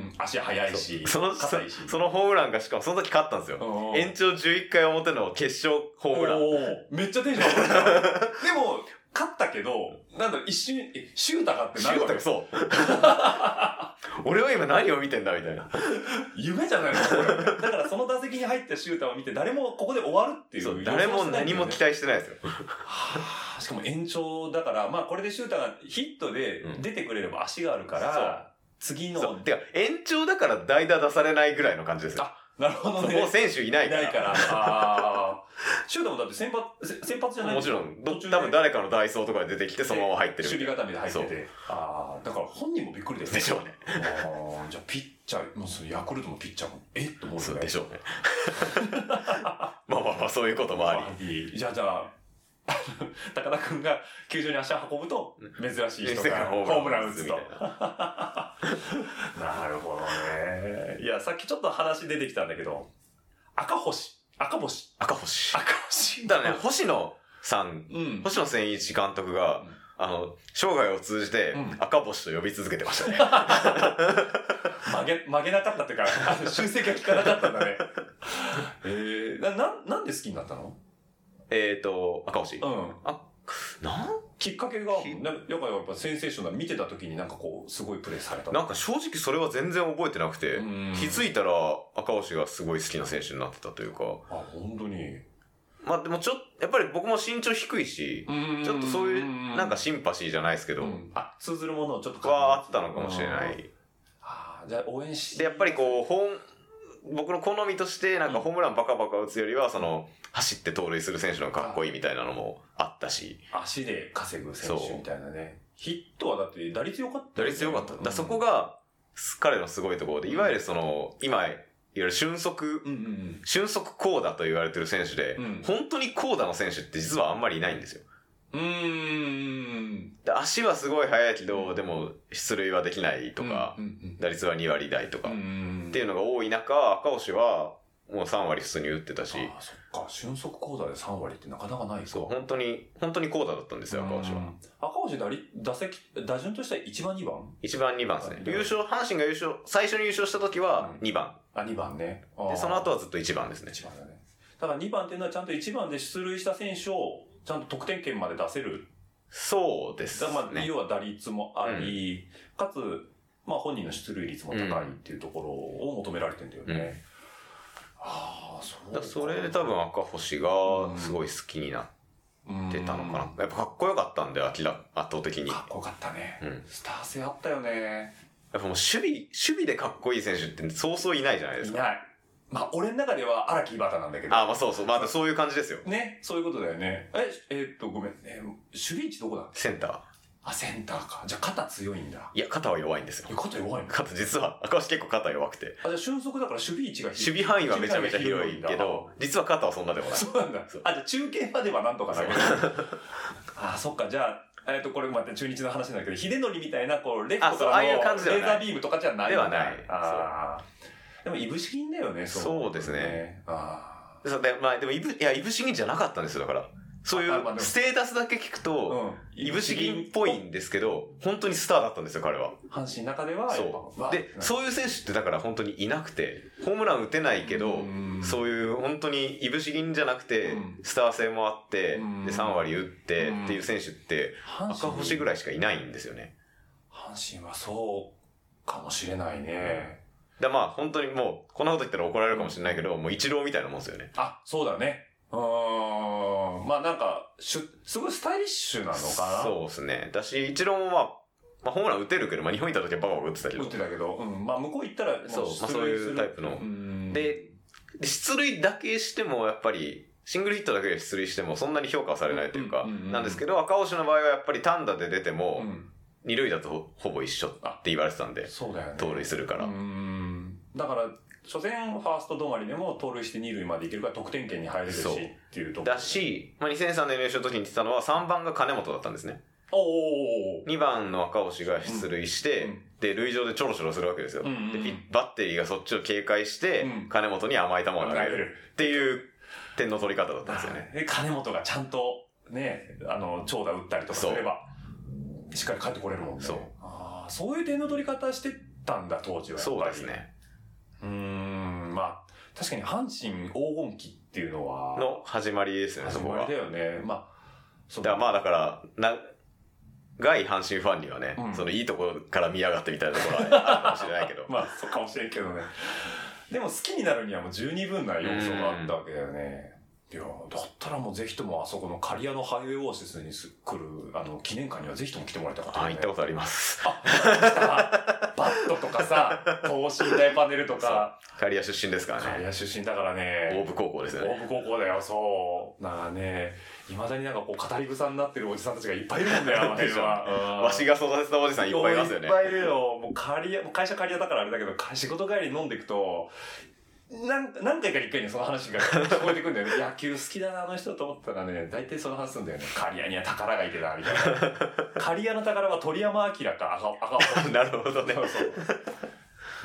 足速いし、 その硬いし。そのホームランがしかもその時勝ったんですよ。延長じゅういっかい表の決勝ホームラン。 めっちゃテンション上がった。でも、勝ったけど、なんだろ、一瞬、え、シュータかってなるわけ。 そう。俺は今何を見てんだみたいな。 夢じゃないのこれ。だからその打席に入ったシュータを見て、誰もここで終わるっていう。そう、 誰も何も期待してないですよ。 はあ、しかも延長だから、まあこれでシュータがヒットで出てくれれば足があるから、うん、次の。 そう。てか、延長だから代打出されないぐらいの感じですよ。 あ、なるほどね。 もう選手いないから。いないから。ああ。シュートもだって先発、先発じゃないもちろん。多分誰かのダイソーとかで出てきてそのまま入ってる。 守備固めで入ってて。ああ、だから本人もびっくりですね。でしょうね。 ああ、じゃあピッチャー、もうそのヤクルトのピッチャーも、えっと思うね。でしょうね。まあまあまあ、そういうこともあり。じゃあじゃあ、高田くんが球場に足を運ぶと、珍しい人がホームラン打つと。なるほどね。いや、さっきちょっと話出てきたんだけど、赤星。赤星。 赤星。 赤星。 だからね、星野さん、うん、星野千一監督が、うん、あの、生涯を通じて赤星と呼び続けてましたね。 曲げ、曲げなかったっていうか、修正が効かなかったんだね。えー、な、な、なんで好きになったの？ えーと、赤星。 うん。 あ、なんきっかけが、やっぱセンセーショナル見てた時になんかこう、すごいプレーされた。 なんか正直それは全然覚えてなくて、気づいたら赤星がすごい好きな選手になってたというか。 あ、本当に。 まあでもちょっと、やっぱり僕も身長低いし、ちょっとそういう、なんかシンパシーじゃないですけど、うん、 あ、通ずるものをちょっとはあったのかもしれない。 ああ、じゃあ応援しで、やっぱりこう、本、僕の好みとして、なんかホームランバカバカ打つよりは、その、走って盗塁する選手のかっこいいみたいなのもあったし。 足で稼ぐ選手みたいなね。ヒットはだって打率良かった、 ね、打率良かった。だそこが、彼のすごいところで、いわゆるその、今、いわゆる俊足、うんうんうん、俊足高打と言われてる選手で、うん、本当に高打の選手って実はあんまりいないんですよ。 うーん。 足はすごい速いけど、でも出塁はできないとか、うんうんうん、打率はにわり台とか、っていうのが多い中、赤星はもうさんわり普通に打ってたし。 ああ、そっか。俊足高打でさんわりってなかなかないか。 そう、本当に、本当に高打だったんですよ、赤星は。 赤星打率、打席、打順としてはいちばんにばん ? いち 番にばんですね。優勝、阪神が優勝、最初に優勝した時はにばん。 うん、あ、にばんね。 で、その後はずっといちばんですね。 いちばんだね。ただにばんっていうのはちゃんといちばんで出塁した選手をちゃんと得点圏まで出せる。 そうですね。 まあ、要は打率もあり、うん、かつ、まあ本人の出塁率も高いっていうところを求められてるんだよね。うん、ああ、そうだそれで多分赤星がすごい好きになってたのかな。うん、やっぱかっこよかったんで、圧倒的に。 かっこよかったね。うん、スター性あったよね。 やっぱもう守備、守備でかっこいい選手ってそうそういないじゃないですか。 いない。まあ、俺の中では荒木井端なんだけど。 ああ、まあそうそう。まあそういう感じですよ。 ね。そういうことだよね。え、えー、っと、ごめん。えー、守備位置どこだっけ？ センター。 あ、センターか。じゃあ肩強いんだ。 いや、肩は弱いんですよ。 肩弱いの？ 肩、実は、赤星結構肩弱くて。 あ、じゃあ俊足だから守備位置が広い。守備範囲はめちゃめちゃ広いけど、実は肩はそんなでもない。 そうなんだ。あ、じゃあ中継まではなんとかなる。あ、そっか。じゃあ、えっと、これまた中日の話なんだけど、秀則みたいな、こう、レフトからのレーザービームとかじゃない。 ではない。 ああ。でも、いぶし銀だよね、 そうですね。 ああ。で、まあ、でも、いぶ、いや、いぶし銀じゃなかったんですよ、だから。そういう、ステータスだけ聞くと、いぶし銀っぽいんですけど、本当にスターだったんですよ、彼は。 阪神の中では、 そう。で、そういう選手ってだから本当にいなくて、ホームラン打てないけど、そういう本当にいぶし銀じゃなくて、スター性もあって、で、さんわり打ってっていう選手って、赤星ぐらいしかいないんですよね。 阪神はそうかもしれないね。 だまあ本当にもう、こんなこと言ったら怒られるかもしれないけど、もうイチローみたいなもんですよね。 あ、そうだね。うーん。まあなんか、しゅ、すごいスタイリッシュなのかな。 そうですね。だし、イチローもまあ、まあホームラン打てるけど、まあ日本行った時はバカバカ打ってたけど。 打ってたけど、うん。まあ向こう行ったらもうそう、まあそういうタイプの。で、出塁だけしてもやっぱり、シングルヒットだけで出塁してもそんなに評価されないというか、なんですけど、赤星の場合はやっぱり単打で出ても、うん二塁だとほぼ一緒って言われてたんで、 そうだよね。 盗塁するから。 うん。だから、初戦ファースト止まりでも盗塁して二塁まで行けるから得点圏に入れるしっていうところ。 だし、まあ、にせんさんねんの優勝の時に言ってたのはさんばんが金本だったんですね。 おー。 にばんの赤星が出塁して、うん、で、塁上でちょろちょろするわけですよ。うんうん、で、バッテリーがそっちを警戒して、うん、金本に甘い球を投げるっていう点の取り方だったんですよね。 で、金本がちゃんとね、あの、長打打ったりとかすれば、しっかり帰ってこれるもんね。 そう。 ああ、そういう点の取り方してたんだ、当時は。 そうですね。 うーん、まあ、確かに阪神黄金期っていうのは、 の始まりですよね、そこは。 始まりだよね。まあ、 そうだからまあだから、な、外阪神ファンにはね、 うん、 そのいいところから見やがってみたいなところは、ね、あるかもしれないけど。 まあ、そうかもしれんけどね。でも好きになるにはもう十二分な要素があったわけだよね。いや、だったらもうぜひともあそこの刈谷のハイウェイオアシスに来る、あの、記念館にはぜひとも来てもらいたかった、ね。 あ、行ったことあります。 あ、バットとかさ、等身大パネルとか。 刈谷出身ですからね。 刈谷出身だからね。 大部高校ですよね。 大部高校だよ、そう。だからね、未だになんかこう語り草になってるおじさんたちがいっぱいいるもんね、あの辺は。 わしが育てたおじさんいっぱいいますよね。 いっぱいいるよ。もう刈谷、会社刈谷だからあれだけど、仕事帰りに飲んでいくと、何, 何回かに一回にその話が聞こえてくるんだよね。野球好きだな、あの人と思ったらね、大体その話するんだよね。刈谷には宝がいてた、みたいな。刈谷の宝は鳥山明か赤赤星。 なるほどね。 そうそう。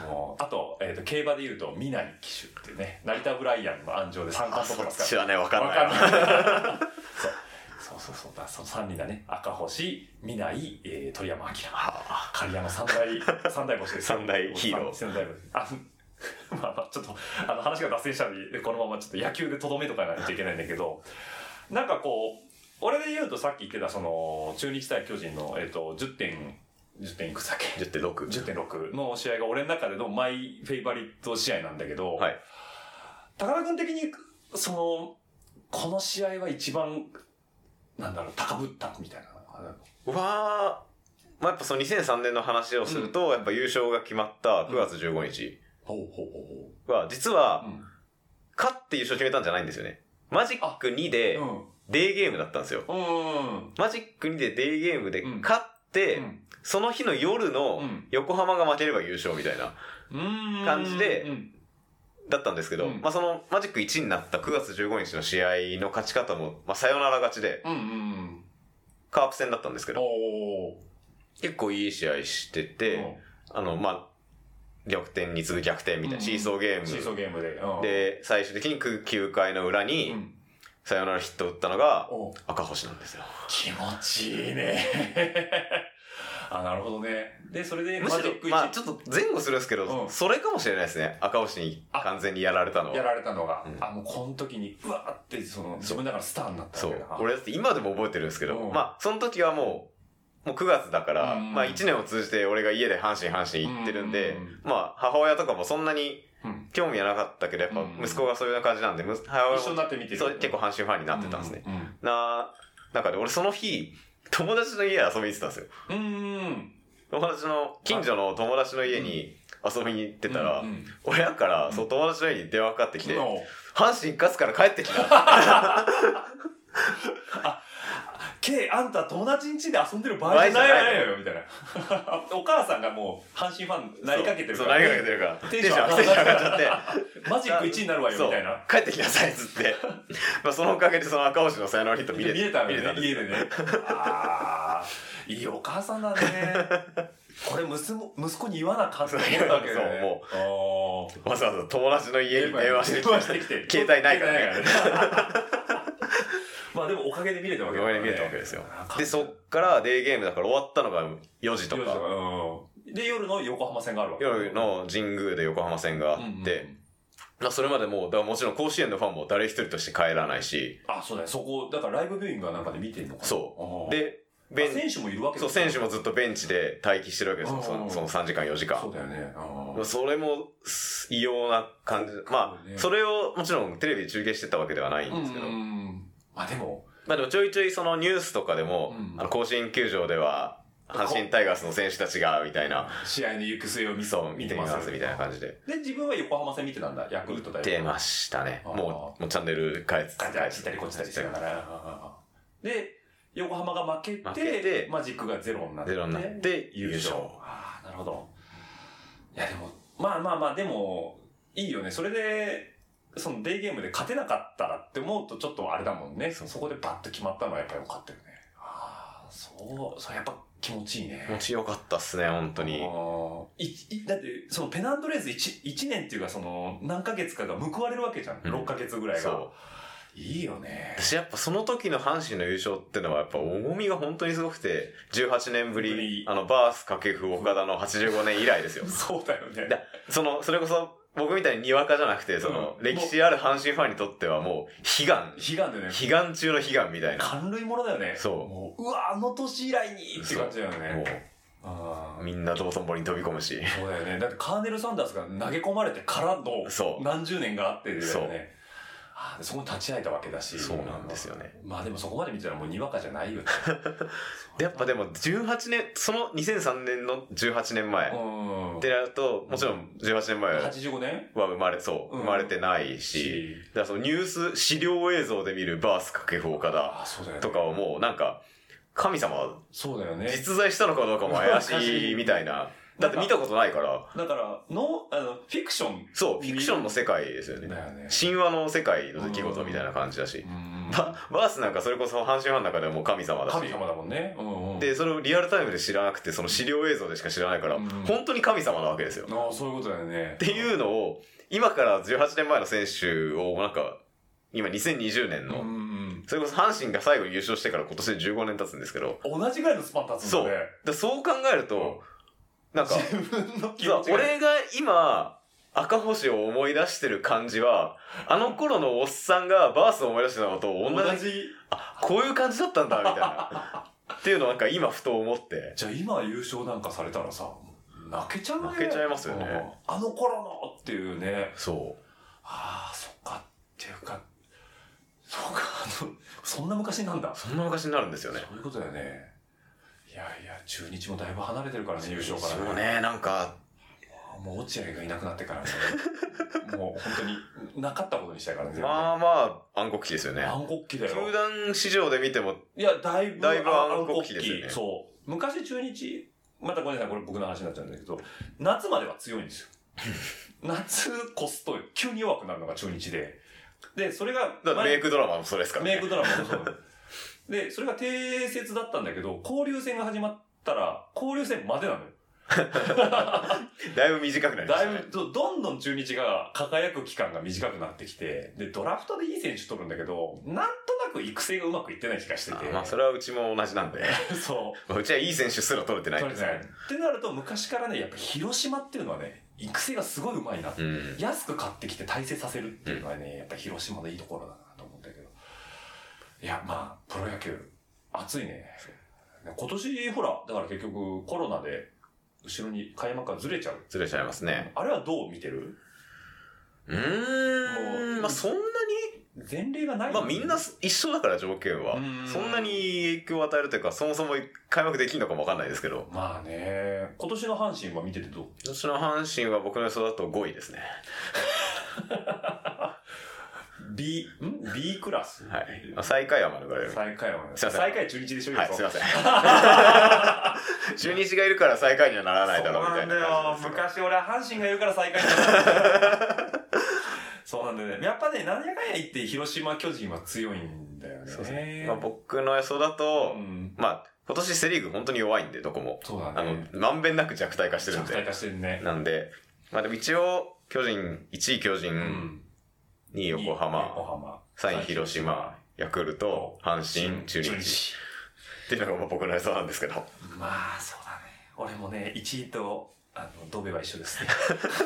もうあと、えっ、ー、と、競馬で言うと、南騎手っていうね、成田ブライアンの安城で三冠とかますから。 知らない、わかんない。 わかんない。そうそうそうだ、その三人だね。赤星、南、えー、鳥山明。刈谷の三大、三大星です。 三大ヒーロー。 三大星。あまあまあちょっとあの話が脱線したのでこのままちょっと野球でとどめとかないといけないんだけど、なんかこう俺で言うとさっき言ってたその中日対巨人のえっとじゅってんじゅってんいくつだっけ じゅってんろく じゅってんろく の試合が俺の中でのマイフェイバリット試合なんだけど、はい、高田君的にそのこの試合は一番なんだろう高ぶったみたいなうわー、まあ、やっぱそのにせんさんねんの話をすると、うん、やっぱ優勝が決まったくがつじゅうごにち、うんは、実は、うん、勝って優勝決めたんじゃないんですよね。マジックにで、デーゲームだったんですよ。うん、マジックにでデーゲームで勝って、うん、その日の夜の横浜が負ければ優勝みたいな感じで、だったんですけど、うん、まあそのマジックいちになったくがつじゅうごにちの試合の勝ち方も、まあサヨナラ勝ちで、うんうん、カープ戦だったんですけど、結構いい試合してて、あの、まあ、逆転に次ぐ逆転みたいな、うん、シーソーゲーム。 シーソーゲームで。 うん、で、最終的にきゅうかいの裏に、サヨナラヒットを打ったのが、赤星なんですよ。 気持ちいいね。あ、なるほどね。で、それで、 マジックいち。まあ、ちょっと前後するんですけど、うん、それかもしれないですね。赤星に完全にやられたのは。 やられたのが。うん、あ、もうこの時に、うわーって、その、自分だからスターになったわけだ。 そう。俺だって今でも覚えてるんですけど、うん、まあ、その時はもう、もうくがつだから、うん、まあいちねんを通じて俺が家で阪神阪神行ってるんで、うん、まあ母親とかもそんなに興味はなかったけど、やっぱ息子がそういう感じなんで、母親も一緒になって見てる、 そう結構阪神ファンになってたんですね。うんうん、な、なんかで俺その日、友達の家で遊びに行ってたんですよ。うん、友達の、近所の友達の家に遊びに行ってたら、うんうん、親から、そう友達の家に電話かかってきて、うん、阪神勝つから帰ってきた。 あK、あんた友達ん家で遊んでる場合じゃないのよ、みたいな。お母さんがもう、阪神ファンなりかけてるから。 そう、なりかけてるから。 テンション上がっちゃって。マジックいちになるわよ、みたいな。 帰ってきなさい、つって。まあそのおかげでその赤星のサヨナラヒット見れた。 見れた、見れた。家でね。あー、いいお母さんだね。これ息子、息子に言わなかったと思ったわけだよね。 そう、もう。わざわざ友達の家に電話してきて。 携帯ないからね。 まあでもおかげで見れたわけだからね。 見れたわけですよ。で、そっからデーゲームだから終わったのがよじとか。 うん、で、夜の横浜戦があるわけ。 夜の神宮で横浜戦があって、うんうん、まあそれまでもう、だからもちろん甲子園のファンも誰一人として帰らないし。 あ、そうだね。そこ、だからライブビューイングなんかで見てんのかな。 そう。で、 ベン選手もいるわけですね。そう、選手もずっとベンチで待機してるわけですよ。その、そのさんじかんよじかん。 そうだよね。 それも異様な感じ。まあ、それをもちろんテレビで中継してたわけではないんですけど。 まあでも、 まあでもちょいちょいそのニュースとかでも、うん、あの甲子園球場では阪神タイガースの選手たちがみたいな試合の行く末を見そう見てますみたいな感じで。 で自分は横浜戦見てたんだ。ヤクルトだよ。 見てましたね。もうもうチャンネル変えてたりこっちたりこっちたりしてたから。で横浜が負けて、負けてマジックがゼロになって、ゼロになって優勝。ああなるほど。いやでもまあまあまあでもいいよね。それで。そのデイゲームで勝てなかったらって思うとちょっとあれだもんね。そ, そこでバッと決まったのはやっぱり良かったよね。ああ、そう、それやっぱ気持ちいいね。 気持ちよかったっすね、本当に。 いいだって、そのペナントレース 1, 1年っていうかその何ヶ月かが報われるわけじゃん。うん、ろっかげつぐらいが。そう。 いいよね。 私やっぱその時の阪神の優勝ってのはやっぱ重みが本当にすごくて、じゅうはちねんぶり、あの、バース掛布岡田のはちじゅうごねん以来ですよ。 そうだよね。 だその、それこそ、僕みたいににわかじゃなくて、その、うん、歴史ある阪神ファンにとってはもう、悲願。 悲願だよね。 悲願中の悲願みたいな。 感類ものだよね。 そう。 もう、うわ、あの年以来にって感じだよね。もうあみんな道頓堀に飛び込むし。 そうだよね。だってカーネル・サンダースが投げ込まれてからの何十年があってだよね。そう。あそこに立ち会えたわけだし。 そうなんですよね。 まあでもそこまで見てたらもうにわかじゃないよね。 でやっぱでもじゅうはちねん、そのにせんさんねんのじゅうはちねんまえってなると、もちろんじゅうはちねんまえはちじゅうごねんは生まれ、そう、生まれてないし、だからそのニュース、資料映像で見るバース掛布岡田とかはもうなんか、神様は実在したのかどうかも怪しいみたいな。だって見たことないから。 だから、の、あの、フィクション。 そう、フィクションの世界ですよね。 だよね。 神話の世界の出来事みたいな感じだし。バ, バースなんかそれこそ阪神ファンの中ではもう神様だし。 神様だもんね。うんうん、 で、それをリアルタイムで知らなくて、その資料映像でしか知らないから、うんうん、本当に神様なわけですよ。 ああ、そういうことだよね。 っていうのを、今からじゅうはちねんまえの選手を、なんか、今にせんにじゅうねんの、うんうん、それこそ阪神が最後に優勝してから今年でじゅうごねん経つんですけど。 同じぐらいのスパン経つんだね。 そう。そう考えると、うんなんか、 自分の気持ちが俺が今、赤星を思い出してる感じは、あの頃のおっさんがバースを思い出してたのと同じ、同じあ、こういう感じだったんだ、みたいな。っていうのをなんか今ふと思って。 じゃあ今優勝なんかされたらさ、泣けちゃうね。 泣けちゃいますよね。 あの頃のっていうね。 そう。 ああ、そっかっていうか、そうか、あの、そんな昔なんだ。 そんな昔になるんですよね。 そういうことだよね。いやいや、中日もだいぶ離れてるからね、優勝からね。 そうね、なんか。 もう落合がいなくなってからね。もう本当になかったことにしたいからね。 まあまあ、暗黒期ですよね。 暗黒期だよ。 球団市場で見ても。 いや、だいぶ、 だいぶ暗黒期ですよね。 そう。昔中日、またごめんなさい、これ僕の話になっちゃうんだけど、夏までは強いんですよ。夏越すと急に弱くなるのが中日で。で、それが。 だからメイクドラマもそれですからね。 メイクドラマもそう。で、それが定説だったんだけど、交流戦が始まったら、交流戦までなのよ。 だいぶ短くなりましたね。 だいぶ、どんどん中日が輝く期間が短くなってきて、で、ドラフトでいい選手取るんだけど、なんとなく育成がうまくいってない気がしてて。 あまあ、それはうちも同じなんで。 そう。 まあ、うちはいい選手すら取れてないんですね。取れてない。 ってなると、昔からね、やっぱ広島っていうのはね、育成がすごいうまいな、うん。安く買ってきて大成させるっていうのはね、やっぱ広島のいいところだなと思うんだけど。いや、まあ、プロ野球。暑いね。今年、ほら、だから結局コロナで、後ろに開幕がずれちゃう。 ずれちゃいますね。 あれはどう見てる？ うーん。もうまあそんなに、 前例がない。 まあみんな一緒だから条件は。んそんなに影響を与えるというか、そもそも開幕できるのかもわかんないですけど。 まあね。今年の阪神は見ててどう？ 今年の阪神は僕の予想だとごいですね。 B、ん ?B クラスはい。最下位は免れる。 最下位は免れる。 すいません。 最下位中日でしょ？ はい、すいません。中日がいるから最下位にはならないだろうみたいな。 そうなんだよ。昔俺は阪神がいるから最下位になる。そうなんだよね。やっぱね、なんやかんや言って広島巨人は強いんだよね。そうですね。 まあ僕の予想だと、うん、まあ今年セリーグ本当に弱いんで、どこも。 そうだね。 あの、まんべんなく弱体化してるんで。 弱体化してるね。 なんで、まあでも一応、巨人、いちい巨人、うんにい横浜、 横浜さんい広島、ヤクルト、阪神、中日。っていうのが僕の予想なんですけど。 まあ、そうだね。俺もね、いちいと、あの、ドベは一緒ですね。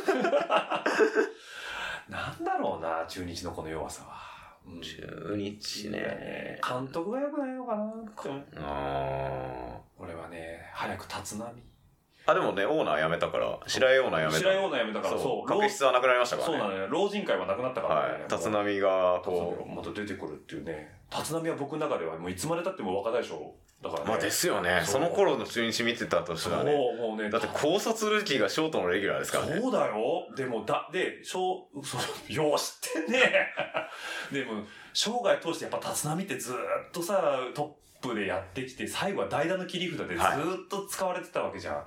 なんだろうな、中日のこの弱さは。 うん、中日ね。 監督が良くないのかなって思う。 あ俺はね、早く立浪。 あ、でもね、オーナー辞めたから、白井オーナー辞めた。 白井オーナー辞めたから、そう。 確執はなくなりましたからね。 そうなのね。老人会はなくなったからね。 はい。立浪が、こう。また出てくるっていうね。立浪は僕の中ではもういつまで経っても若大将だからね。 まあですよね。その頃の中日見てたとしたらね。 そう、もうね。 だって高卒ルーキーがショートのレギュラーですからね。 そうだよ。でも、だ、で、小、そう、よう知ってんね。でも、生涯通してやっぱ立浪ってずーっとさ、トップでやってきて、最後は代打の切り札でずーっと使われてたわけじゃん。はい、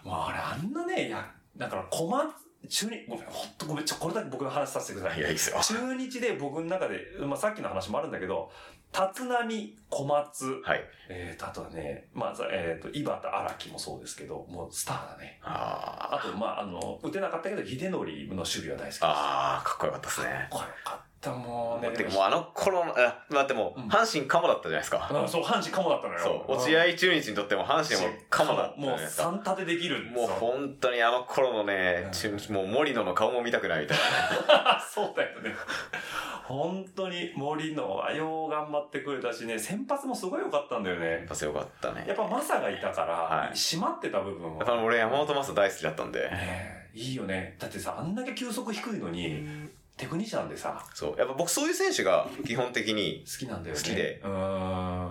まあ、あれ、あんなね、や、だから、小松、中日、ごめん、ほんとごめん、ちょ、これだけ僕の話させてください。 いや、いいっすよ。 中日で僕の中で、まあさっきの話もあるんだけど、 立浪、小松、 はい。 えーと、あとはね、まあ、えーと、井端、荒木もそうですけど、もうスターだね。 ああと、まあ、あの、打てなかったけど、秀則の守備は大好きです。 ああ、かっこよかったですね。 かっこよかった、もうね。 でもうあの頃の、あ、待ってもう、阪神カモだったじゃないですか。 うん、そう、阪神カモだったのよ。 そう、落合中日にとっても阪神もカモだったじゃないですか。 もう三立てできる。 もう本当にあの頃のね、中日、もう森野の顔も見たくないみたいな。そうだよね。本当に森野はよう頑張ってくれたしね、先発もすごい良かったんだよね。 先発良かったね。 やっぱマサがいたから、はい、締まってた部分は。 やっぱ俺山本マサ大好きだったんで。 ね、いいよね。だってさ、あんだけ球速低いのに、テクニシャンでさ。 そう。やっぱ僕そういう選手が基本的に好きなんだよね。 好きで。 うん。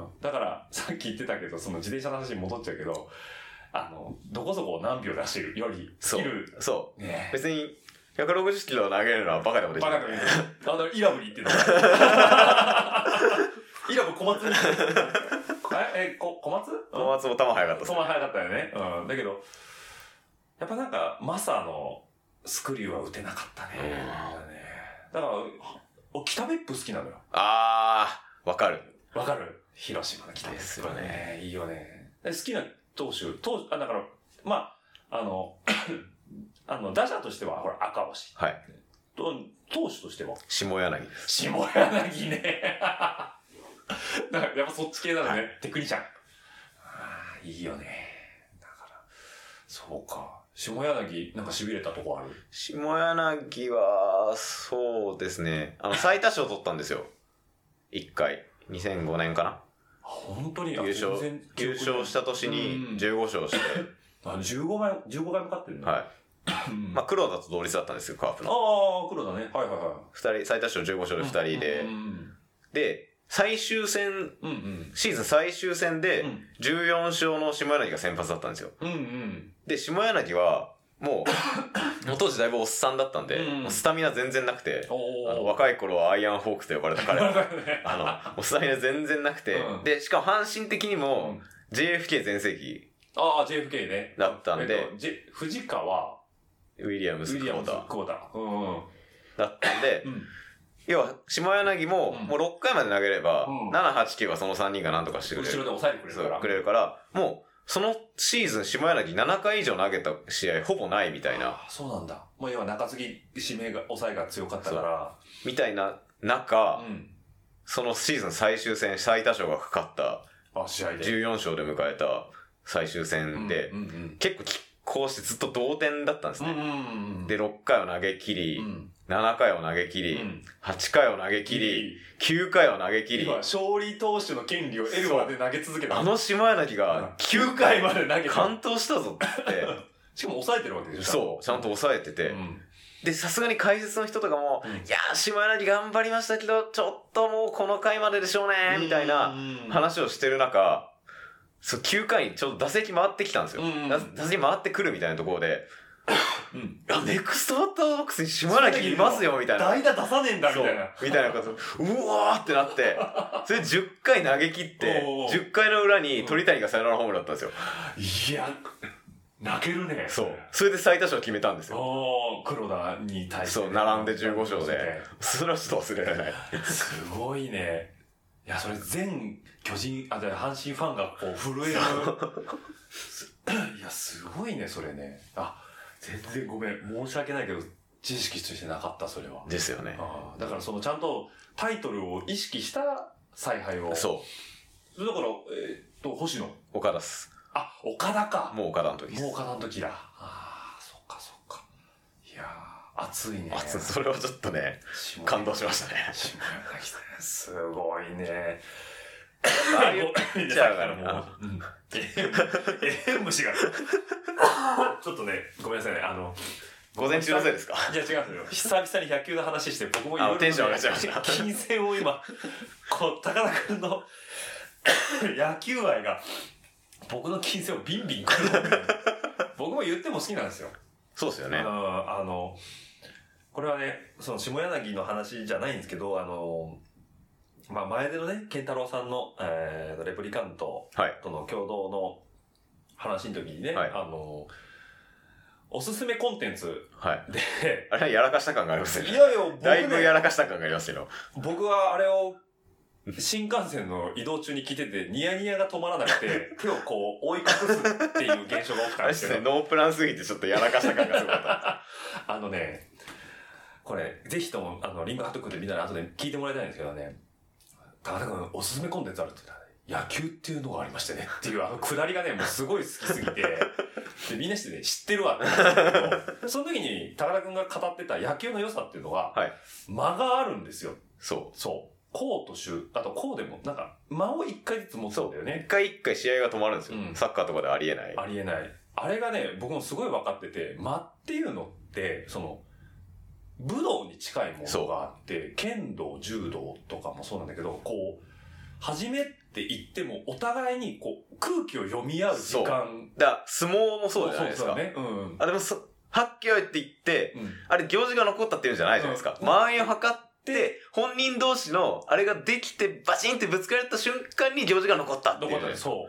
だからさっき言ってたけど、その自転車の話に戻っちゃうけど、あの、どこそこを何秒出してるより、スキル。 そう。そう。 ね、 別に、ひゃくろくじゅっキロ投げるのはバカでもできる。 バカでもできる。あの、イラブに行ってる。イラブ小松に。え、え、こ、小松小松も球速かったっすね。球速かったよね。うん。だけど、やっぱなんか、マサのスクリューは打てなかったね。うん、だから、北別府好きなのよ。 あー、わかる。 わかる。広島の北別府はね。いいよね。好きな投手、投手、あ、だから、まあ、あの、あの、打者としては、ほら、赤星。 はい。 と、投手としても。 下柳。 下柳ね。だから、やっぱそっち系なのね。はい、テクニシャン。ああ、いいよね。だから、そうか。下柳、なんか痺れたとこある？ 下柳は、そうですね。あの、最多勝取ったんですよ。一回。にせんごねんかな。 本当に優勝、優勝した年にじゅうご勝して。 あ、じゅうごまい、じゅうごかいも勝ってるね。 はい。まあ、黒田と同率だったんですよ、カープの。 ああ、黒田ね。はいはいはい。 二人、最多勝じゅうご勝で二人で。で、最終戦、うんうん、シーズン最終戦で、じゅうよん勝の下柳が先発だったんですよ。うんうん、で、下柳は、もう、もう当時だいぶおっさんだったんで、うん、スタミナ全然なくて、あの若い頃はアイアンフォークと呼ばれた彼は、あの、もうスタミナ全然なくて、うん、で、しかも阪神的にも、ジェイエフケー 全盛期。 ああ、ジェイエフケー ね。 だったんで、 えっと、藤川、 ウィリアムス・クォーター。 クォーター。うんうん、 だったんで、うん、要は、下柳も、もうろっかいまで投げれば、うん、なな、はち、きゅうはそのさんにんが何とかしてくれる。 後ろで抑えてくれるから。 くれるから、もう、そのシーズン、下柳ななかい以上投げた試合ほぼないみたいな。 ああ、そうなんだ。もう要は中継ぎ、指名が、抑えが強かったから。 みたいな中、うん、そのシーズン最終戦、最多勝がかかった、 あ、試合で。 じゅうよん勝で迎えた最終戦で、うんうんうん、結構拮抗してずっと同点だったんですね。うんうんうん、で、ろっかいを投げ切り、うん、ななかいを投げ切り、うん、はちかいを投げ切り、きゅうかいを投げ切り。 今、勝利投手の権利を得るまで投げ続けた。 あの下柳がきゅうかいまで投げた。 完投したぞって。 しかも抑えてるわけでしょ。 そう、ちゃんと抑えてて。うん、で、さすがに解説の人とかも、うん、いやー、下柳頑張りましたけど、ちょっともうこの回まででしょうね、みたいな話をしてる中、そう、きゅうかいにちょうど打席回ってきたんですよ。うんうん、打席回ってくるみたいなところで、うん、あ、ネクストバッターボックスに下柳いますよ、みたいな。 代打出さねえんだ、みたいな。 みたいなこと、うわーってなって、それじゅっかい投げ切って、じゅっかいの裏に鳥谷がサヨナラホームランだったんですよ。いや、泣けるね。 そう。それで最多勝決めたんですよ。 おー、黒田に対して、ね。 そう、並んでじゅうご勝で。それはちょっと忘れられない。 すごいね。いや、それ全巨人、あ、じゃ阪神ファンがこう震える。いや、すごいね、それね。あ、全然ごめん。申し訳ないけど、知識としてなかった、それは。 ですよね。 あ、だからそのちゃんとタイトルを意識した采配を。 そう。 だから、えー、っと、星野。 岡田っす。 あ、岡田か。 もう岡田の時です。 もう岡田の時だ。ああ、そっかそっか。いやー、熱いね。 熱い。それはちょっとね、感動しましたね。 下柳さん、すごいね。 ああいうピッチャーがもう、 うん。ええ、虫が。ちょっとね、ごめんなさいね、あの、 午前中のせいですか？ いや違うんですよ。久々にひゃく球の話して、僕もいろいろ、 ね、テンション上がっちゃいました。 金銭を今、こう、高田くんの野球愛が、僕の金銭をビンビン来るので、僕も言っても好きなんですよ。 そうですよね。 あの、あのこれはね、その下柳の話じゃないんですけど、あの、まあ前でのね、健太郎さんの、えー、レプリカントとの共同の話の時にね、はい、あの、おすすめコンテンツで、はい、 あれはやらかした感がありますね。 いやいや、僕ね、 だいぶやらかした感がありますけど。 僕はあれを新幹線の移動中に聞いてて、ニヤニヤが止まらなくて、手をこう、追い隠すっていう現象が起きたんですけど。 ノープランすぎてちょっとやらかした感がすごかった。 あのね、これ、ぜひとも、あの、リンク貼っとくんでみんなで後で聞いてもらいたいんですけどね、高田君おすすめコンテンツあるって言ったら、野球っていうのがありましてねっていう、あの、くだりがね、もうすごい好きすぎて、で、みんなしてね、知ってるわって言うんだけど、その時に高田君が語ってた野球の良さっていうのは、はい、間があるんですよ。 そう。 そう。こうと守、あとこうでも、なんか、間を一回ずつ持つんだよね。 一回一回試合が止まるんですよ、うん。サッカーとかでありえない。 ありえない。あれがね、僕もすごい分かってて、間っていうのって、その、武道に近いものがあって、剣道、柔道とかもそうなんだけど、こう、初めって言っても、お互いにこう、空気を読み合う時間。 だから相撲もそうじゃないですか。そうですよね。うん。あ、でもそ、はっきりって言って、うん、あれ行事が残ったっていうんじゃないじゃないですか。うん、間合いを測って、で、本人同士の、あれができて、バチンってぶつかれた瞬間に行事が残ったっていう。残ったね、 そう。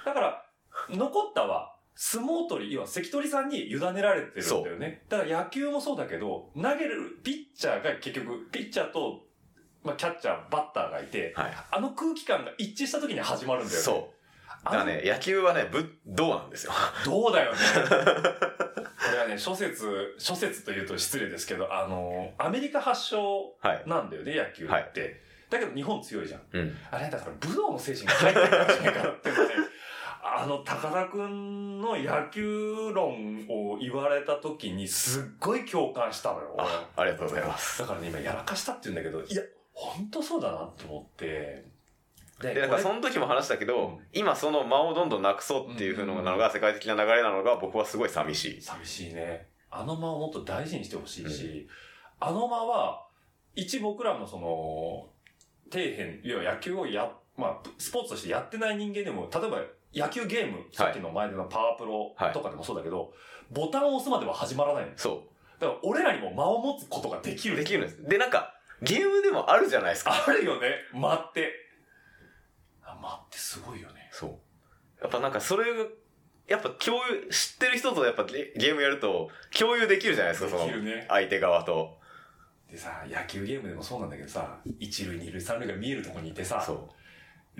だから、残ったは、相撲取り、要は関取さんに委ねられてるんだよね。だから野球もそうだけど、投げるピッチャーが結局、ピッチャーと、まあ、キャッチャー、バッターがいて、はい、あの空気感が一致した時に始まるんだよね。 そう。だからね、野球はね、ぶ、どうなんですよ。 どうだよね。これはね、諸説、諸説というと失礼ですけど、あの、アメリカ発祥なんだよね、はい、野球って。はい、だけど日本強いじゃん。うん、あれだから武道の精神が入ってるかもしれないからっていうのね、あの、高田くんの野球論を言われた時にすっごい共感したのよ。 あ、ありがとうございます。 だからね、今やらかしたって言うんだけど、いや、ほんとそうだなって思って、 で、なんかその時も話したけど、うん、今その間をどんどんなくそうっていう風なのが世界的な流れなのが僕はすごい寂しい。 寂しいね。あの間をもっと大事にしてほしいし、うん、あの間は、一僕らもその、底辺、要は野球をや、まあ、スポーツとしてやってない人間でも、例えば野球ゲーム、さっきの前でのパワープロとかでもそうだけど、はい、ボタンを押すまでは始まらないの。 そう。 だから俺らにも間を持つことができる。 できるんです。で、なんか、ゲームでもあるじゃないですか。 あるよね、間って。間ってすごいよね。 そう。やっぱなんかそれが、やっぱ共有、知ってる人とやっぱゲームやると共有できるじゃないですか、その相手側と。 でさ、野球ゲームでもそうなんだけどさ、一塁、二塁、三塁が見えるところにいてさ、そう。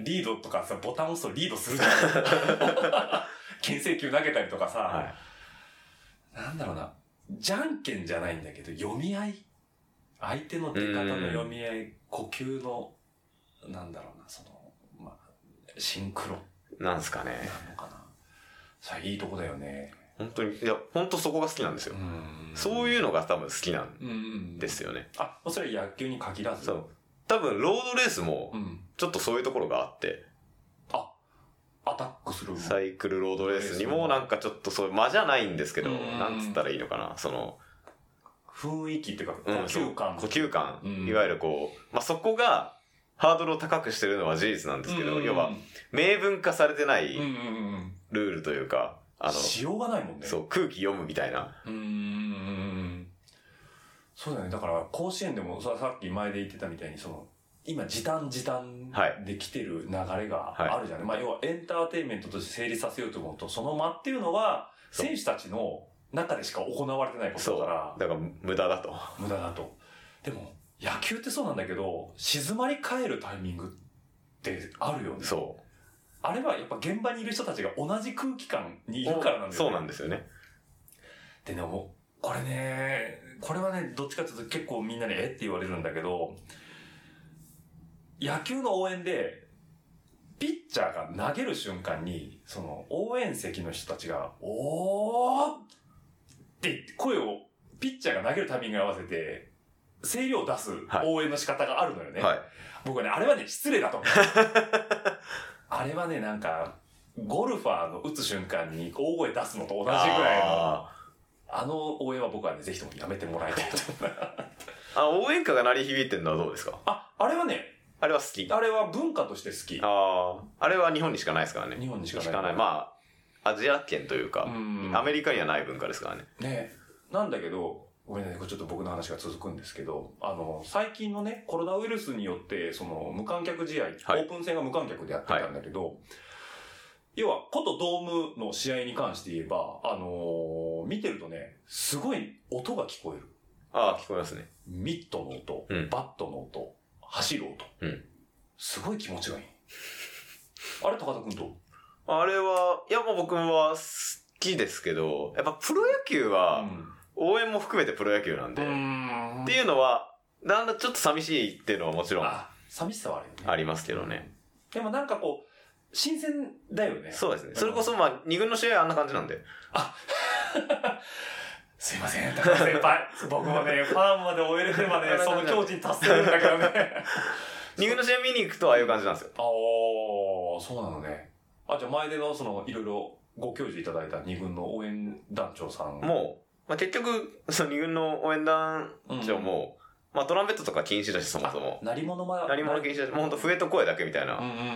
リードとかさ、ボタン押すとリードするじゃん。牽制球投げたりとかさ、はい、なんだろうな、じゃんけんじゃないんだけど、読み合い相手の出方の読み合い、呼吸の、なんだろうな、その、まあ、シンクロ。 なんすかね。 なのかな。さあ、いいとこだよね。 本当に、いや、本当そこが好きなんですよ。うんそういうのが多分好きなんですよね。 あ、それは野球に限らず。 そう。多分、ロードレースも、ちょっとそういうところがあって。 うん、あ、アタックするサイクルロードレースにもなんかちょっとそういう間じゃないんですけど、なんつったらいいのかな、その、 雰囲気っていうか、呼吸感。 うん、呼吸感。うん、いわゆるこう、まあ、そこが、ハードルを高くしてるのは事実なんですけど、要は、明文化されてないルールというか、 あの、しようがないもんね。 そう、空気読むみたいな。 うーん。そうだね。だから、甲子園でもさ、さっき前で言ってたみたいに、その、今、時短時短で来てる流れがあるじゃん、はい、まあ、要はエンターテインメントとして成立させようと思うと、その間っていうのは、選手たちの中でしか行われてないことだから。 だから、無駄だと。 無駄だと。でも、野球ってそうなんだけど、静まり返るタイミングってあるよね。 そう。 あれはやっぱ現場にいる人たちが同じ空気感にいるからなんだよね。 そうなんですよね。 でね、もう、これね、これはね、どっちかというと結構みんなにえって言われるんだけど、野球の応援で、ピッチャーが投げる瞬間に、その応援席の人たちが、おーって声をピッチャーが投げるタイミングに合わせて、声量を出す応援の仕方があるのよね。はい、僕はね、あれはね、失礼だと思う。あれはね、なんか、ゴルファーの打つ瞬間に大声出すのと同じぐらいの、あ, あの応援は僕はね、ぜひともやめてもらいたいと思う。 あ、応援歌が鳴り響いてるのはどうですか？ あ、あれはね、 あれは好き。 あれは文化として好き。 ああ、あれは日本にしかないですからね。 日本にしかない。 しかない。まあ、アジア圏というか、うアメリカにはない文化ですからね。 ね。なんだけど、ごめんなさい、これちょっと僕の話が続くんですけど、あの、最近のね、コロナウイルスによって、その、無観客試合、はい、オープン戦が無観客でやってたんだけど、はい、要は、ことドームの試合に関して言えば、あのー、見てるとね、すごい音が聞こえる。 ああ、聞こえますね。 ミットの音、うん、バットの音、走る音。うん、 すごい気持ちがいい。あれ、高田くんとあれは、いやもう僕は好きですけど、やっぱプロ野球は、応援も含めてプロ野球なんで、うん、っていうのは、だんだんちょっと寂しいっていうのはもちろん、 あ、寂しさはあるよね。 ありますけどね。 でもなんかこう、新鮮だよね。 そうですね。それこそまあ、二軍の試合はあんな感じなんで。あすいません、高田先輩。僕もね、ファンまで終えれてばね、その境地に達せるんだけどね。 二軍の試合見に行くとああいう感じなんですよ。 ああ、そうなのね。あ、じゃあ前でのその、いろいろご教授いただいた二軍の応援団長さん。 もう、まあ、結局、その二軍の応援団長も、うん、まあトランペットとか禁止だし、そもそも。 鳴り物ま鳴り物禁止だし、もうほんと笛と声だけみたいな。 うんうんうんうん。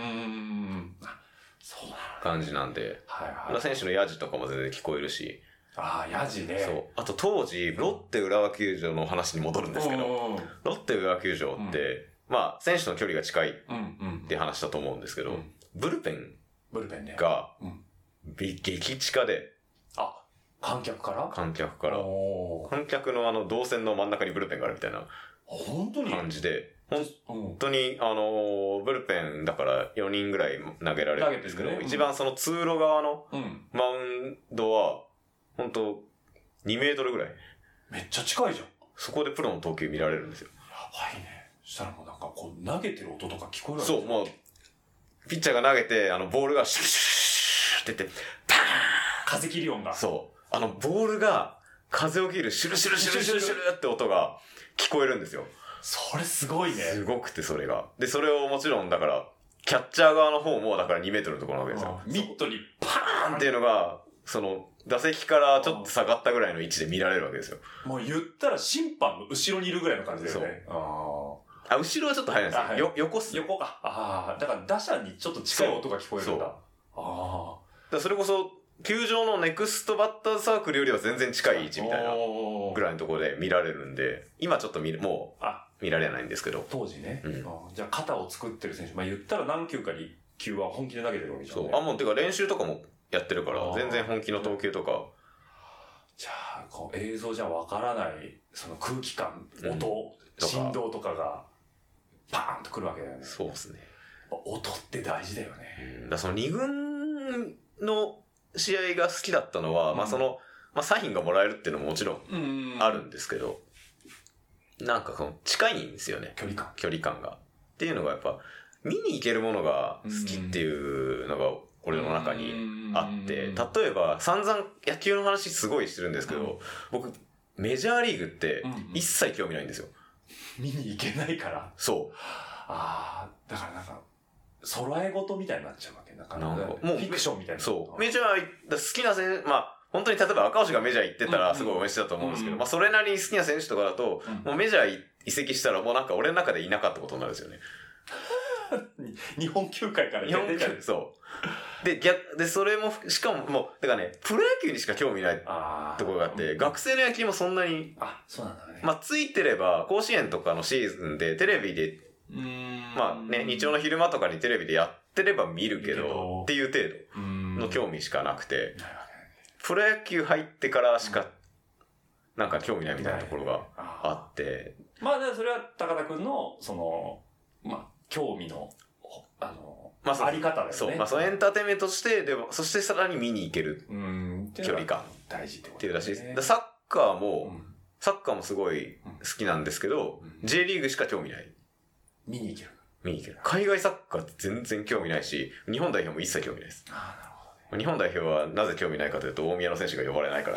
そうなの感じなんで。はいはい。選手のヤジとかも全然聞こえるし。 ああ、ヤジね。 そう。あと当時、ロッテ浦和球場の話に戻るんですけど、ロッテ浦和球場って、うん、まあ、選手の距離が近いって話だと思うんですけど、うんうん、ブルペンブルペンねが、激近で、 あ、観客から観客から。観客のあの、動線の真ん中にブルペンがあるみたいな本当に感じで、本当に、あの、ブルペンだからよにんぐらい投げられるんですけど、ね、一番その通路側のマウンドは、本当にメートルぐらい。 めっちゃ近いじゃん。 そこでプロの投球見られるんですよ。 やばいね。そしたらもうなんかこう投げてる音とか聞こえるわけですよ。そう、もう、ピッチャーが投げて、あの、ボールがシュッシュッって言って、パーン風切り音が。 そう。あの、ボールが風を切るシュルシュルシュルシュルシュルって音が聞こえるんですよ。 それすごいね。 すごくて、それが。で、それをもちろん、だから、キャッチャー側の方も、だからにメートルのところなわけですよ。 ミットにパーンっていうのが、その、打席からちょっと下がったぐらいの位置で見られるわけですよ。 もう言ったら審判の後ろにいるぐらいの感じだよね。 そう。ああ、後ろはちょっと早いんですよ。はい、よ横っす、 ね。横か。ああ、だから打者にちょっと近い音が聞こえるんだ。ああ。だそれこそ、球場のネクストバッターサークルよりは全然近い位置みたいなぐらいのところで見られるんで、今ちょっと見もう見られないんですけど。 当時ね。うん、じゃあ肩を作ってる選手、まあ言ったら何球かに球は本気で投げてるわけじゃん、ね。 そう。あ、もうてか練習とかもやってるから、全然本気の投球とか。 じゃあ、こう映像じゃわからない、その空気感、音、うん、振動とかが、パーンとくるわけだよね。 そうですね。 音って大事だよね。 うん、だその二軍の試合が好きだったのは、うん、まあその、まあサインがもらえるっていうのももちろんあるんですけど、うん、なんかこの近いんですよね。 距離感。 距離感が。っていうのがやっぱ、見に行けるものが好きっていうのが俺の中にあって、例えば散々野球の話すごいしてるんですけど、うん、僕、メジャーリーグって一切興味ないんですよ。 見に行けないから。 そう。 ああ、だからなんか、揃え事みたいになっちゃうわけ。なんか、なんかもうフィクションみたいな。 そう。メジャー、好きな選手、まあ、本当に例えば赤星がメジャー行ってたらすごい応援してたと思うんですけど、うんうん、まあそれなりに好きな選手とかだと、うん、もうメジャー移籍したらもうなんか俺の中でいなかったことになるんですよね。 日本球界から日本球界、そう。で、逆、で、それも、しかももう、だからね、プロ野球にしか興味ないところがあって、学生の野球もそんなに、 あ、そうなんだね。 まあ、ついてれば、甲子園とかのシーズンでテレビで、まあね、日曜の昼間とかにテレビでやってれば見るけど、っていう程度の興味しかなくて、プロ野球入ってからしか、なんか興味ないみたいなところがあって。 まあ、それは高田くんの、その、まあ、興味の、あの、まあ、あり方だよね。 そう。まあ、そのエンターテインメントとして、でも、そしてさらに見に行ける距離感。 大事ってことっていうらしいです。サッカーも、うん、サッカーもすごい好きなんですけど、うん、J リーグしか興味ない。 見に行ける。 見に行ける。海外サッカーって全然興味ないし、日本代表も一切興味ないです。 ああ、なるほど、 ね。日本代表はなぜ興味ないかというと、大宮の選手が呼ばれないから、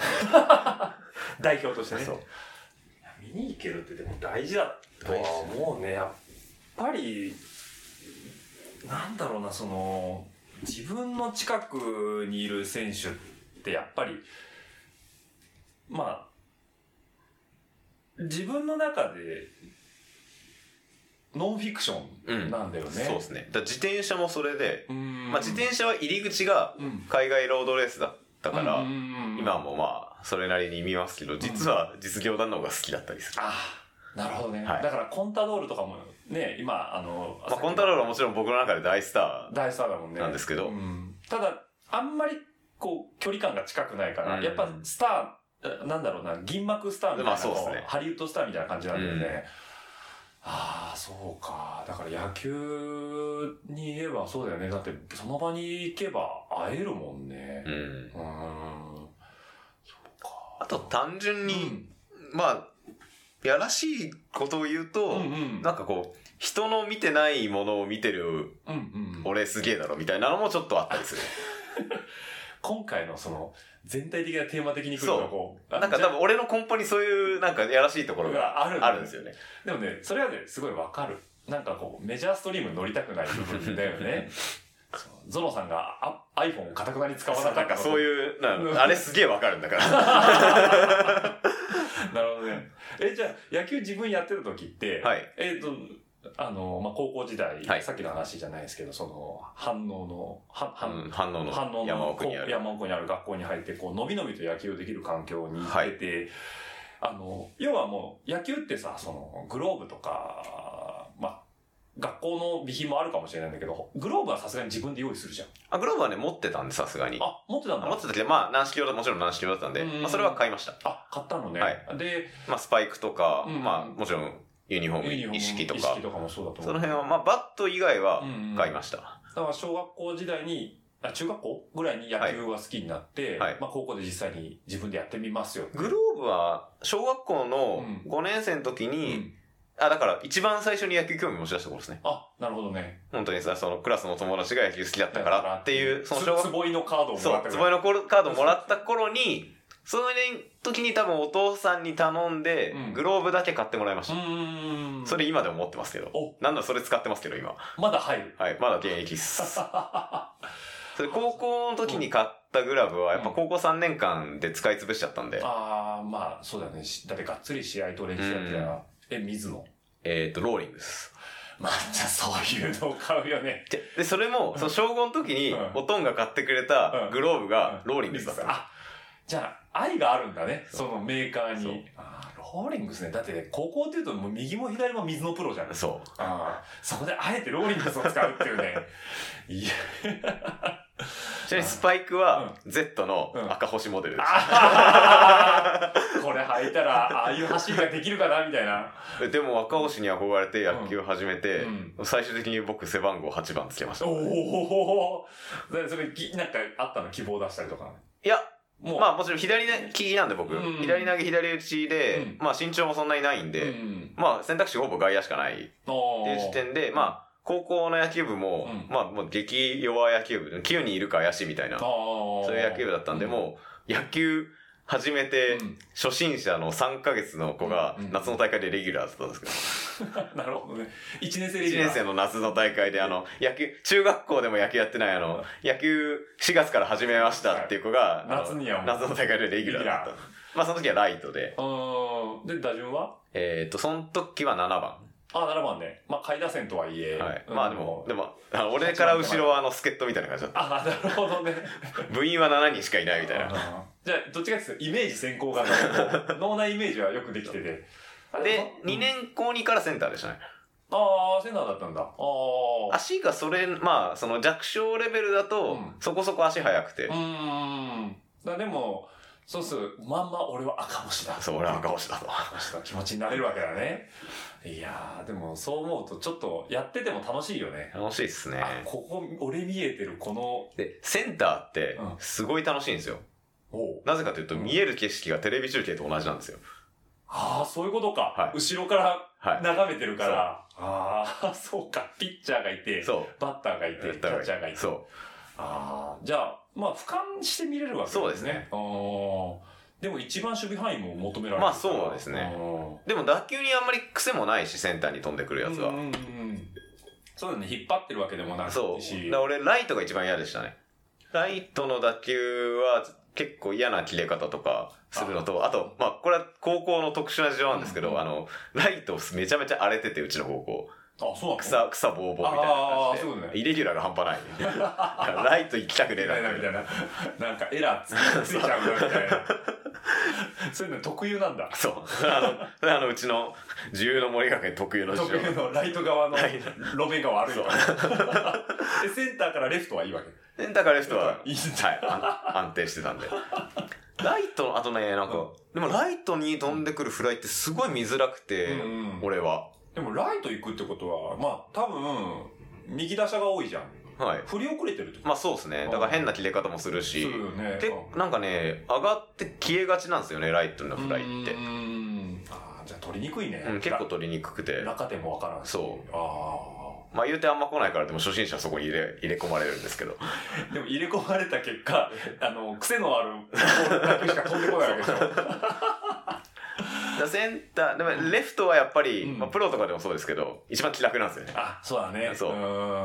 ね。代表としてね。 そう。 見に行けるってでも大事だとは思うね。やっぱり、なんだろうな、その、自分の近くにいる選手ってやっぱり、まあ、自分の中で、ノンフィクションなんだよね。うん、 そうですね。だ自転車もそれで、まあ自転車は入り口が海外ロードレースだったから、今もまあ、それなりに見ますけど、実は実業団の方が好きだったりする。 ああ、なるほどね。はい、だからコンタドールとかもね、今、あの、 まあ、コンタドールはもちろん僕の中で大スター。 大スターだもんね。 なんですけど。 うん、ただ、あんまり、こう、距離感が近くないから、うん、やっぱスター、なんだろうな、銀幕スターみたいな、まあそうですね、ハリウッドスターみたいな感じなんだよね。 ああ、そうか。だから野球に言えばそうだよね。だってその場に行けば会えるもんね。うん。うーん。そうか。 あと単純に、うん、まあ、やらしいことを言うと、うんうん、なんかこう、人の見てないものを見てる、うんうん、俺すげえだろみたいなのもちょっとあったりする。 今回のその、全体的なテーマ的に来るとこう。 なんか多分俺の根本にそういうなんかやらしいところがある、あるんですよね。 でもね、それはね、すごいわかる。なんかこう、メジャーストリームに乗りたくない部分だよね。ゾノさんがあ iPhone をかたくなに使わなかった。 なんかそういう、あれすげえわかるんだから。 なるほどね。え、じゃあ野球自分やってた時って、はい、えっと、あの、まあ、高校時代、はい、さっきの話じゃないですけど、その、反応の、は反、 うん、反応の反応の山奥にある。 山奥にある学校に入って、こう、のびのびと野球できる環境に行ってて、はい、あの、要はもう、野球ってさ、その、グローブとか、まあ、学校の備品もあるかもしれないんだけど、グローブはさすがに自分で用意するじゃん。 あ、グローブはね、持ってたんで、さすがに。 あ、持ってたんだ。 持ってたけど、まあ、軟式用だ、もちろん軟式用だったんで、まあ、それは買いました。 あ、買ったのね。 はい。で、まあ、スパイクとか、うん、まあ、もちろん、ユニフォーム、意識とか。 意識とかもそうだと思う。 その辺は、まあ、バット以外は買いました。うんうん、 だから小学校時代に、あ、中学校ぐらいに野球が好きになって、はい、まあ高校で実際に自分でやってみますよ。 グローブは、小学校のごねん生の時に、うん、あ、だから一番最初に野球興味持ち出した頃ですね。 あ、なるほどね。 本当にさ、そのクラスの友達が野球好きだったからっていう、 その小学校。つぼいのカードをもらった。 そう、つぼいのカードをもらった頃に、その時に多分お父さんに頼んで、グローブだけ買ってもらいました。うん、それ今でも持ってますけど。なんだそれ使ってますけど、今。 まだ入る？ はい、まだ現役っす。それ高校の時に買ったグラブは、やっぱ高校さんねんかんで使い潰しちゃったんで。うん、 ああ、まあ、そうだね。だってがっつり試合と練習やってたら、え、水野？ えっと、ローリングです。 まあ、じゃあそういうのを買うよね。 で、それも、その小ごの時に、おとんが買ってくれたグローブがローリングだった。 あ、じゃあ、愛があるんだね。そのメーカーに。ああ、ローリングですね。だってね、高校っていうともう右も左も水のプロじゃん。 そう。 ああ、そこであえてローリングスを使うっていうね。いや。 ちなみにスパイクは Z の赤星モデルです。 うん、これ履いたら、ああいう走りができるかなみたいな。 でも赤星に憧れて野球を始めて、うんうん、最終的に僕背番号はちばんつけました。 おお。それ、なんかあったの希望出したりとか。 いや、もうまあもちろん左利きなんで僕、うん、左投げ左打ちで、うん、まあ身長もそんなにないんで、うん、まあ選択肢ほぼ外野しかないっていう時点で、まあ高校の野球部も、うん、まあもう激弱野球部、きゅうにんいるか怪しいみたいな、そういう野球部だったんで、うん、もう野球始めて、初心者のさんかげつの子が夏の大会でレギュラーだったんですけど。 なるほどね。いちねん生レギュラー。 いちねん生の夏の大会で、あの、野球、中学校でも野球やってないあの、野球しがつから始めましたっていう子が、 夏にはもう。 夏の大会でレギュラーだった。まあその時はライトで。 うん。で、打順はえっと、その時はななばん。 ああ、ななばんね。まあ、下位打線とはいえ。 はい。まあでも、でも、俺から後ろはあの、助っ人みたいな感じだった。 ああ、なるほどね。 部員はしちにんしかいないみたいな。 じゃあ、どっちかっていうと、イメージ先行型の、脳内イメージはよくできてて。 で、にねんこうにからセンターでしたね。 ああ、センターだったんだ。ああ。足がそれ、まあ、その弱小レベルだと、そこそこ足速くて。うん。 だでも、そうするまんま俺は赤星だ。 そう、俺は赤星だと。 赤星の気持ちになれるわけだね。いやー、でもそう思うとちょっとやってても楽しいよね。 楽しいっすね。 あ、ここ、俺見えてるこの。 で、センターって、すごい楽しいんですよ。うん、なぜかというと、うん、見える景色がテレビ中継と同じなんですよ。 ああ、そういうことか。はい、後ろから眺めてるから。はい、ああ、そうか。ピッチャーがいて、バッターがいて、キャッチャーがいて。そう。ああ、じゃあ、まあ、俯瞰して見れるわけですね。 そうですね。 あでも一番守備範囲も求められる。 まあそうですね。でも打球にあんまり癖もないし、センターに飛んでくるやつは。うんうんうん、 そうだね。引っ張ってるわけでもないし。 そう。だ俺、ライトが一番嫌でしたね。ライトの打球は結構嫌な切れ方とかするのと、あ, あと、まあこれは高校の特殊な事情なんですけど、うんうん、あの、ライトめちゃめちゃ荒れてて、うちの高校。 あ、そうなの？ 草、草ぼうぼうみたいな感じで。そうね。イレギュラーが半端ない。ライト行きたくねえな。 みたいな。なんかエラーつ, ついちゃうな、みたいな。そういうの特有なんだ。 そう。あの、それあの、うちの自由の森学園特有の事情。 特有のライト側の路面が悪いと。センターからレフトはいいわけ？ センターからレフトは、いいはい、安定してたんで。ライト、あとね、なんか、うん、でもライトに飛んでくるフライってすごい見づらくて、うんうん、俺は。 でもライト行くってことは、まあ多分、右打者が多いじゃん。 はい。 振り遅れてるってこと？ まあそうですね。だから変な切れ方もするし。 するよね。 で、なんかね、上がって消えがちなんですよね、ライトのフライって。 うん。ああ、じゃあ取りにくいね。 うん、結構取りにくくて。 中でもわからんし。 そう。 ああ。まあ言うてあんま来ないから、でも初心者はそこに入れ、入れ込まれるんですけど。 でも入れ込まれた結果、あの、癖のあるボールだけしか飛んでこないわけでしょ。 センター、でもレフトはやっぱり、うん、まあ、プロとかでもそうですけど、一番気楽なんですよね。 あ、そうだね。 そう。うん、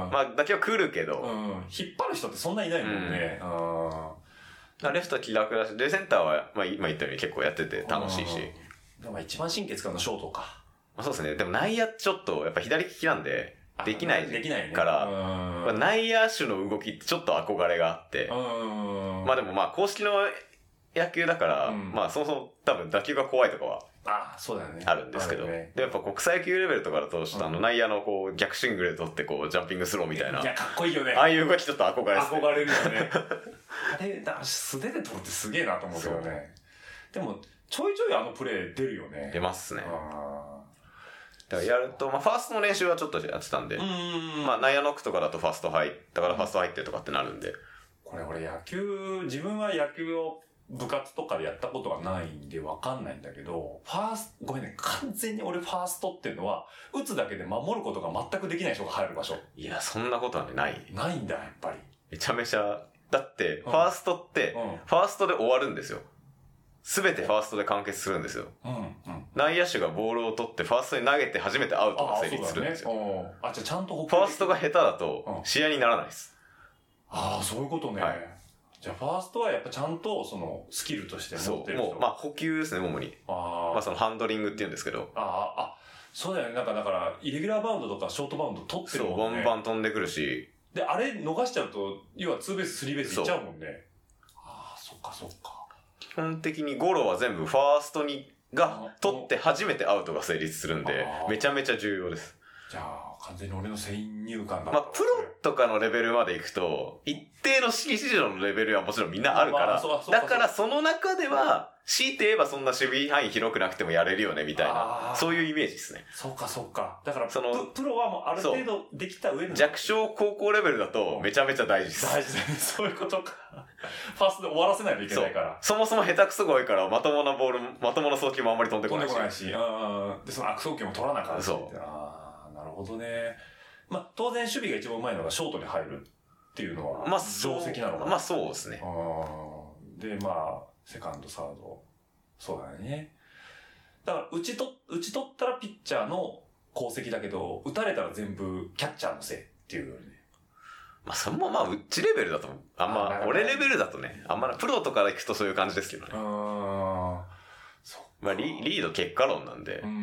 まあ、打球は来るけど、 うん、引っ張る人ってそんないないもんね。 うん、レフトは気楽だし、で、センターは、まあ、今言ったように結構やってて楽しいし。 でも一番神経使うのショートか。 まあ、そうですね。でも内野ちょっと、やっぱ左利きなんで、できないできないから、まあ、内野手の動きってちょっと憧れがあって、まあでもまあ公式の野球だから、うん、まあそもそも多分打球が怖いとかは、 あ、そうだよね。 あるんですけど、ね、でやっぱ国際球レベルとかだと、ちょっとあの内野のこう逆シングルで取ってこうジャンピングスローみたいな。 いや、かっこいいよね。 ああいう動きちょっと憧れですね。 憧れるよね。あれ、だ素手で取るってすげえなと思うけどね。でも、ちょいちょいあのプレー出るよね。 出ますね。だからやると、まあファーストの練習はちょっとやってたんで、まあ内野ノックとかだとファースト入だからファースト入ってとかってなるんで。 これ俺野球、自分は野球を部活とかでやったことがないんでわかんないんだけど、ファースト、ごめんね、完全に俺ファーストっていうのは、打つだけで守ることが全くできない人が入る場所。 いや、そんなことはね、ない。 ないんだ、やっぱり。 めちゃめちゃ、だって、ファーストって、うんうん、ファーストで終わるんですよ。すべてファーストで完結するんですよ。うんうん、内野手がボールを取ってファーストに投げて初めてアウトが成立するんですよ。 あ、あ、じゃあちゃんとファーストが下手だと試合にならないです。 うん、ああ、そういうことね。はい、じゃあファーストはやっぱちゃんとそのスキルとして持ってる人。 そう、もうまあ補給ですね、主に。あまあそのハンドリングって言うんですけど。 ああ、あ、そうだよね。なんかだからイレギュラーバウンドとかショートバウンド取ってるもんね。 そう、バンバン飛んでくるし。 で、あれ逃しちゃうと、要はツーベース、スリーベースいっちゃうもんね。ああ、そっかそっか。 基本的にゴロは全部ファーストにが取って初めてアウトが成立するんで、めちゃめちゃ重要です。 じゃあ、完全に俺の先入観だった。 まあ、プロとかのレベルまで行くと、一定の敷地上のレベルはもちろんみんなあるから、だからその中では、強いて言えばそんな守備範囲広くなくてもやれるよね、みたいな、そういうイメージですね。 そうか、そうか。だから、そのプロはもうある程度できた上の。 弱小高校レベルだとめちゃめちゃ大事です。 大事だね。そういうことか。ファーストで終わらせないといけないから。 そ, そもそも下手くそが多いから、まともなボール、まともな送球もあんまり飛んでこないし。 飛んでこないし。うん。で、その悪送球も取らなかったし。そう。ああ、なるほどね。まあ、当然守備が一番上手いのがショートに入るっていうのは、まあ、定石なのかな。 まあ、そうですね。 で、まあ、セカンド、サード。そうだね。だから、打ち取、打ち取ったらピッチャーの功績だけど、打たれたら全部キャッチャーのせいっていうよね。 まあ、それもまあ、うちレベルだと、あんま、俺レベルだとね、あんま、プロとか行くとそういう感じですけどね。うん。そう。まあリ、リード結果論なんで。うん。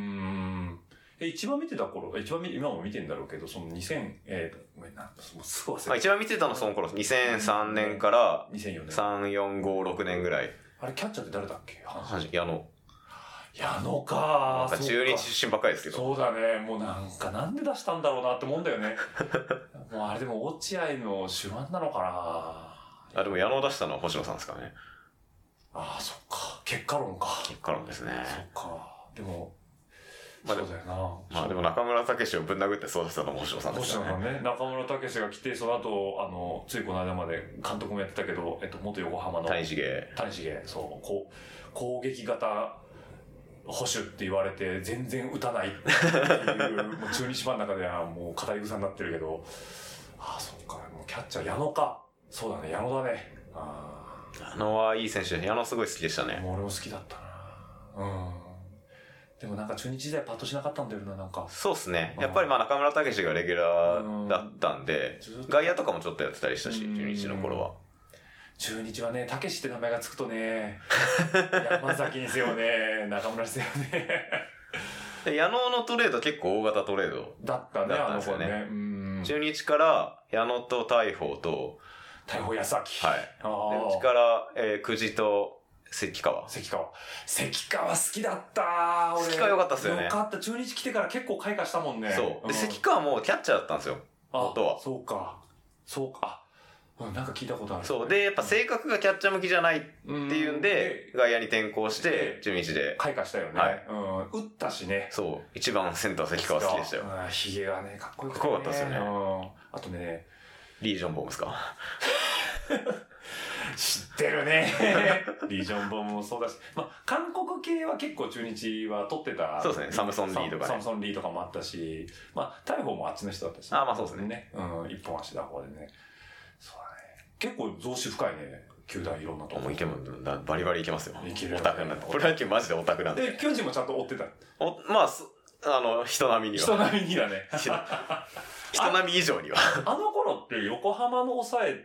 え、一番見てた頃、一番見、今も見てんだろうけど、そのにせん、えー、ごめんな、すごい忘れた。 まあ、一番見てたのその頃、にせんさんねんからにせんよねん。 さん、よん、ご、ろくねんぐらい。 あれ、キャッチャーって誰だっけ？ 矢野。 矢野か。 なんか中日出身ばっかりですけど。 そうだね。もうなんか、なんで出したんだろうなって思うんだよね。もうあれでも、落合の手腕なのかな。 あ、でも矢野を出したのは星野さんですかね。 ああ、そっか。結果論か。 結果論ですね。 そっか。でも、 まあ、 そうだよな。 まあでも中村武史をぶん殴ってそうだったのも星野さんですよね。星野さんね。中村武史が来て、その後、あの、ついこの間まで監督もやってたけど、えっと、元横浜の。 谷繁。 谷繁。そう。こう、攻撃型保守って言われて、全然打たないっていう、もう中日ファンの中ではもう語り草になってるけど、ああ、そっか。もうキャッチャー矢野か。そうだね、矢野だね。 あ矢野はいい選手で、矢野すごい好きでしたね。 もう俺も好きだったな。うん。でもなんか中日時代パッとしなかったんだよな、なんか。 そうっすね。やっぱりまあ中村武史がレギュラーだったんで、外野とかもちょっとやってたりしたし、中日の頃は。 中日はね、武史って名前がつくとね、山崎にせよね、中村にせよね。 で矢野のトレード結構大型トレードだったね、あの子ね。 中日から矢野と大鵬と、 大鵬矢崎。 はい。でうちから、えー、久慈と、関川。 関川。関川好きだった俺。関川良かったっすよね。 良かった。中日来てから結構開花したもんね。 そう。で、関川もキャッチャーだったんですよ。元は。 そうか。そうか。 なんか聞いたことある。 そう。で、やっぱ性格がキャッチャー向きじゃないっていうんで、外野に転向して、中日で。 開花したよね。はい。うん。打ったしね。 そう。一番センター関川好きでしたよ。 ヒゲがね、かっこよくて、 かっこよかったですよね。 あとね、 リージョンボムですか知ってるね。リージョンボムもそうだし、まあ、韓国系は結構中日は取ってた。 そうですね。サムソンリーとかね。 サムソンリーとかもあったし、まあ、大砲もあっちの人だったし、 ね。あ、まあそうですね。 うん、一本足だ方でね。そうだね。結構増資深いね。球団いろんなとこ。 もういけもバリバリいけますよ。 いける。 オタクになって。プロ野球マジでオタクなんで。 で、巨人もちゃんと追ってた。 お、まあ、あの、人並みには。 人並みにだね。 人並み以上には。 あの頃って横浜の抑えって、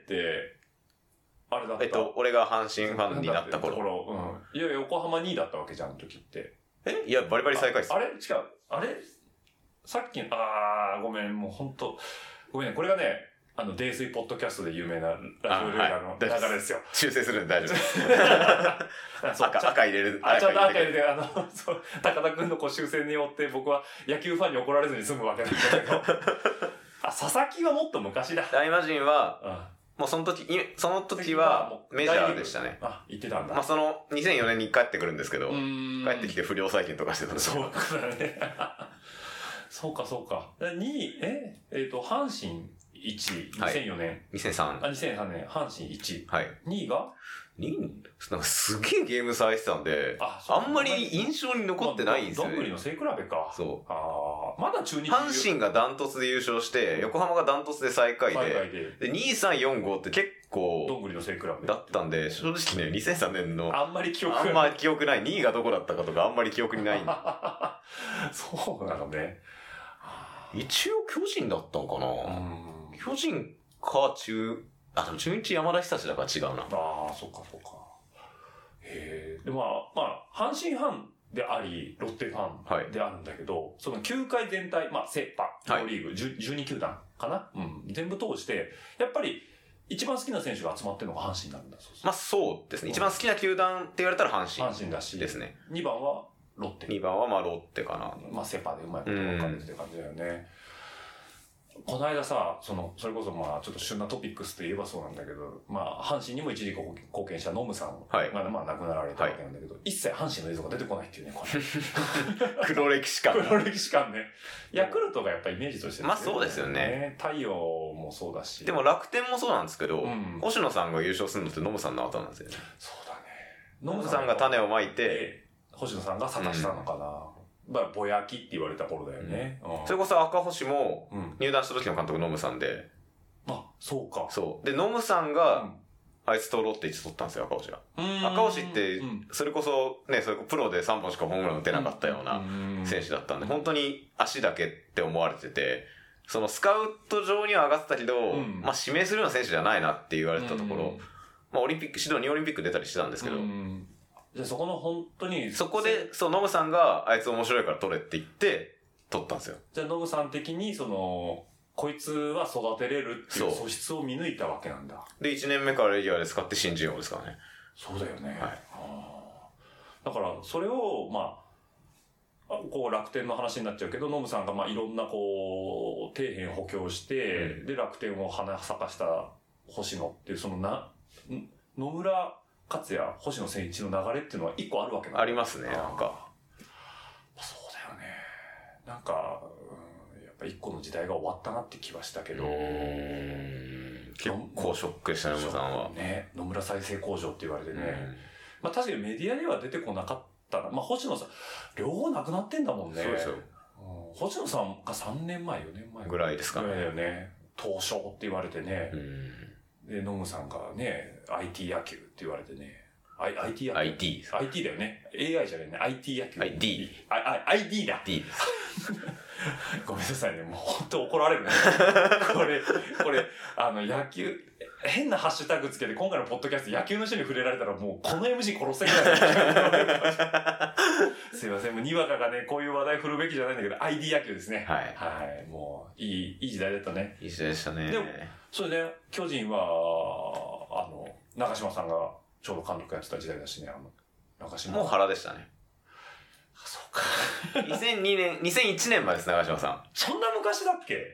あれだった。 えっと、俺が阪神ファンになった頃。 うん。いや、横浜にいだったわけじゃん、あの時って。 えいや、バリバリ最下位っす。 あれ違う。あれさっきの、あー、ごめん、もうほんと。ごめんね、これがね、あの、泥酔ポッドキャストで有名なラジオルエダの流れですよ。 修正するんで大丈夫です。赤、赤入れる。 あ、ちゃんと赤入れて、あの、そう、高田くんのこう修正によって僕は野球ファンに怒られずに済むわけなんだけど。あ、佐々木はもっと昔だ。 大魔神は、もうその時、その時はメジャーでしたね。 あ、言ってたんだ。 まあそのにせんよねんに帰ってくるんですけど、帰ってきて不良再建とかしてたんですよ。そうだね。そうかそうか。にい、え、えっと、阪神いちい、にせんよねん。はい、 にせんさん。 あ、にせんさんねん、阪神いちい。 はい。 にいが ? にい? なんかすげえゲーム差空いてたんで、あ, あんまり印象に残ってないんですよね。 どんぐりの背比べか。 そう。 ああ、まだ中日。 阪神がダントツで優勝して、横浜がダントツで最下位で、最下位で。で、に、さん、よん、ごって結構、 どんぐりの背比べ。 だったんで、正直ね、にせんさんねんの、 あんまり記憶あんまり記憶ない。にいがどこだったかとかあんまり記憶にない。 そうなのね。 一応巨人だったのかな、うん、巨人か中、あ、でも中日山田久志だから違うな。 ああ、そっかそっか。へえ。で、まあ、まあ、阪神ファンであり、ロッテファンであるんだけど、はい、その球界全体、まあ、セ・パ、両リーグ、はい、じゅうに球団かな、うん、全部通して、やっぱり、一番好きな選手が集まってるのが阪神なんだそうです。 まあ、そうですね。一番好きな球団って言われたら阪神。 阪神だし。 ですね。 にばんは、ロッテ。 にばんはまあロッテかな。 まあセパでうまいこと分かれてって感じだよね。この間さ、その、それこそまあちょっと旬なトピックスといえばそうなんだけど、まあ阪神にも一時貢献したノムさんが、はい、まあ亡くなられたわけなんだけど、はい、一切阪神の映像が出てこないっていうね、これ。黒歴史感。 黒歴史感ね。ヤクルトがやっぱりイメージとして、 ね、まあそうですよね。 太陽もそうだし。 でも楽天もそうなんですけど、うん、星野さんが優勝するのってノムさんの後なんですよね。 そうだね。 ノムさんが種をまいて、 星野さんが探したのかな。うん、まあ、ぼやきって言われた頃だよね。 うん、それこそ赤星も、入団した時の監督ノムさんで。 うん、あ、そうか。 そう。で、ノムさんが、うん、あいつ取ろうって言って取ったんですよ、赤星が。赤星って、それこそ、ね、それプロでさんぼんしかホームラン打てなかったような選手だったんで、本当に足だけって思われてて、そのスカウト上には上がってたけど、うん、まあ指名するような選手じゃないなって言われてたところ、まあオリンピック、シドニーオリンピック出たりしてたんですけど、 じゃあそこの本当にそこでそうノムさんがあいつ面白いから取れって言って取ったんですよ。 じゃあノムさん的にそのこいつは育てれるっていう素質を見抜いたわけなんだ。 でいちねんめからレギュラーで使って新人王ですからね。 そうだよね。はい、だからそれをまあこう楽天の話になっちゃうけどノムさんがまあいろんなこう底辺補強して、うん、で楽天を花咲かした星野っていうそのな野村勝也、星野誠一の流れっていうのは一個あるわけなんだ。 ありますね、なんか。 そうだよね。なんか、うん、やっぱ一個の時代が終わったなって気はしたけど。うーん結構ショックでしたね、野村さんは。 ね、野村再生工場って言われてね。まあ確かにメディアでは出てこなかったな。まあ星野さん、両方亡くなってんだもんね。 そうですよ。 うん、星野さんがさんねんまえ、よねんまえぐらいですかね。 ぐらいだよね。東証って言われてね。うんで、ノムさんがね、アイティー 野球って言われてね。I、アイティー 野球アイティー。 アイティー だよね。エーアイ じゃないね。アイティー 野球。 アイディー。 アイディー だ。 D です。 ごめんなさいね。もう本当怒られるね。これ、これ、あの、野球、変なハッシュタグつけて、今回のポッドキャスト、野球の人に触れられたら、もう、この エムシー 殺せぐらい。すいません。もう、にわかがね、こういう話題振るべきじゃないんだけど、アイディー 野球ですね。 はい。 はい。もう、いい、いい時代だったね。 いい時代でしたね。 でも、それで、巨人は、あの、長嶋さんがちょうど監督やってた時代だしね、あの、長嶋。 もう原でしたね。 そうか。 にせんにねん、にせんいちねんまでです、長嶋さん。 そんな昔だっけ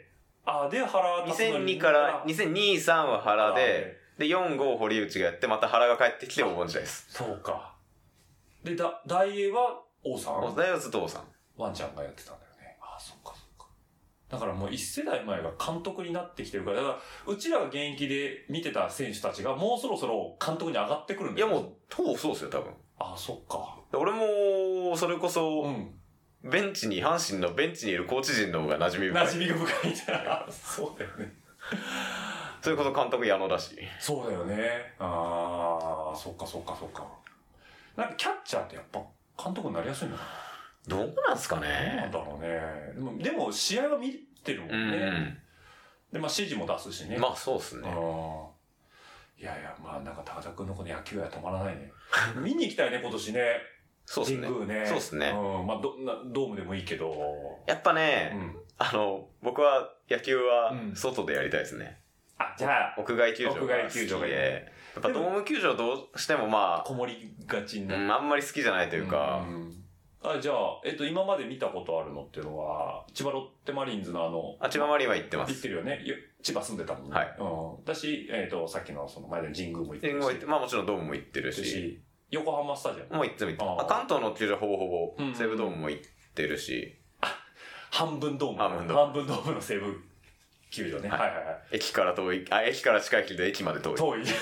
あ、で、原にせんにからにせんに、さんは原で、で、よん、ご堀内がやって、また原が帰ってきて黄金時代です。 そうか。で、だ、大英は王さん？ 大英はずっと王さん。 ワンちゃんがやってたんだよね。あ、そっかそっか。だからもう一世代前が監督になってきてるから、だから、うちらが現役で見てた選手たちがもうそろそろ監督に上がってくるんだよ。 いやもう、ほうそうですよ、多分。 あ、そっか。 俺も、それこそ、うん、ベンチに、阪神のベンチにいるコーチ陣の方が馴染み深い。 馴染みが深いんだ。そうだよね。 それこそ監督矢野だし。 そうだよね。ああ、そっかそっかそっか。なんかキャッチャーってやっぱ監督になりやすいのかな。どうなんすかね。 どうなんだろうね。でも、でも試合は見てるもんね。うん、で、まあ指示も出すしね。 まあそうっすね。 いやいや、まあなんか高田君のこの野球は止まらないね。見に行きたいね、今年ね。 そうっすね。 神宮ね。 そうっすね。 うん。まあド、ドームでもいいけど。 やっぱね、うん、あの、僕は野球は外でやりたいですね。 うん、あ、じゃあ。 屋外球場が好きで。屋外球場がいい。やっぱドーム球場どうしてもまあ。 こもりがちになる、 うん。あんまり好きじゃないというか。うんうんあじゃあ、えっと、今まで見たことあるのっていうのは、千葉ロッテマリーンズのあの、 あ、千葉マリンは行ってます。 行ってるよね。千葉住んでたもんね。 はい。 うん。だし、えっと、さっきのその前の神宮も行ってるし。 神宮も行って、まあもちろんドームも行ってるし。し横浜スタジアムもう行っても行ってあ関東の球場ほぼほぼ、うん、西武ドームも行ってるし。 あ、半分ドーム。 半分ドーム。 半分ドームの西武球場ね。はい、はいはいはい。 駅から遠い、あ、駅から近いけど駅まで遠い。 遠い。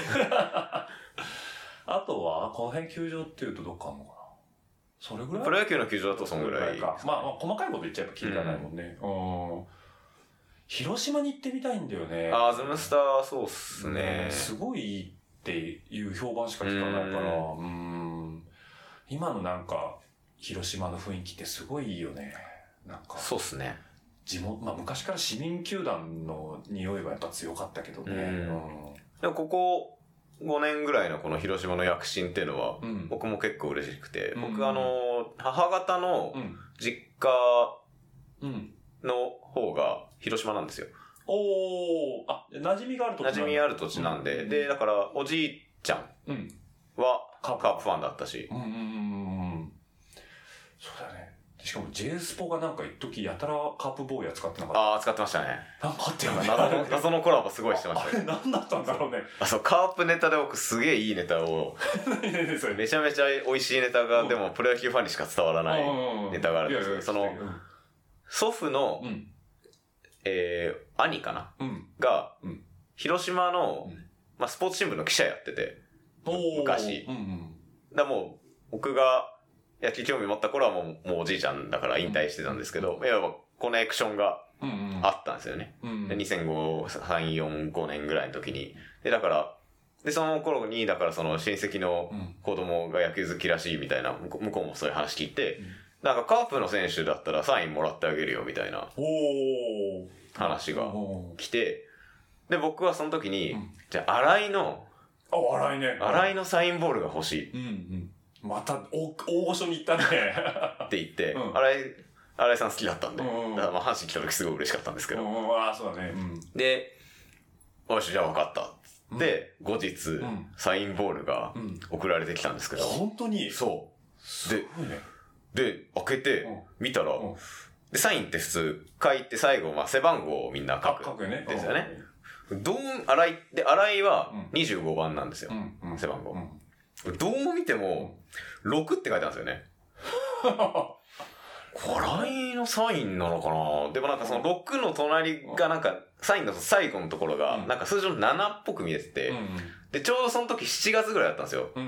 あとは、この辺球場っていうとどっかあるのかなそれぐらいプロ野球の球場だとそのぐらい。 かまあ、まあ、細かいこと言っちゃえば聞いたないもんね。うん。うん広島に行ってみたいんだよね。 ああ、ズムスターそうっすね、 うん。すごいっていう評判しか聞かないから、うん。うん今のなんか、広島の雰囲気ってすごいいいよね。なんか。 そうっすね。 地元、まあ昔から市民球団の匂いはやっぱ強かったけどね。うん。うん、 でもここ、ごねんぐらいのこの広島の躍進っていうのは、うん、僕も結構嬉しくて、うん、僕あの、母方の実家の方が広島なんですよ。 うん、おー、あ、馴染みがある土地馴染みある土地なんで、うん、で、だからおじいちゃんはカープファンだったし。 うんうんうん、そうだよね。しかも J スポがなんか一時やたらカープ坊や使ってなかった。 ああ、使ってましたね。 なんかあったよね。 謎の、謎のコラボすごいしてましたね。あれ何だったんだろうね。 あ、そう、カープネタで僕すげえいいネタを、めちゃめちゃ美味しいネタが、でもプロ野球ファンにしか伝わらないネタがあるんですけど、その、祖父の、えー、兄かなが、広島の、まあ、スポーツ新聞の記者やってて、昔。だもう、僕が、野球興味持った頃はもう、もうおじいちゃんだから引退してたんですけど、うん、いわばコネクションがあったんですよね。うんうん、でにせんご、さん、よん、ごねんぐらいの時に。で、だから、で、その頃に、だからその親戚の子供が野球好きらしいみたいな、向こうもそういう話聞いて、うん、なんかカープの選手だったらサインもらってあげるよみたいな話が来て、で、僕はその時に、うん、じゃあ、新井の、 あ、新井ね。 新井のサインボールが欲しい。 うんうんまた大、大御所に行ったね。 って言って、うん、新井、新井さん好きだったんで、うんうん、だからまあ阪神来た時すごい嬉しかったんですけど。 うん、ああ、そうだね。うん、で、 よし、じゃあ分かった。で、後日、うん、サインボールが送られてきたんですけど。 本当にそう。で、 ね、 で、開けて、見たら、うん、で、サインって普通書いて最後、まあ背番号をみんな書く。 書くよね。 ですよね。どう、新井、で、新井はにじゅうごばんなんですよ。うん、背番号。うんどう見ても、ろくって書いてあるんですよね。新井のサインなのかなでもなんかそのろくの隣がなんか、サインの最後のところが、なんか数字のななっぽく見えてて、うんうん、で、ちょうどその時しちがつぐらいだったんですよ。うんうん、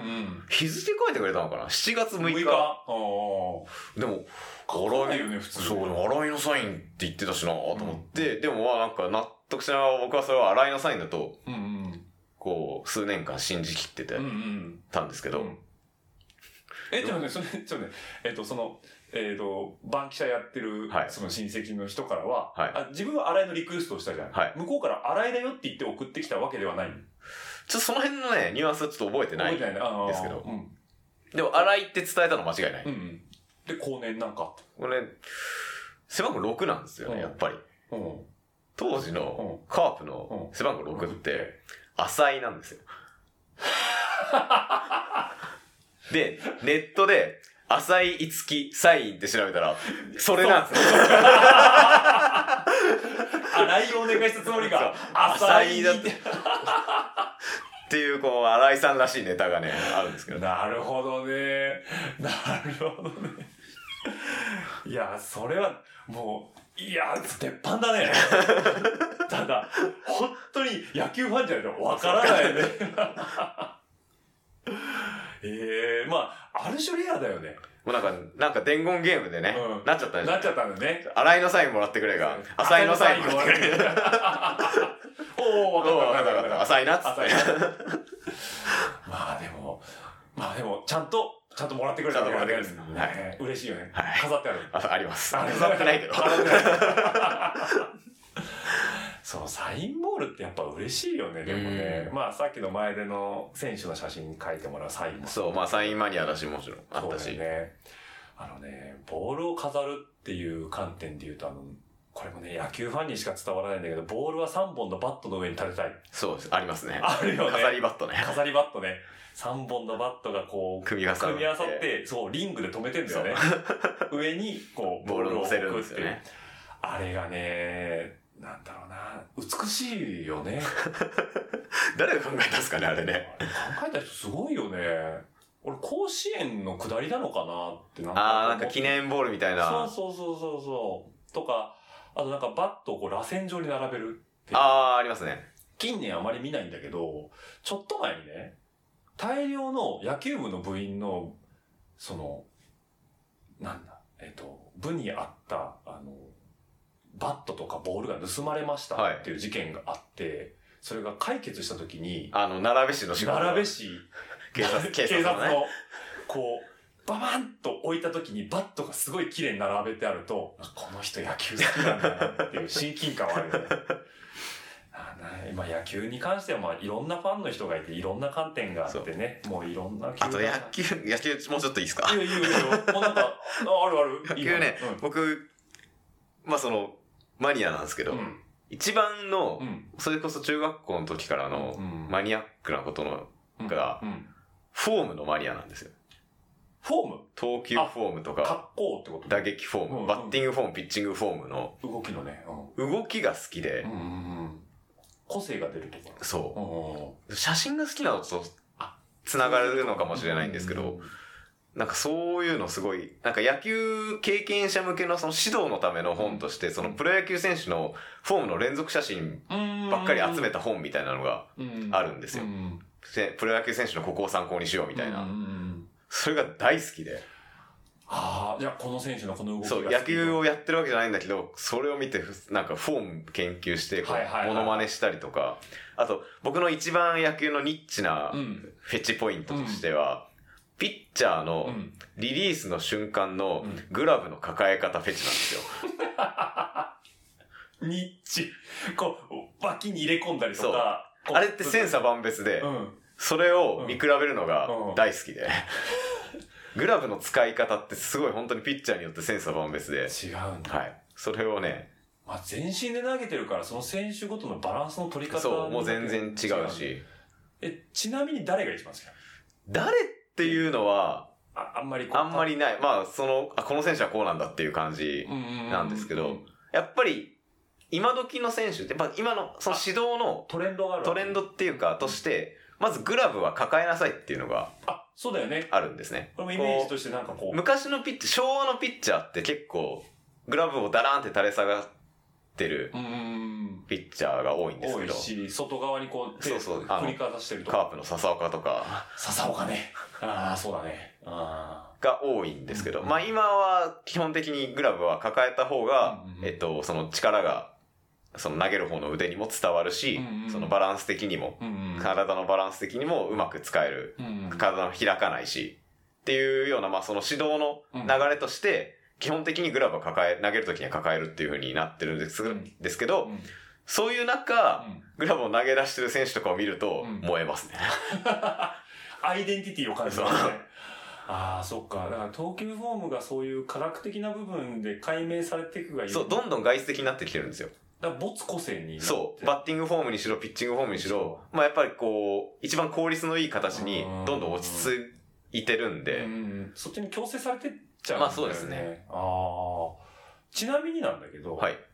日付書いてくれたのかな ?しちがつむいか。むいかでも、 新井、よね、普通そう、でも新井のサインって言ってたしなと思って、うん、でもまあなんか納得しながら僕はそれは新井のサインだと、うんうんこう、数年間信じきってて、たんですけど。うんうん、 え、ちょっとね、それ、ちょっとね、えっ、ー、と、その、えっ、ー、と、バンキシャやってる、はい、その親戚の人からは、はい、あ自分は新井のリクエストをしたじゃん。はい、向こうから新井だよって言って送ってきたわけではない。ちょっとその辺のね、ニュアンスはちょっと覚えてないんですけど。うん、でも、新井って伝えたの間違いない。うんうん、 で、後年なんかこれ、背番号ろくなんですよね、うん、やっぱり。うん、当時のカープの背番号ろくって、浅井なんですよ。で、ネットで、浅井いつきサインって調べたら、それなんですよ。 新内容をお願いしたつもりが、浅いだって。 っていう、こう、新井さんらしいネタがね、あるんですけど。 なるほどね。なるほどね。いや、それは、もう、いや、鉄板だね。ただ、本当に野球ファンじゃないとわからないね。ええー、まあ、ある種レアだよね。 もうなんか、なんか伝言ゲームでね、うん、なっちゃったんなっちゃったんだね。 新井のサインもらってくれが、浅井のサインもらってくれ。 おー、わかったわかった。 浅いなっつって。 まあでも、まあでも、ちゃんと、ちゃんともらってくれたわけだですね。はい。嬉しいよね。はい。飾ってある。 あ、あります。飾ってないけど。 そう、サインボールってやっぱ嬉しいよね、でもね。まあさっきの前での選手の写真に書いてもらうサインも。 そう、まあサインマニアだし、もちろん。あったし。 ね。あのね、ボールを飾るっていう観点で言うと、あの、これもね、野球ファンにしか伝わらないんだけど、ボールはさんぼんのバットの上に立てたい。 そうです。ありますね。 あるよね。 飾りバットね。 飾りバットね。さんぼんのバットがこう、 組み合わさって、 組み合わさって、そう、リングで止めてんだよね。上に、こう、 ボールを乗せるんですよね。 あれがね、なんだろうな、美しいよね。 誰が考えたんですかね、あれね。 考えた人すごいよね。俺、甲子園の下りなのかなってなんか。 ああ、なんか記念ボールみたいな。 そうそうそうそうそう。とか、あとなんかバットをこう螺旋状に並べるって。 ああ、ありますね。 近年あまり見ないんだけど、ちょっと前にね、大量の野球部の部員の、その、なんだ、えっと、部にあった、あの、バットとかボールが盗まれましたっていう事件があって、はい、それが解決した時に、 あの、奈良部市の仕事。 奈良部市、 警察、警察の, 警察の、こう、ババンと置いた時にバットがすごい綺麗に並べてあると、この人野球好きなんだなっていう親近感はあるよね。今野球に関してはまあいろんなファンの人がいていろんな観点があってね、もういろんなあと野球、野球もうちょっといいですか？ いいよいいよいいよ。もうなんか、あるある。 野球ね、うん、僕、まあその、マニアなんですけど、うん、一番の、うん、それこそ中学校の時からのマニアックなことのが、うんうん、フォームのマニアなんですよ。 フォーム？ 投球フォームとか、 格好ってこと？ 打撃フォーム、うんうん、バッティングフォーム、ピッチングフォームの、 動きのね、 うん、動きが好きで、 うんうんうん、個性が出るとか。 そう。写真が好きなのと繋がるのかもしれないんですけど、なんかそういうのすごい、なんか野球経験者向けのその指導のための本として、そのプロ野球選手のフォームの連続写真ばっかり集めた本みたいなのがあるんですよ。プロ野球選手のここを参考にしようみたいな。それが大好きで。 ああ、いや、この選手のこの動きが好き。 そう、野球をやってるわけじゃないんだけど、それを見て、なんかフォーム研究して、モノマネしたりとか、あと、僕の一番野球のニッチなフェチポイントとしては、うん、ピッチャーのリリースの瞬間のグラブの抱え方フェチなんですよ。 うん、ニッチ。こう、脇に入れ込んだりとか。 あれって千差万別で、うん、それを見比べるのが大好きで。グラブの使い方ってすごい本当にピッチャーによって千差万別で。 違うんだ。 はい。それをね。 まあ全身で投げてるからその選手ごとのバランスの取り方。 そう、もう全然違うし。 え、ちなみに誰が一番好きなの？ 誰っていうのは、 あ, あんまりこう。あんまりない。まあその、あ、この選手はこうなんだっていう感じなんですけど、やっぱり今時の選手って、やっぱ今のその指導のトレンドがある。 トレンドっていうか、として、まずグラブは抱えなさいっていうのが。 あ、そうだよね。 あるんですね。 これもイメージとしてなんかこう。 昔のピッチ、昭和のピッチャーって結構、グラブをダラーンって垂れ下がってるピッチャーが多いんですけど。 多いし、外側にこう、 そうそう、 振りかざしてるとか。 カープの笹岡とか。 笹岡ね。ああ、そうだね。あが多いんですけど、うんうん、まあ今は基本的にグラブは抱えた方が、うんうん、えっと、その力が、その投げる方の腕にも伝わるし、うんうん、そのバランス的にも、うんうん、体のバランス的にもうまく使える。うんうん、体の開かないし、っていうような、まあその指導の流れとして、基本的にグラブを抱え、投げるときには抱えるっていう風になってるんです、うん、ですけど、うん、そういう中、うん、グラブを投げ出してる選手とかを見ると、燃えますね。 アイデンティティを感じますね。ああ、そっか。だから投球フォームがそういう科学的な部分で解明されていくがいい。 そう、どんどん外出的になってきてるんですよ。 だから没個性になって。 そう。バッティングフォームにしろ、ピッチングフォームにしろ、まあやっぱりこう、一番効率のいい形にどんどん落ち着いてるんで。 うん、そっちに強制されてっちゃうんだよね。 まあそうですね。 ああ。ちなみになんだけど、 はい。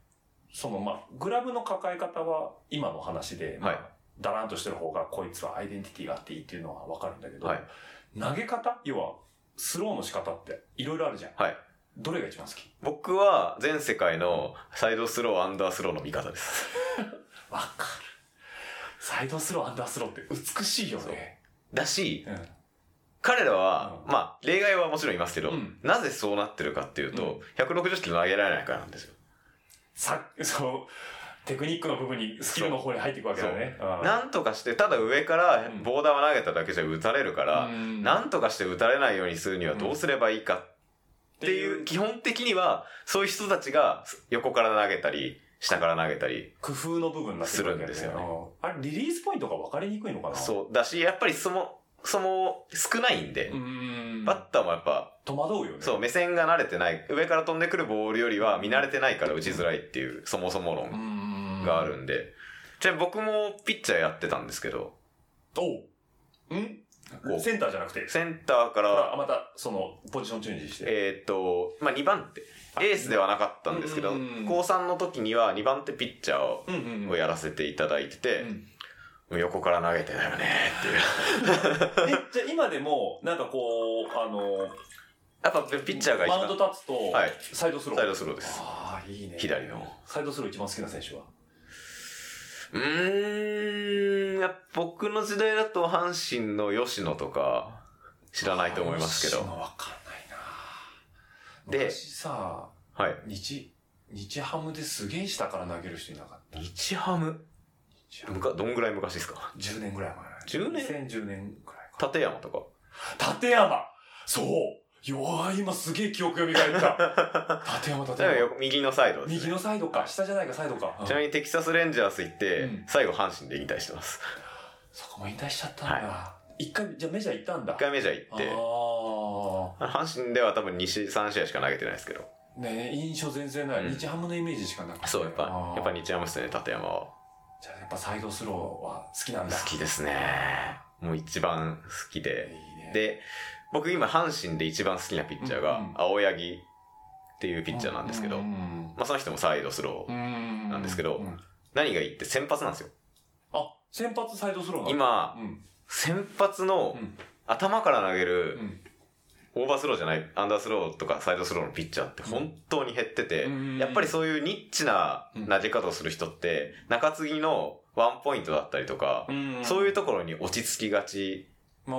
そのまあ、グラブの抱え方は今の話で、まあ、 はい、 だらんとしてる方がこいつはアイデンティティがあっていいっていうのはわかるんだけど、 はい、 投げ方要は、スローの仕方っていろいろあるじゃん。 はい。 どれが一番好き？ 僕は全世界のサイドスロー、アンダースローの味方です。 わかる。サイドスロー、アンダースローって美しいよね。 だし、 うん、 彼らは、 うん、 まあ、例外はもちろんいますけど、 うん、 なぜそうなってるかっていうと、うん、ひゃくろくじゅっキロ投げられないからなんですよ。 さ、そう、テクニックの部分に、スキルの方に入っていくわけだね。 なんとかして、ただ上からボーダーを投げただけじゃ打たれるから、うん、なんとかして打たれないようにするにはどうすればいいかっていう、うん、基本的には、そういう人たちが横から投げたり、下から投げたり。 工夫の部分になってするんですよね。 あれ、リリースポイントが分かりにくいのかな？ そう。だし、やっぱりその、その少ないんで、 うんバッターもやっぱ、 戸惑うよね。 そう、目線が慣れてない。上から飛んでくるボールよりは見慣れてないから打ちづらいっていう、そもそも論があるんで。じゃあ僕もピッチャーやってたんですけど。 おうんセンターじゃなくてセンターから、 あ、また、その、ポジションチェンジして。 えーっと、まあ、にばん手。エースではなかったんですけど、高さんの時にはにばん手ピッチャーをやらせていただいてて、横から投げてだよねっていう。 え、じゃあ今でも、なんかこう、あの、 やっぱピッチャーが一番。 マウンド立つと、はい、サイドスロー。 サイドスローです。 ああ、いいね。 左の。 サイドスロー一番好きな選手はうーん、や僕の時代だと阪神の吉野とか知らないと思いますけど。 吉野わかんないな。 で、 昔さ、 はい。 日、日ハムですげえ下から投げる人いなかった。 日ハムむかどんぐらい昔ですか？ じゅうねんぐらい前。 じゅうねん ?にせんじゅうねんくらいか。 立山とか。 立山そう弱い、今すげえ記憶蘇った。立山、立山。 右のサイドです、ね。 右のサイドか。下じゃないか、サイドか。 ちなみにテキサスレンジャーズ行って、うん、最後阪神で引退してます。 そこも引退しちゃったんだ。はい、一回、じゃあメジャー行ったんだ。 一回メジャー行って。ああ。阪神では多分に、さん試合しか投げてないですけど。 ねえ、印象全然ない。うん、日ハムのイメージしかなくて。 そう、やっぱ、やっぱ日ハムですね、立山は。 じゃあやっぱサイドスローは好きなんだ。 好きですね。もう一番好きで。いいね、で、僕今阪神で一番好きなピッチャーが青柳っていうピッチャーなんですけど、まあその人もサイドスローなんですけど、何がいいって先発なんですよ。 あ、先発サイドスローなんだ。 今、先発の頭から投げるオーバースローじゃないアンダースローとかサイドスローのピッチャーって本当に減ってて、やっぱりそういうニッチな投げ方をする人って中継ぎのワンポイントだったりとか、そういうところに落ち着きがち。 うん、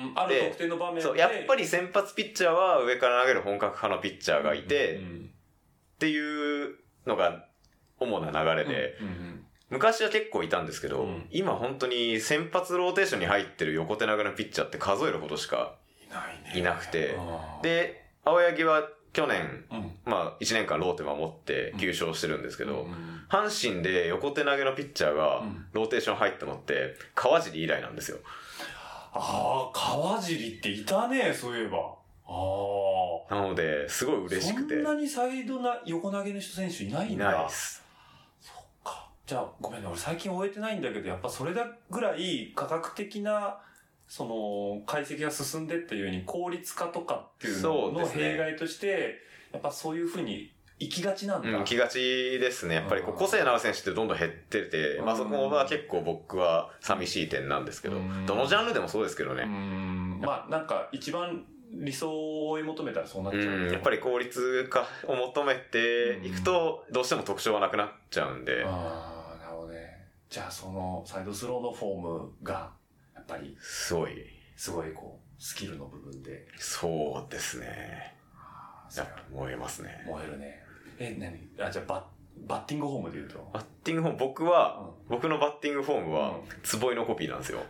ある特定の場面でそうやっぱり先発ピッチャーは上から投げる本格派のピッチャーがいて、うんうん、っていうのが主な流れで、うんうんうん、昔は結構いたんですけど、うん、今本当に先発ローテーションに入ってる横手投げのピッチャーって数えるほどしかいなくて、で青柳は去年、うん、まあいちねんかんローテ守ってきゅう勝してるんですけど、うんうん、阪神で横手投げのピッチャーがローテーション入ったのって川尻以来なんですよ。 ああ、川尻っていたね、そういえば。ああ。なので、すごい嬉しくて。 そんなにサイドな、横投げの選手いないんだ。 いないです。 そっか。じゃあ、ごめんね、俺最近終えてないんだけど、やっぱそれだぐらい科学的な、その、解析が進んでっていうように、効率化とかっていうのの弊害として、ね、やっぱそういうふうに、行きがちなんだ。うん、 行きがちですね。やっぱりこう個性のある選手ってどんどん減ってて、まあそこは結構僕は寂しい点なんですけど、どのジャンルでもそうですけどね。 うんまあなんか一番理想を追い求めたらそうなっちゃう、 うん。やっぱり効率化を求めていくと、どうしても特徴がなくなっちゃうんで。 ああ、なるほどね。じゃあそのサイドスローのフォームが、やっぱり、 すごい。 すごいこう、スキルの部分で。 そうですね。やっぱ燃えますね。 燃えるね。え、何あ、じゃあバッ、バッティングフォームで言うとバッティングフォーム、僕は、うん、僕のバッティングフォームは、うん、坪井のコピーなんですよ。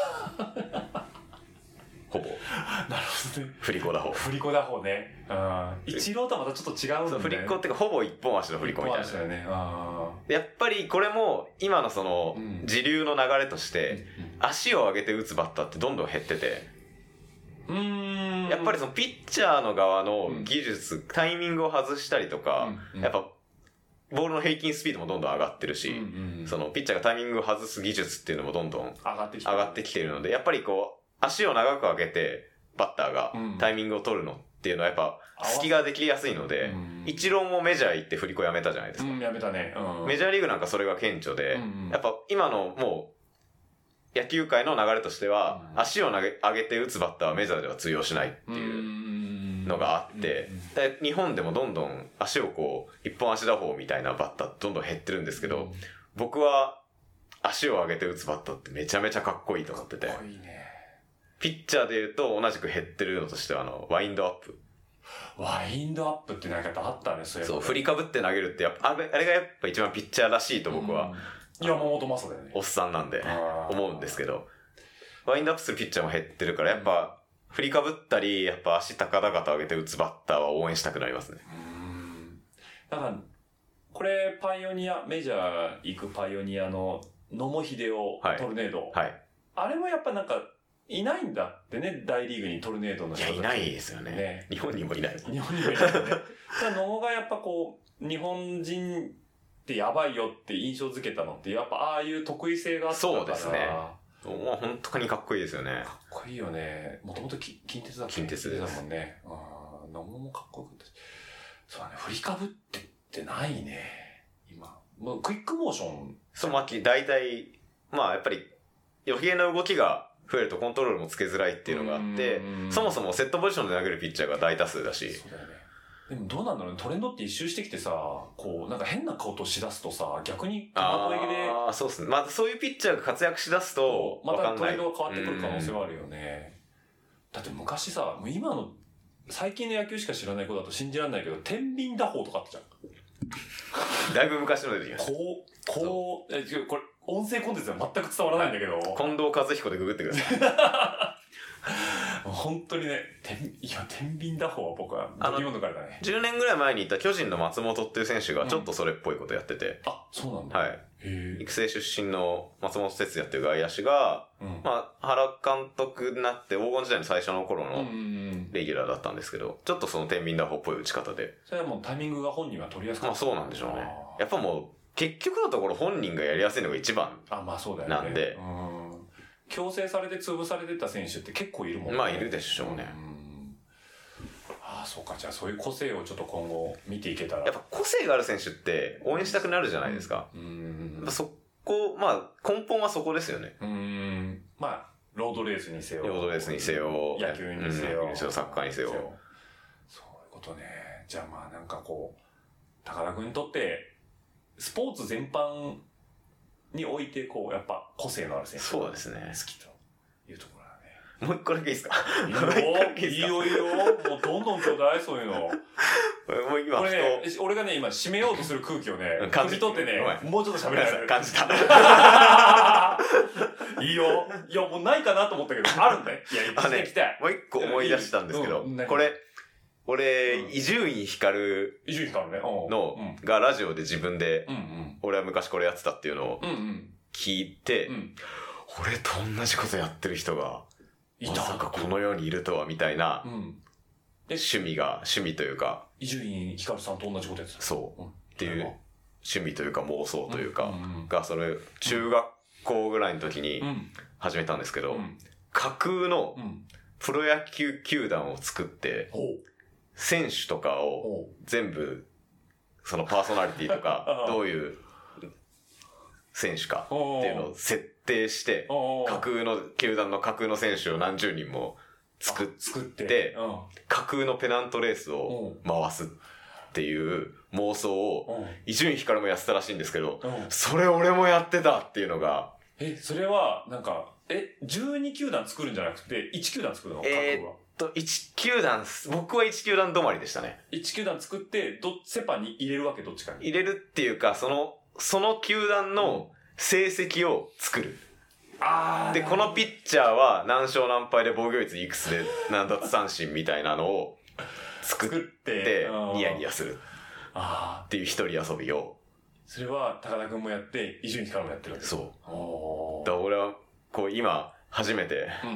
ほぼ。 なるほどね。 振り子打法。 振り子打法ね。うん。一郎とはまたちょっと違うんだね。 振り子ってか、ほぼ一本足の振り子みたいな。 一本足だよね。あやっぱりこれも、今のその、うん、時流の流れとして、うんうん、足を上げて打つバッターってどんどん減ってて、 うーんやっぱりそのピッチャーの側の技術、うん、タイミングを外したりとか、うんうん、やっぱボールの平均スピードもどんどん上がってるし、うんうん、そのピッチャーがタイミングを外す技術っていうのもどんどん上がってきてるので、やっぱりこう足を長く上げてバッターがタイミングを取るのっっていうのはやっぱ隙ができやすいので、イチローもメジャー行って振り子やめたじゃないですか。 うん、やめたね。うん、 メジャーリーグなんかそれが顕著で、うんうん、やっぱ今のもう野球界の流れとしては、うん、足を投げ上げて打つバッターはメジャーでは通用しないっていうのがあって、で日本でもどんどん足をこう一本足打法みたいなバッターどんどん減ってるんですけど、うん、僕は足を上げて打つバッターってめちゃめちゃかっこいいと思ってて、かっこいいね。ピッチャーで言うと同じく減ってるのとしてはあのワインドアップ。 ワインドアップって投げ方あったね、 そういうそう、振りかぶって投げるってやっぱ、あれ、あれがやっぱ一番ピッチャーらしいと僕は、 うん、山本昌だよね。 おっさんなんで思うんですけど、ワインドアップするピッチャーも減ってるから、やっぱ振りかぶったり、やっぱ足高々と上げて打つバッターは応援したくなりますね。 うん。だから、これパイオニア、メジャー行くパイオニアの野茂英雄、はい、トルネード。はい。あれもやっぱなんか、いないんだってね、大リーグにトルネードの人たち。 いや、いないですよね。ね、日本にもいない。 日本にもいないよね。だから野茂がやっぱこう、日本人ってやばいよって印象づけたのって、やっぱああいう得意性があったから。 そうですね。もう本当にかっこいいですよね。 かっこいいよね。もともと近鉄だった。 近鉄です。 だもんね。ああ、野茂もかっこよかったし。そうだね、振りかぶってってないね。今。もうクイックモーション。 そう、まあ、大体、まあやっぱり余計な動きが、増えるとコントロールもつけづらいっていうのがあって、そもそもセットポジションで投げるピッチャーが大多数だし。 そうだよね。でもどうなんだろうね。トレンドって一周してきてさ、こう、なんか変なことしだすとさ、逆にカットで。ああ、そうですね。まあそういうピッチャーが活躍しだすと、 またトレンドが変わってくる可能性はあるよね。だって昔さ、もう今の、最近の野球しか知らない子だと信じられないけど、天秤打法とかあったじゃん。 だいぶ昔の出てきました。 こう、こう、え、これ、音声コンテンツは全く伝わらないんだけど。はい、 近藤和彦でググってください。本当にね、いや、天秤打法は僕は読み抜かれたね。 じゅうねんぐらい前にいた巨人の松本っていう選手がちょっとそれっぽいことやってて。うん、 あ、そうなんだ。 はい。育成出身の松本哲也っていう外野手が、うん、まあ、原監督になって黄金時代の最初の頃のレギュラーだったんですけど、ちょっとその天秤打法っぽい打ち方で。 それはもうタイミングが本人は取りやすかった。 まあそうなんでしょうね。やっぱもう、結局のところ本人がやりやすいのが一番あ、まあそうだよね。 なんで、 うん、強制されて潰されてた選手って結構いるもんね。 まあいるでしょうね。うん、 ああ、そうか。じゃあそういう個性をちょっと今後見ていけたら。 やっぱ個性がある選手って応援したくなるじゃないですか。うん、そこ、まあ根本はそこですよね。 うん、まあロードレースにせよ。 ロードレースにせよ。 野球にせよ。 うん、サッカーにせよ。そういうことね。じゃあまあなんかこう、高田君にとって、スポーツ全般において、こう、やっぱ個性のある選手そうですね。 好きというところだね。もう一個だけいいですか？ いいよ、いいよ、いいよ。もうどんどんちょうだい、そういうの。もう今、 これね、俺がね、今、締めようとする空気をね、感じ取ってね、もうちょっと喋りなさい。 感じた。 いいよ。いや、もうないかなと思ったけど、あるんだよ。いや、 あね、もう一個思い出したんですけど、これ、俺、伊集院光伊集院光ね。 の、がラジオで自分で、俺は昔これやってたっていうのを聞いて、俺と同じことやってる人が、まさかこの世にいるとは、みたいな、趣味が、趣味というか、 伊集院光さんと同じことやってた。 そう。っていう趣味というか妄想というか、が、それ、中学校ぐらいの時に始めたんですけど、架空のプロ野球球団を作って、選手とかを全部、そのパーソナリティとか、どういう選手かっていうのを設定して、架空の、球団の架空の選手を何十人も作って、架空のペナントレースを回すっていう妄想を、伊集院光もやってたらしいんですけど、それ俺もやってたっていうのが。 え、それは、なんか、え、じゅうに球団作るんじゃなくて、いち球団作るの？架空は。 と、いち球団、僕はいち球団止まりでしたね。 いち球団作って、ど、セパに入れるわけ、どっちかに。 入れるっていうか、その、その球団の成績を作る。 あで、このピッチャーは何勝何敗で防御率いくつで何奪三振みたいなのを作って、ニヤニヤする。っていう一人遊びを。 それは、高田くんもやって、伊集院光もやってるわけそう。だから俺は、こう、今、初めて、うんうん、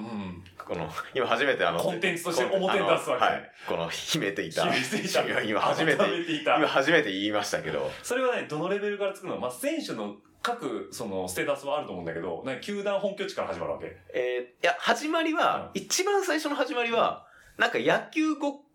この、今初めてあの、 コンテンツとして表に出すわけ。 はい。この秘めていた。 秘めていた。 今初めて、今初めて言いましたけど。 それはね、どのレベルから作るの？まあ、選手の各、その、ステータスはあると思うんだけど、なんか球団本拠地から始まるわけ？ えー、いや、始まりは、うん、一番最初の始まりは、なんか野球ご、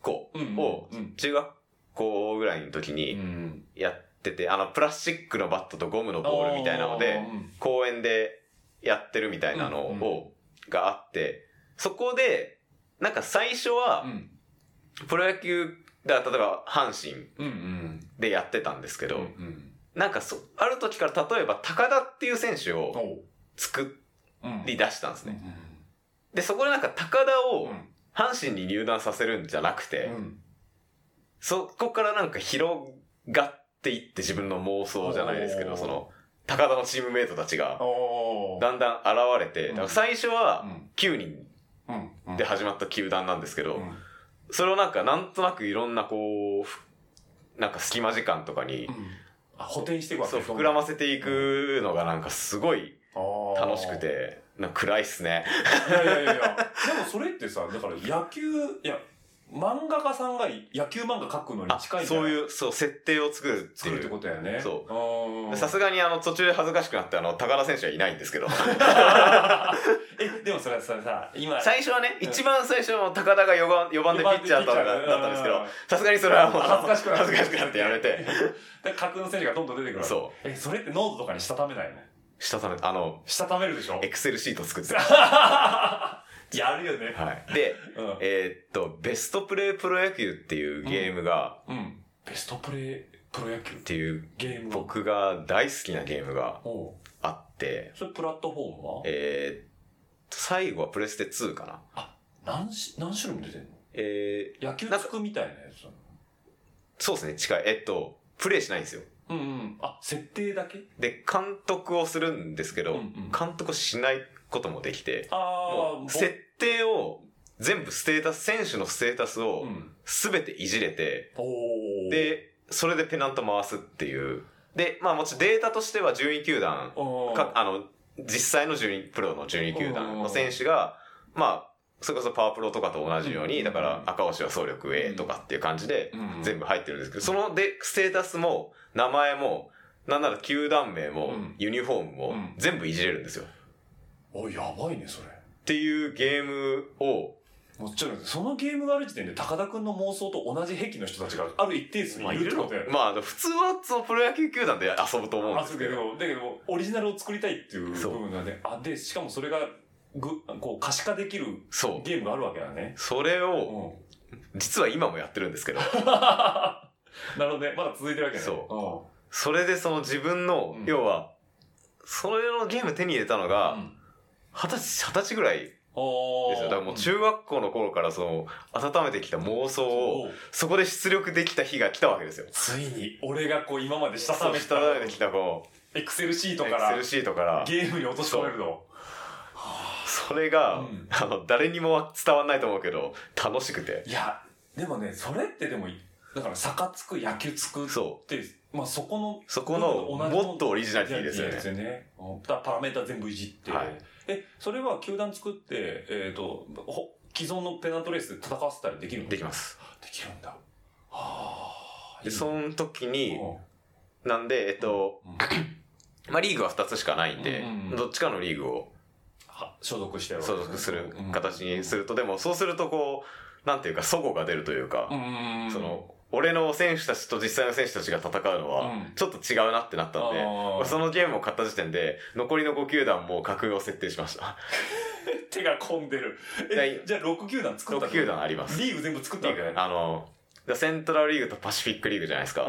個を中学校ぐらいの時にやってて、あの、プラスチックのバットとゴムのボールみたいなので、公園でやってるみたいなのを、があって、そこで、なんか最初は、プロ野球、だから例えば阪神でやってたんですけど、なんかそ、ある時から例えば高田っていう選手を作り出したんですね。で、そこでなんか高田を阪神に入団させるんじゃなくて、そこからなんか広がっていって自分の妄想じゃないですけど、その、高田のチームメイトたちが、だんだん現れて、だから最初はきゅうにんで始まった球団なんですけど、それをなんかなんとなくいろんなこう、なんか隙間時間とかに、 補填していくわけ。 そう、膨らませていくのがなんかすごい楽しくて、なんか暗いっすね。 いやいやいやいや、でもそれってさ、だから野球、いや、漫画家さんが野球漫画描くのに近いんじゃない？ そういう、そう、設定を作るっていう。 作るってことやね。 そう。さすがにあの途中で恥ずかしくなってあの、高田選手はいないんですけど。 え、でもそれはさ、今。 最初はね、一番最初は高田がよばん、よばんでピッチャーだったんですけど、さすがにそれはもう恥ずかしくなって。 恥ずかしくなってやめて。 で、架空の選手がどんどん出てくる。 そう。 え、それってノートとかにしたためないの？ したため、あの、 したためるでしょ？ エクセルシート作って。 やるよね。 はい。で、うん、えー、っと、ベストプレイプロ野球っていうゲームが、 うん。うん、ベストプレイプロ野球っていうゲーム、僕が大好きなゲームがあって、 それプラットフォームは？ えー、最後はプレステツーかな。 あ、何し、何種類も出てんの？ えー、野球つくみたいなやつ。 そうですね、近い。えっと、プレイしないんですよ。 うんうん。あ、設定だけ？ で、監督をするんですけど、うんうん、監督しないこともできて、 あもう設定を全部ステータス、選手のステータスをすべていじれて、うん、で、それでペナント回すっていう。で、まあもちろんデータとしてはじゅうに球団、かあの、実際のじゅうに、プロのじゅうに球団の選手が、まあ、それこそパワープロとかと同じように、うん、だから赤星は総力 A とかっていう感じで全部入ってるんですけど、そので、ステータスも、名前も、なんなら球団名も、ユニフォームも全部いじれるんですよ。 お、やばいね、それ。 っていうゲームを、 もちろん、そのゲームがある時点で高田くんの妄想と同じ癖の人たちがある一定数いるってことや。 まあ、普通はそのプロ野球球団で遊ぶと思うんですけど。 あ、だけど、オリジナルを作りたいっていう部分がね、あ、で、しかもそれが、ぐ、こう、可視化できるゲームがあるわけだね。 それを、うん、実は今もやってるんですけど。 なるほどね。まだ続いてるわけね。 そう。うん、それでその自分の、うん、要は、それのゲーム手に入れたのが、二十歳、二十歳ぐらいですよ。だからもう中学校の頃からその、温めてきた妄想を、そこで出力できた日が来たわけですよ。 ついに、俺がこう今までしたためしためてきたこう、エクセルシートから、 エクセルシートからゲームに落とし込めるの。 それが、うん、あの、誰にも伝わんないと思うけど、楽しくて。 いや、でもね、それってでも、だから、サカつく、野球つくって、そう。まあ、そこの、 そこの、もっとオリジナリティですよね。 ですよね。だパラメータ全部いじって。はい、え、それは球団作って、えっ、ー、と、既存のペナントレースで戦わせたりできるの？ できます。 できるんだ。はぁ。で、その時に、なんで、えっと、うんうん、まあ、リーグはふたつしかないんで、うんうん、どっちかのリーグを、 所属してる所属する形にすると、でもそうするとこう、なんていうか、齟齬が出るというか、その、俺の選手たちと実際の選手たちが戦うのは、ちょっと違うなってなったんで、うん、そのゲームを買った時点で、残りのご球団も格を設定しました。 手が込んでる。え、じゃあろく球団作ったの？ ろく 球団あります。 リーグ全部作ったわけ？ あの、セントラルリーグとパシフィックリーグじゃないですか。うん、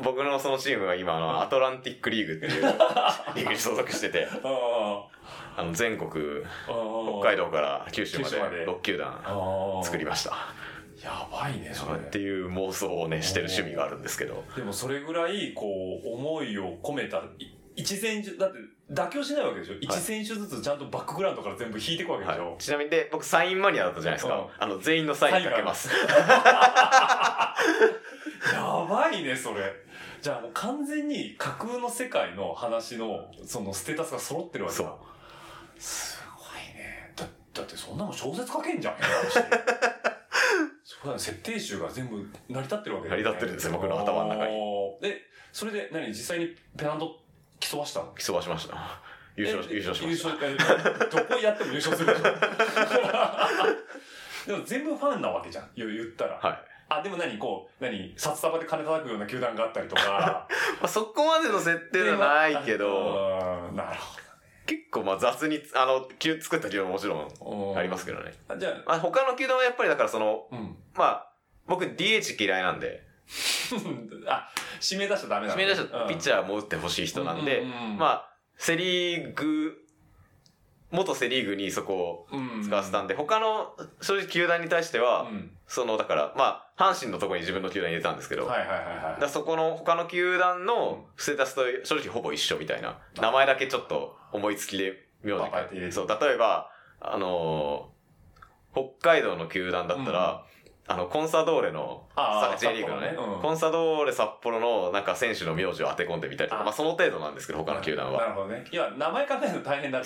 僕のそのチームが今、あの、アトランティックリーグっていうリーグに所属してて、あの、全国、北海道から九州までろく球団作りました。 やばいね、それ。 っていう妄想をね、してる趣味があるんですけど。 でもそれぐらい、こう、思いを込めた、一選手、だって妥協しないわけでしょ、はい、一選手ずつちゃんとバックグラウンドから全部引いていくわけでしょ、はい、 ちなみにで、僕サインマニアだったじゃないですか。うん、あの、全員のサインかけます。 やばいね、それ。じゃあもう完全に架空の世界の話の、そのステータスが揃ってるわけだ。そう。すごいね。だ、だってそんなの小説書けんじゃん。そうだね、設定集が全部成り立ってるわけだよね。 成り立ってるんですよ、僕の頭の中に。 で、それで何実際にペナント競わしたの？ 競わしました。優勝、優勝しました。優勝、どこやっても優勝するでしょ。でも全部ファンなわけじゃん、言ったら。 はい。 あ、でも何こう、何札束で金叩くような球団があったりとか。 まあそこまでの設定ではないけど、 なるほど。 結構まあ雑に、あの、球作った球団ももちろんありますけどね。 あじゃあ、 まあ、他の球団はやっぱりだからその、 うん、 まあ、僕 ディーエイチ 嫌いなんで。 あ、指名出しちゃダメなんだ。 指名出しちゃ、ピッチャーも打ってほしい人なんで、まあ、セリーグ、元セリーグにそこを使わせたんで、他の正直球団に対しては、うん、その、だから、まあ、阪神のところに自分の球団に入れたんですけど、はいはいはいはい、だそこの他の球団のステータスと正直ほぼ一緒みたいな、名前だけちょっと思いつきで妙に書いて、そう、例えば、あのー、北海道の球団だったら、うんあの、コンサドーレの、J リーグのね、うん、コンサドーレ札幌のなんか選手の名字を当て込んでみたりとか、あまあその程度なんですけど、他の球団は。 なるほどね。いや、名前考えるの大変だから、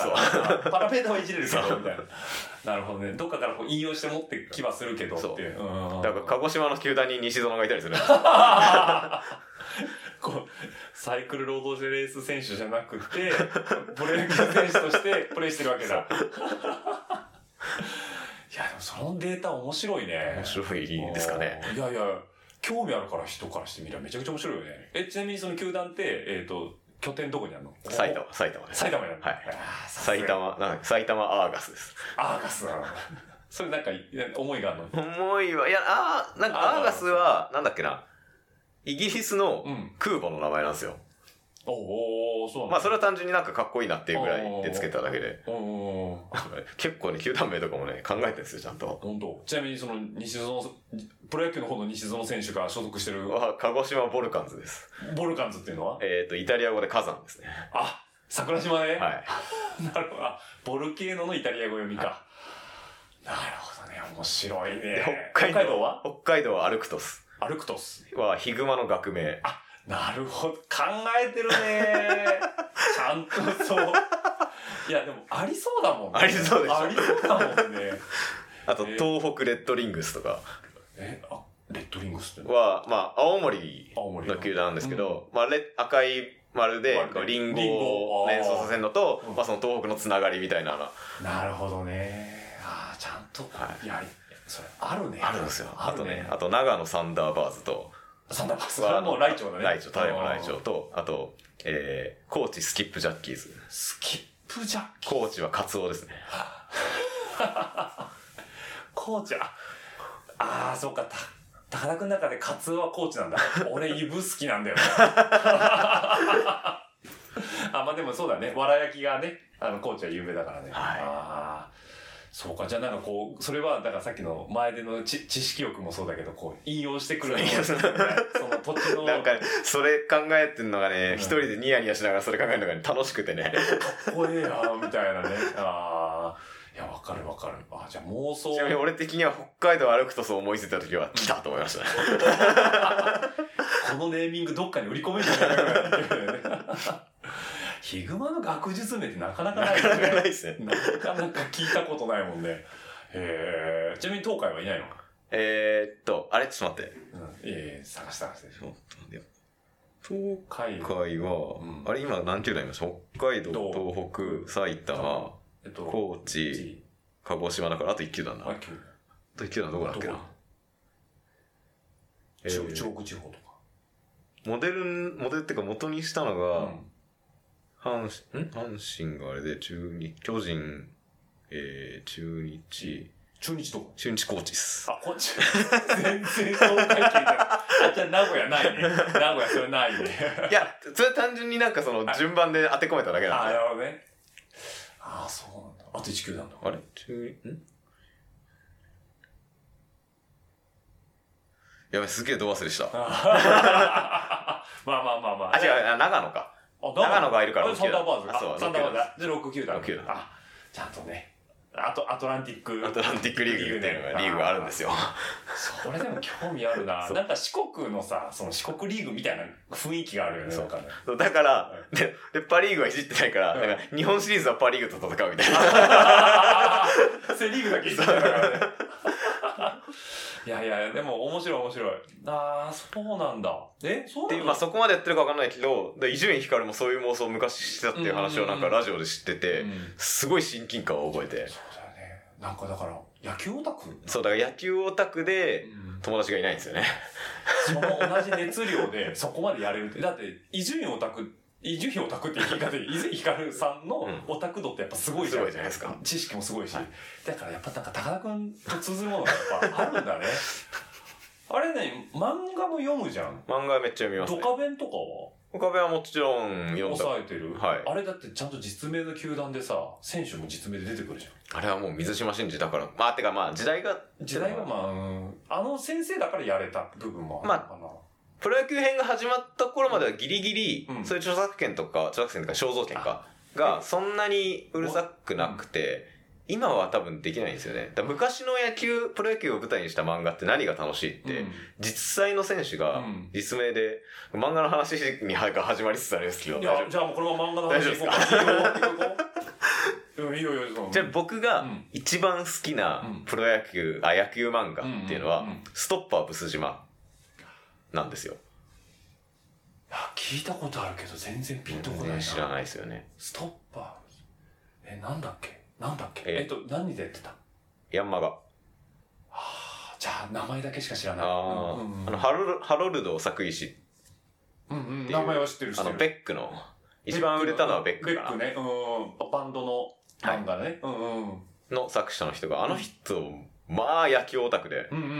パラメータはいじれるけど、みたいな。なるほどね。どっかからこう引用して持ってきはするけどっていう。うん、 だから鹿児島の球団に西園がいたりするんですこうサイクルロードレース選手じゃなくて、プロ野球選手としてプレーしてるわけだ。いやでもそのデータ面白いね。 面白いですかね。 いやいや、興味あるから人からしてみればめちゃくちゃ面白いよね。え、ちなみにその球団って、えっと、拠点どこにあるの？ 埼玉、埼玉です。 埼玉にあるの？ はい。埼玉、なんか埼玉アーガスです。 アーガスなの？それなんか思いがあるの？ 思いは、いや、あー、なんかアーガスは、なんだっけな、イギリスの空母の名前なんですよ。 うん、おお、そうなんだ。 まあそれは単純になんかかっこいいなっていうぐらいでつけただけで。 お結構ね、球団名とかもね、考えてるんですよ、ちゃんと。 本当。ちなみにその西園、プロ野球の方の西園選手が所属してる。 は、鹿児島ボルカンズです。 ボルカンズっていうのはえっと、イタリア語で火山ですね。 あ、桜島ね。 はい。 なるほど。ボルケーノのイタリア語読みか。はい、なるほどね、面白いね。 北海道は北海道はアルクトス。 アルクトスはヒグマの学名。 あ、なるほど。考えてるね。ちゃんとそう。いや、でもありそうだもんね。 ありそうでしょ。 ありそうだもんね。 あと、東北レッドリングスとか。 え、あ、レッドリングスっては、まあ、青森の球団なんですけど、うん、まあ、レ赤い丸で、リンゴを連想させるのと、まあ、その東北のつながりみたいな。 なるほどね。ああ、ちゃんと。はい。やり、それ、あるね。 あるんですよ。あとね、あと、長野サンダーバーズと、 サンダーバーズはもうライチョウだね。 ライチョウ、タイマライチョウと、あと、えー、高知スキップジャッキーズ。 スキップジャッキーズ高知はカツオですね。 高知、あ、あー、そうか、た、高田くんの中でカツオは高知なんだ。俺、指宿なんだよね。あ、まあでもそうだね。わら焼きがね、あの、高知は有名だからね。 はい。 あそうか、じゃあなんかこう、それは、だからさっきの前での知知識欲もそうだけど、こう、引用してくるの、ね、その土地の。 なんか、それ考えてるのがね、一、うん、人でニヤニヤしながらそれ考えるのが、ね、楽しくてね。 かっこええなみたいなね。ああ。いや、わかるわかる。あ、じゃあ妄想。 ちなみに俺的には北海道歩くとそう思いついた時は、来たと思いましたね。 このネーミングどっかに売り込めるんじゃないかな。ヒグマの学術名ってなかなかないですね。なかなかないですね。 なかなか聞いたことないもんね。へー。ちなみに東海はいないの？ えーっと、あれちょっと待って。 うん。ええー、探し探して。 ちょっと待って。東海は、うん、あれ今何球団います？北海道、東北、埼玉、えっと、高知、鹿児島だからあといっ球団だ。あといっ球団どこだっけな？ 中国地方とか。 モデル、モデルっていうか元にしたのが、うん阪神、ん阪神があれで、中日、巨人、えー、中日、 中日どこ？ 中日高知っす。 あ、こっち。全然東海圏じゃない。あ、じゃあ名古屋ないね。名古屋それないね。 いや、それ単純になんかその順番で当て込めただけなんで。 あ、なるほどね。ああ、そうなんだ。あといち球団だ。 あれ中日、んやべ、すげえど忘れした。まあまあまあまあ。 あ、違う、長野か。長野がいるからろく球団。 サンダーバーズ。 そう、 サンダーバーズ。じゃあろく球団。 ろく球団。 あ、ちゃんとね。あと、アトランティック。 アトランティックリーグっていうのが、リーグがあるんですよ。 それでも興味あるな。なんか四国のさ、その四国リーグみたいな雰囲気があるよね。そうかね。 だから、で、でパリーグはいじってないから、だから日本シリーズはパリーグと戦うみたいな。 セリーグだけいじってたからね。いやいや、でも面白い面白い。ああ、そうなんだ。えそうなんだ。 まあそこまでやってるかわかんないけど、伊集院光もそういう妄想を昔してたっていう話をなんかラジオで知ってて、うんうんうん、すごい親近感を覚えて。 そうだよね。なんかだから、野球オタクそう、だから野球オタクで、うん友達がいないんですよね。 その同じ熱量でそこまでやれるって。だって、伊集院オタク、伊集院オタクって言い方で、伊集院光さんのオタク度ってやっぱすごいじゃないですか。知識もすごいし。はい、だからやっぱなんか高田くんと通ずるものがやっぱあるんだね。あれね、漫画も読むじゃん。 漫画めっちゃ読みますね。 ドカベンとかはドカベンはもちろん読んだ。 抑えてる。 はい。 あれだってちゃんと実名の球団でさ、選手も実名で出てくるじゃん。 あれはもう水島新司だから。まあ、てかまあ時代が。 時代がまあ、うん、あの先生だからやれた部分もあるのかな。まあ、 プロ野球編が始まった頃まではギリギリ、うん、そういう著作権とか、著作権とか肖像権か、がそんなにうるさくなくて、今は多分できないんですよね。だ昔の野球、プロ野球を舞台にした漫画って何が楽しいって、うん、実際の選手が実名で、うん、漫画の話に始まりつつあるんですけど。 いや、じゃあもうこれは漫画の話に行こうか。いいよいいよ。 じゃあ僕が一番好きなプロ野球、あ、野球漫画っていうのは、ストッパーブス島なんですよ。いや、聞いたことあるけど全然ピンとこないな。 知らないですよね。 ストッパー、え、なんだっけなんだっけえっと、何でやってたヤンマガ。はあ、じゃあ、名前だけしか知らない。あ、 うんうん、あの、ハロル、ハロルド作石。 うんうん、名前は知ってる知ってる。 あの、ベックの、一番売れたのはベックかな。 ベックね。うん。バンドの漫画ね。はい、うんうん。 の作者の人が、あの人、まあ、野球オタクで。 うんうんうん。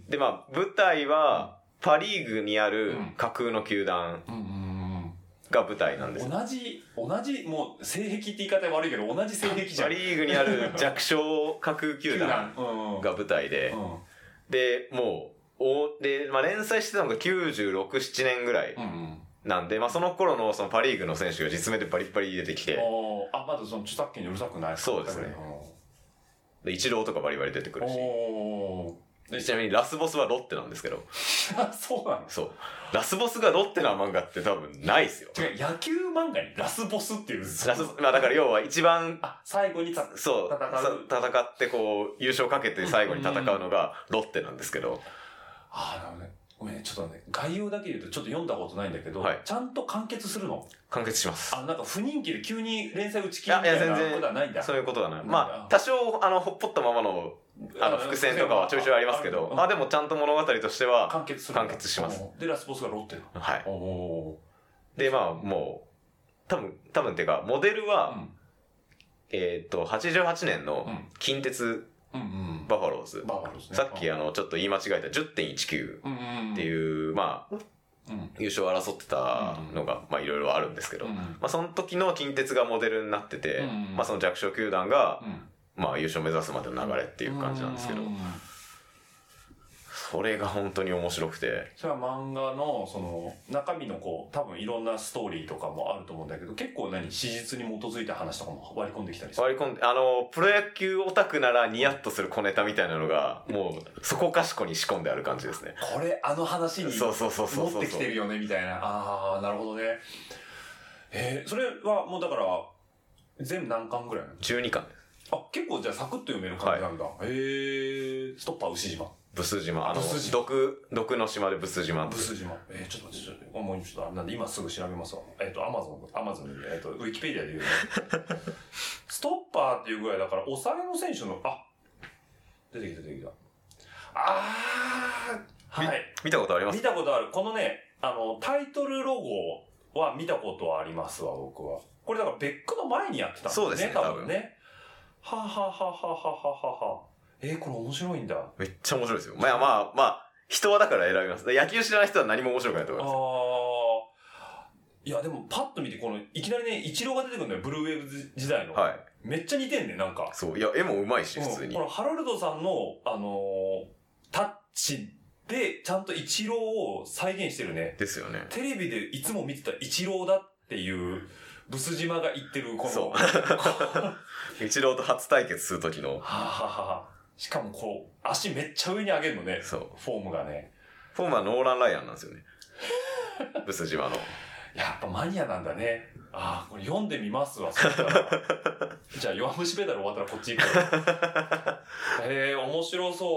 で、まあ、舞台は、パリーグにある架空の球団。うんうんが舞台なんです。 同じ、同じ、もう、性癖って言い方悪いけど、同じ性癖じゃん。 パリーグにある弱小架空球団が舞台で、うんうん、で、もう、おで、まあ、連載してたのがきゅうじゅうろく、ななねんぐらいなんで、うんうん、まあ、その頃のそのパリーグの選手が実名でバリバリ出てきて。 あ、まだその著作権にうるさくない？ そうですね。で、イチローとかバリバリ出てくるし。ちなみにラスボスはロッテなんですけど。 そうなの？ そう。ラスボスがロッテな漫画って多分ないですよ。 違う、野球漫画にラスボスっていう。ラス、 まあだから要は一番、 あ、最後にた、 そう、戦う。戦ってこう、優勝かけて最後に戦うのがロッテなんですけど。 ああ、なるほどね。ごめんね、ちょっとね、概要だけ言うとちょっと読んだことないんだけど、はい、ちゃんと完結するの？ 完結します。 あ、なんか不人気で急に連載打ち切るみたいなことはないんだ。 そういうことはない。まあ、多少、あの、ほっぽったままの、あの、伏線とかはちょいちょいありますけど、まあでもちゃんと物語としては、 完結する。 完結します。 で、ラスボスがロッテの。 はい。おで、まあ、もう、多分、多分っていうか、モデルは、うん、えっと、はちじゅうはちねんの近鉄、うんうん、バファローズ。バファローズね。さっきあの、ちょっと言い間違えた じゅってんいちきゅう っていう、まあ、うん、優勝を争ってたのが、まあいろいろあるんですけど、うん、まあその時の近鉄がモデルになってて、うん、まあその弱小球団が、うん、まあ優勝目指すまでの流れっていう感じなんですけど、それが本当に面白くて。 それは漫画の、その、中身のこう、多分いろんなストーリーとかもあると思うんだけど、結構何、史実に基づいた話とかも割り込んできたりする？ 割り込んで、あの、プロ野球オタクならニヤッとする小ネタみたいなのが、もう、そこかしこに仕込んである感じですね。 これ、あの話に持ってきてるよね、みたいな。ああ、なるほどね。えー、それはもうだから、全部何巻ぐらいなの？ じゅうにかんです。 あ、結構じゃあサクッと読める感じなんだ。はい、へー、ストッパー牛島。 ブス島。あの、毒、毒の島でブス島。 ブス島。えー、ちょっと待って、ちょっと、もうちょっと、なんで今すぐ調べますわ。えっ、ー、と、アマゾン、アマゾンで、えっ、ー、と、ウィキペディアで言うね。ストッパーっていうぐらいだから、お酒の選手の、あ、出てきた出てきた。あー、はい。 見たことあります？ 見たことある。このね、あの、タイトルロゴは見たことはありますわ、僕は。これだから、ベックの前にやってたんですね。 そうですね、 多分ね。ははははははは。えー、これ面白いんだ。 めっちゃ面白いですよ。まあまあまあ、人はだから選びます。野球知らない人は何も面白くないと思います。 ああ。いや、でもパッと見て、この、いきなりね、イチローが出てくるんだよ。ブルーウェーブ時代の。はい。めっちゃ似てんね、なんか。 そう。いや、絵も上手いし、普通に。 このハロルドさんの、あのー、タッチで、ちゃんとイチローを再現してるね。 ですよね。 テレビでいつも見てたイチローだっていう、ブス島が言ってる、この。 そう。イチローと初対決するときの。 はははしかもこう、足めっちゃ上に上げるのね。そう。フォームがね。 フォームはノーラン・ライアンなんですよね。ブス島の。 やっぱマニアなんだね。ああ、これ読んでみますわ、そしたら。じゃあ弱虫ペダル終わったらこっち行く。へえ、面白そう。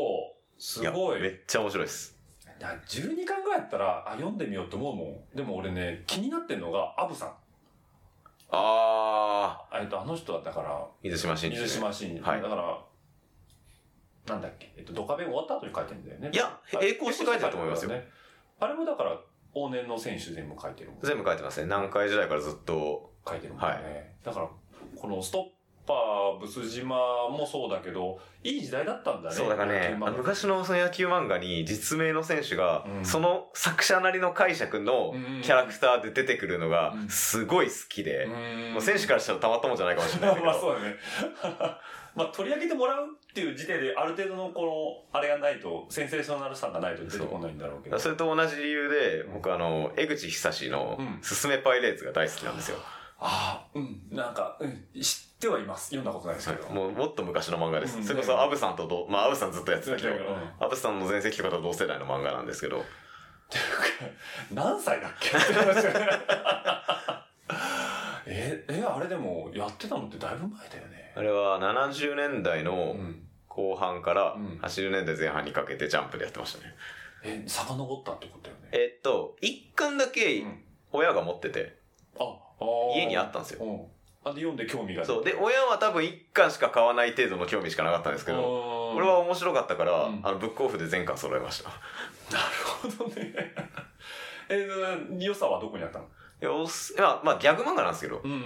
すごい。 いめっちゃ面白いです。 いや、じゅうにかんぐらいやったら、あ、読んでみようと思うもん。でも俺ね、気になってんのが、アブさん。 ああ。えっと、あの人はだから、 水島新司、 ね。水島新司。 はい。 だから、 なんだっけ、えっと、ドカベン終わった後に書いてるんだよね。 いや、並行して書いてると思いますよ。 ね、あれもだから、往年の選手全部書いてるもんね。 全部書いてますね。南海時代からずっと。 書いてるもんね。はい、だから、このストッパー、ブス島もそうだけど、いい時代だったんだね。 そうだからね、昔のその野球漫画に実名の選手が、うん、その作者なりの解釈のキャラクターで出てくるのが、すごい好きで、うん、もう選手からしたらたまったもんじゃないかもしれないけど。 まあそうだね。まあ取り上げてもらうっていう時点で、ある程度のこの、あれがないと、センセーショナルさがないと出てこないんだろうけど。 それと同じ理由で、僕あの、江口久志の、すすめパイレーツが大好きなんですよ。 ああ、うん、なんか、うん、知ってはいます。読んだことないですけど。 もう、もっと昔の漫画です。うん、それこそ、アブさんとど、まあ、アブさんずっとやってたけど、うん、アブさんの前世紀とかと同世代の漫画なんですけど。 っていうか、何歳だっけえ、え、あれでも、やってたのってだいぶ前だよね。 あれはななじゅうねんだいの後半からはちじゅうねんだいぜん半にかけてジャンプでやってましたね。 うん、え、遡ったってことだよね。 えっと、一巻だけ親が持ってて、うん、あ家にあったんですよ。 うんあで読んで興味がそう。で、親は多分一巻しか買わない程度の興味しかなかったんですけど、俺は面白かったから、うん、あの、ブックオフで全巻揃えました。 なるほどね。え、良さはどこにあったの？ よす、まあ、まあ、ギャグ漫画なんですけど。うんうんうん。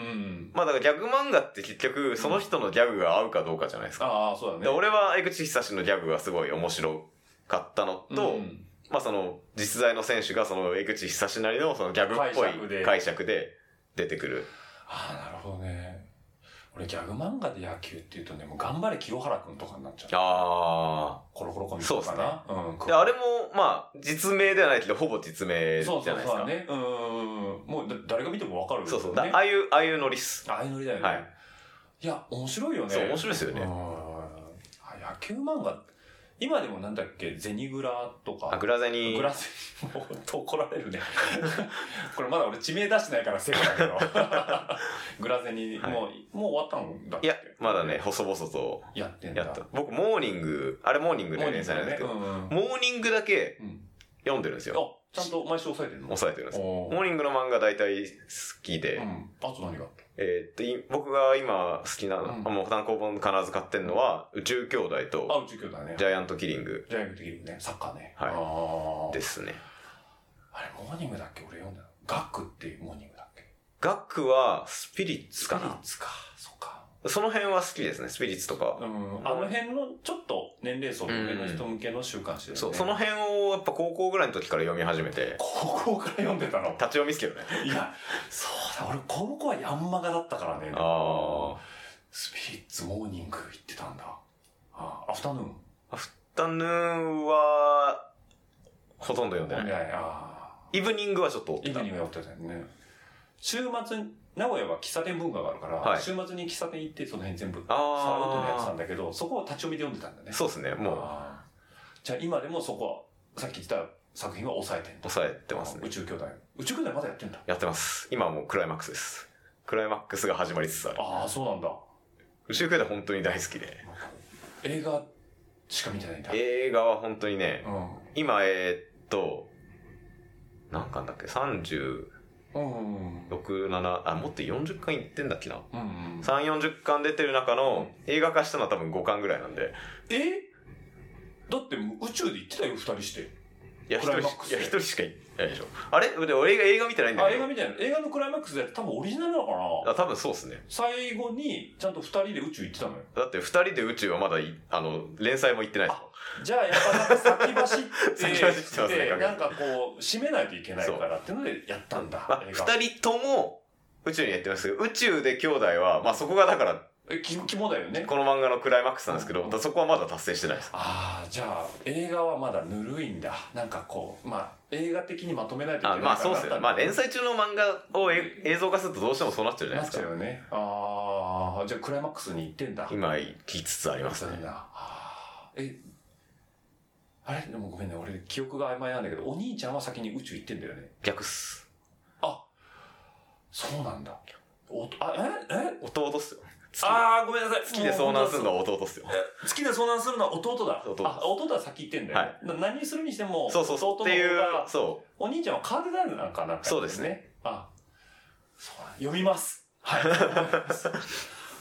まあ、だからギャグ漫画って結局、その人のギャグが合うかどうかじゃないですか。 うん、ああ、そうだね。で俺は江口久志のギャグがすごい面白かったのと、うん、まあ、その、実在の選手がその江口久志なりのそのギャグっぽい解釈で出てくる。ああ、なるほどね。俺ギャグ漫画で野球って言うとね、もう頑張れ清原くんとかになっちゃう。ああ。コロコロコミックかな。 そうですね。うん。で、あれも、まあ、実名ではないけど、ほぼ実名じゃないですか。そうそうそうね。うん。もうだ、誰が見てもわかる、ね。 そうそう。ああいう、ああいうノリっす。 ああいうノリだよね。はい。いや、面白いよね。 そう、面白いですよね。うん。 野球漫画、今でもなんだっけ、ゼニグラとか。 あ、グラゼニ。 グラゼニ。もう、と怒られるね。これまだ俺地名出してないからセーフだけど。グラゼニ、はい、もう、もう終わったんだっけ？ いや、まだね、細々と。 やってんだ。やった。 僕、モーニング、あれモーニングで連載なんですけど、モーニング、ねうんうん、モーニングだけ読んでるんですよ。 あ、ちゃんと毎週押さえてるの？ 押さえてるんです。モーニングの漫画大体好きで。 うん。あと何が？ えー、っと、僕が今好きな、うん、もう単行本必ず買ってんのは、宇宙兄弟と、 あ、宇宙兄弟ね。 ジャイアントキリング。 ジャイアントキリングね。サッカーね。 はい。ですね。 あれ、モーニングだっけ？俺読んだの。ガックっていうモーニングだっけ？ ガックは、スピリッツかな。 スピリッツか。そっか。 その辺は好きですね、スピリッツとか。 うん。あの辺の、ちょっと年齢層の上の人向けの週刊誌ですね。 そう、その辺をやっぱ高校ぐらいの時から読み始めて。 高校から読んでたの？ 立ち読みっすけどね。 いや、そうだ、俺高校はヤンマガだったからね。ああ。スピリッツモーニング行ってたんだ。あアフタヌーンアフタヌーンは、ほとんど読んでない。 いやいや。 イブニングはちょっと。 イブニングやってたよね。週末に、名古屋は喫茶店文化があるから、はい、週末に喫茶店行ってその辺全部さらうとやってたんだけど、そこを立ち読みで読んでたんだね。 そうですね、もう。 じゃあ今でもそこは、さっき言った作品は抑えてんだ。 抑えてますね。 宇宙兄弟。宇宙兄弟まだやってんだ。 やってます。今はもうクライマックスです。クライマックスが始まりつつある。 ああ、そうなんだ。 宇宙兄弟本当に大好きで。 映画しか見てないんだ。 映画は本当にね、うん、今、えー、っと、何巻だっけ ?さんじゅうろく、なな、あ、もっとよんじゅっかんいってんだっけな。うんうん、さん、よんじゅっかん出てる中の映画化したのは多分ごかんぐらいなんで。 えだって宇宙で行ってたよ、二人して。 いや、一人し、いや、一人しかいないでしょ。あれで、俺が映画見てないんだけど。 あ、映画見てない。映画のクライマックスで多分オリジナルなのかな？ あ、多分そうっすね。 最後に、ちゃんと二人で宇宙行ってたのよ。 だって二人で宇宙はまだい、あの、連載も行ってないですよ。 じゃあやっぱなんか先走って、先走ってますね。なんかこう、締めないといけないからっていうのでやったんだ。 まあ、二人とも宇宙にやってますけど、宇宙で兄弟は、まあそこがだから、 え、肝だよね。 この漫画のクライマックスなんですけど、うん、そこはまだ達成してないです。 ああ、じゃあ、映画はまだぬるいんだ。なんかこう、まあ、映画的にまとめないといけないから。あ、まあそうですよ。まあ連載中の漫画を映像化するとどうしてもそうなっちゃうじゃないですか。 なっちゃうよね。ああ、じゃあクライマックスに行ってんだ。 今行きつつありますね。 え、あれでもごめんね、俺記憶が曖昧なんだけど、お兄ちゃんは先に宇宙行ってんだよね。 逆っす。 あ、そうなんだ。おあ、ええ弟っすよ。 ああ、ごめんなさい。 月で遭難するのは弟っすよ。 月で遭難するのは弟だ。弟あ、弟は先行ってんだよ。はい。何するにしても、そうそうそう。弟の方が、そう。お兄ちゃんはカーデダルなんかなんか、ね。 そうですね。 あ、そう読みます。はい。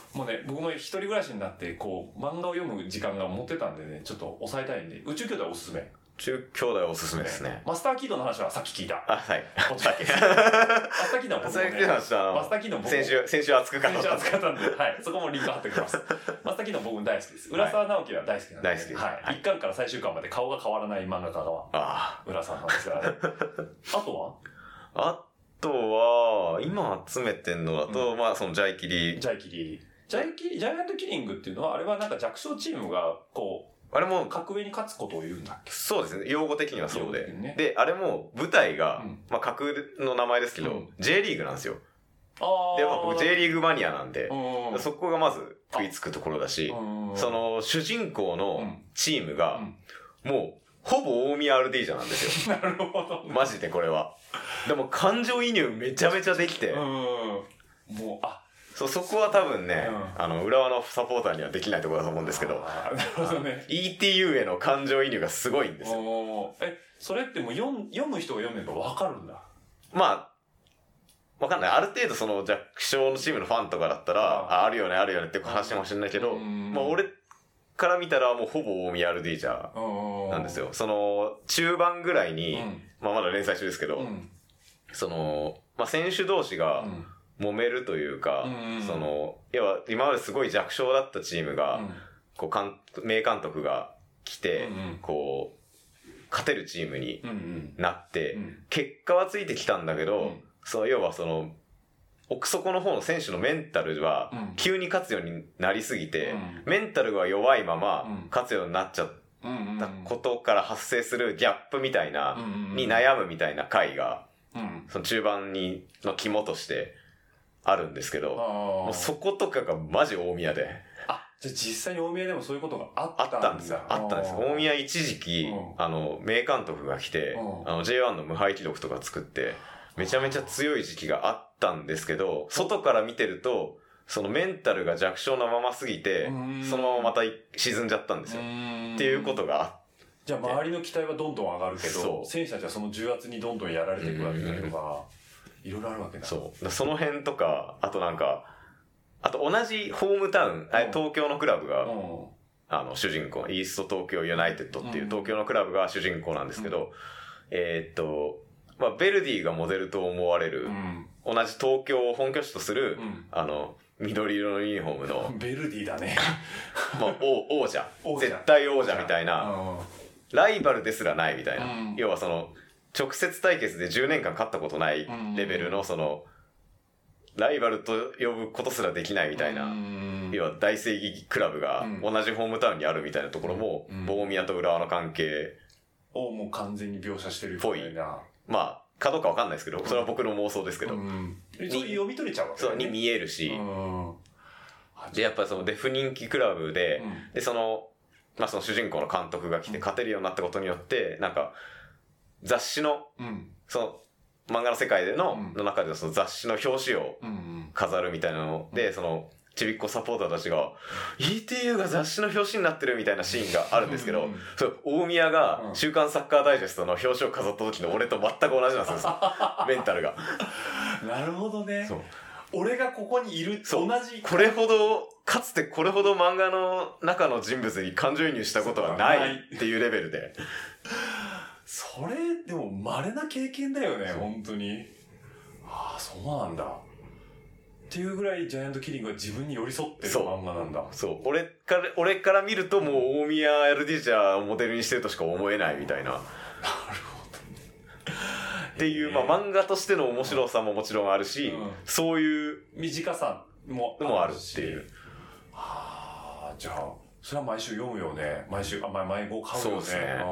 もうね、僕も一人暮らしになって、こう、漫画を読む時間が持ってたんでね、ちょっと抑えたいんで、宇宙兄弟おすすめ。 宇宙兄弟おすすめですね。 マスターキードの話はさっき聞いた。 あ、はい。 こっちだけ。マスターキードは僕もね、 マスターキードは先週、先週熱く語った。 先週熱かったんで、はい。そこもリンク貼っておきます。マスターキードは僕も大好きです。浦沢直樹は大好きなんで。 大好きです。 はい。一巻から最終巻まで顔が変わらない漫画家は、ああ。浦沢さんですからね。あとはあとは、今集めてんのだと、まあ、そのジャイキリ。 ジャイキリ。ジャイキリ、ジャイアントキリングっていうのは、あれはなんか弱小チームが、こう、 あれも、 格上に勝つことを言うんだっけ？ そうですね。用語的にはそうで。 ね、 で、あれも舞台が、うん、まあ、格の名前ですけど、うん、J リーグなんですよ。 あで、まあ、僕 J リーグマニアなんで、そこがまず食いつくところだし、その主人公のチームが、もう、ほぼ大宮 アールディー ジャなんですよ。なるほど、 ね。マジでこれは。でも感情移入めちゃめちゃできて、 もう、あ、 そう、そこは多分ね、うん、あの、浦和のサポーターにはできないところだと思うんですけど、 なるほどね。 イーティーユー への感情移入がすごいんですよ。 え、それってもう読読む人が読めばわかるんだ。 まあ、わかんない。ある程度その弱小のチームのファンとかだったら、あ, あるよね、あるよねって話かもしれないけど、まあ俺から見たらもうほぼ大宮 アールディー ジャなんですよ。その、中盤ぐらいに、うん、まあまだ連載中ですけど、うん、その、まあ選手同士が、うん揉めるというか、うんうん、その、要は今まですごい弱小だったチームが、うん、こう、監名監督が来て、うんうん、こう、勝てるチームになって、うんうん、結果はついてきたんだけど、うん、その要はその、奥底の方の選手のメンタルは、急に勝つようになりすぎて、うん、メンタルが弱いまま、勝つようになっちゃったことから発生するギャップみたいな、に悩むみたいな回が、うん、その中盤に、の肝として、あるんですけど、もうそことかがマジ大宮で。 あ、じゃあ実際に大宮でもそういうことがあったんですよ。あったんです。大宮一時期、あの、名監督が来て、あの ジェイワン の無敗記録とか作って、めちゃめちゃ強い時期があったんですけど、外から見てると、そのメンタルが弱小なまますぎて、そのまままた沈んじゃったんですよ。っていうことがあって。 じゃあ周りの期待はどんどん上がるけど、選手たちはその重圧にどんどんやられていくわけだとか、いろいろあるわけだ。 そう。その辺とか、あとなんか、あと同じホームタウン、うん、東京のクラブが、うん、あの、主人公、イースト東京ユナイテッドっていう東京のクラブが主人公なんですけど、うん、えー、っと、まあ、ベルディがモデルと思われる、うん、同じ東京を本拠地とする、うん、あの、緑色のユニフォームの、 ベルディだね。 まあ、王者。王者。絶対王者みたいな、ライバルですらないみたいな。うん、要はその、直接対決でじゅうねんかん勝ったことないレベルのその、ライバルと呼ぶことすらできないみたいな、要は大正義クラブが同じホームタウンにあるみたいなところも、大宮と浦和の関係をもう完全に描写してるみたいな。 まあ、かどうかわかんないですけど、それは僕の妄想ですけど。 そういう読み取れちゃうわけね。そう、に見えるし。で、やっぱそのデフ人気クラブで、で、その、まあその主人公の監督が来て勝てるようになったことによって、なんか、雑誌の、うん、その、漫画の世界での、うん、の中でのその雑誌の表紙を飾るみたいなので、うん、その、ちびっこサポーターたちが、イーティーユー が雑誌の表紙になってるみたいなシーンがあるんですけど、うん、それ、大宮が週刊サッカーダイジェストの表紙を飾った時の俺と全く同じなんですよ。メンタルが。 なるほどね。そう。俺がここにいる同じ。 これほど、かつてこれほど漫画の中の人物に感情移入したことはないっていうレベルで。 それ、でも稀な経験だよね、本当に。ああ、そうなんだ。っていうぐらいジャイアントキリングは自分に寄り添ってる漫画なんだ。 そう。そう俺から、俺から見るともう大宮 エルディー ジャーをモデルにしてるとしか思えないみたいな。なるほど。 っていう、まあ漫画としての面白さももちろんあるし、うん、そういう短さもあるっていう。 はあ、じゃあ、それは毎週読むよね。毎週、あ、毎毎号買うよね。そうですね。あ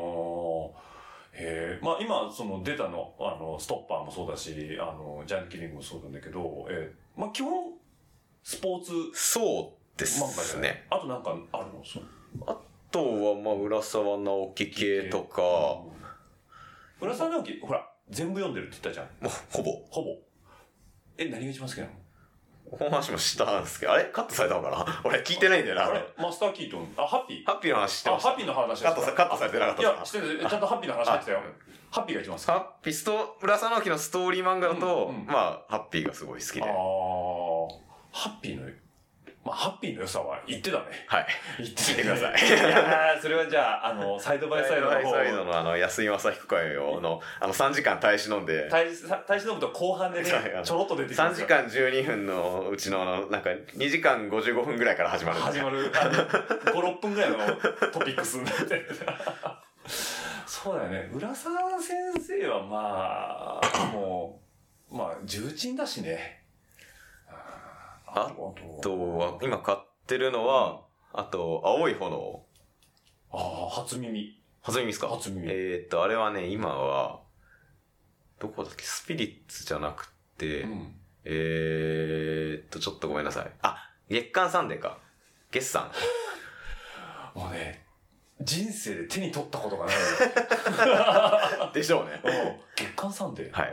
えー、まあ今、その出たの、あの、ストッパーもそうだし、あの、ジャイアントキリングもそうなんだけど、えー、まあ基本、スポーツ。 そうですね。 あとなんかあるの？ あとは、まあ、浦沢直樹系とか、 うん、浦沢直樹、ほら、全部読んでるって言ったじゃん。 もう、ほぼ。 ほぼ。え、何が一番好きなの？ この話もしたんですけど、あれカットされたのかな俺聞いてないんだよな。 あれマスターキートン。あ、ハッピーハッピーの話してました。 あ、ハッピーの話カットさ、カットされてなかったいや、してる。ちゃんとハッピーの話入ってたよ。ハッピーが一番好き。 ハッピー、スト、浦沢直樹のストーリー漫画だと、うんうん、まあ、ハッピーがすごい好きで。ああ、 ハッピーのまあ、ハッピーの良さは言ってたね。 はい。 言って聞いてください。 いやそれはじゃあ、あの、サイドバイサイドの方。 サイドバイサイドのあの、安井正彦会を、の、あの、さんじかん耐え忍んで。 耐え忍ぶと後半でね、ちょろっと出てきますさんじかんじゅうにふんのうちの、あの、なんか、にじかんごじゅうごふんぐらいから始まる。 始まる。あの、ご、ろっぷんぐらいのトピックスになって。そうだよね。浦沢先生はまあ、もう、まあ、重鎮だしね。 あとは、今買ってるのは、うん、あと、青い炎。 ああ、初耳。 初耳ですか？ 初耳。 えーっと、あれはね、今は、どこだっけ？スピリッツじゃなくて、うん、えーっと、ちょっとごめんなさい。あ、月刊サンデーか。月さん。もうね、人生で手に取ったことがない。 でしょうね。 月刊サンデー？ はい。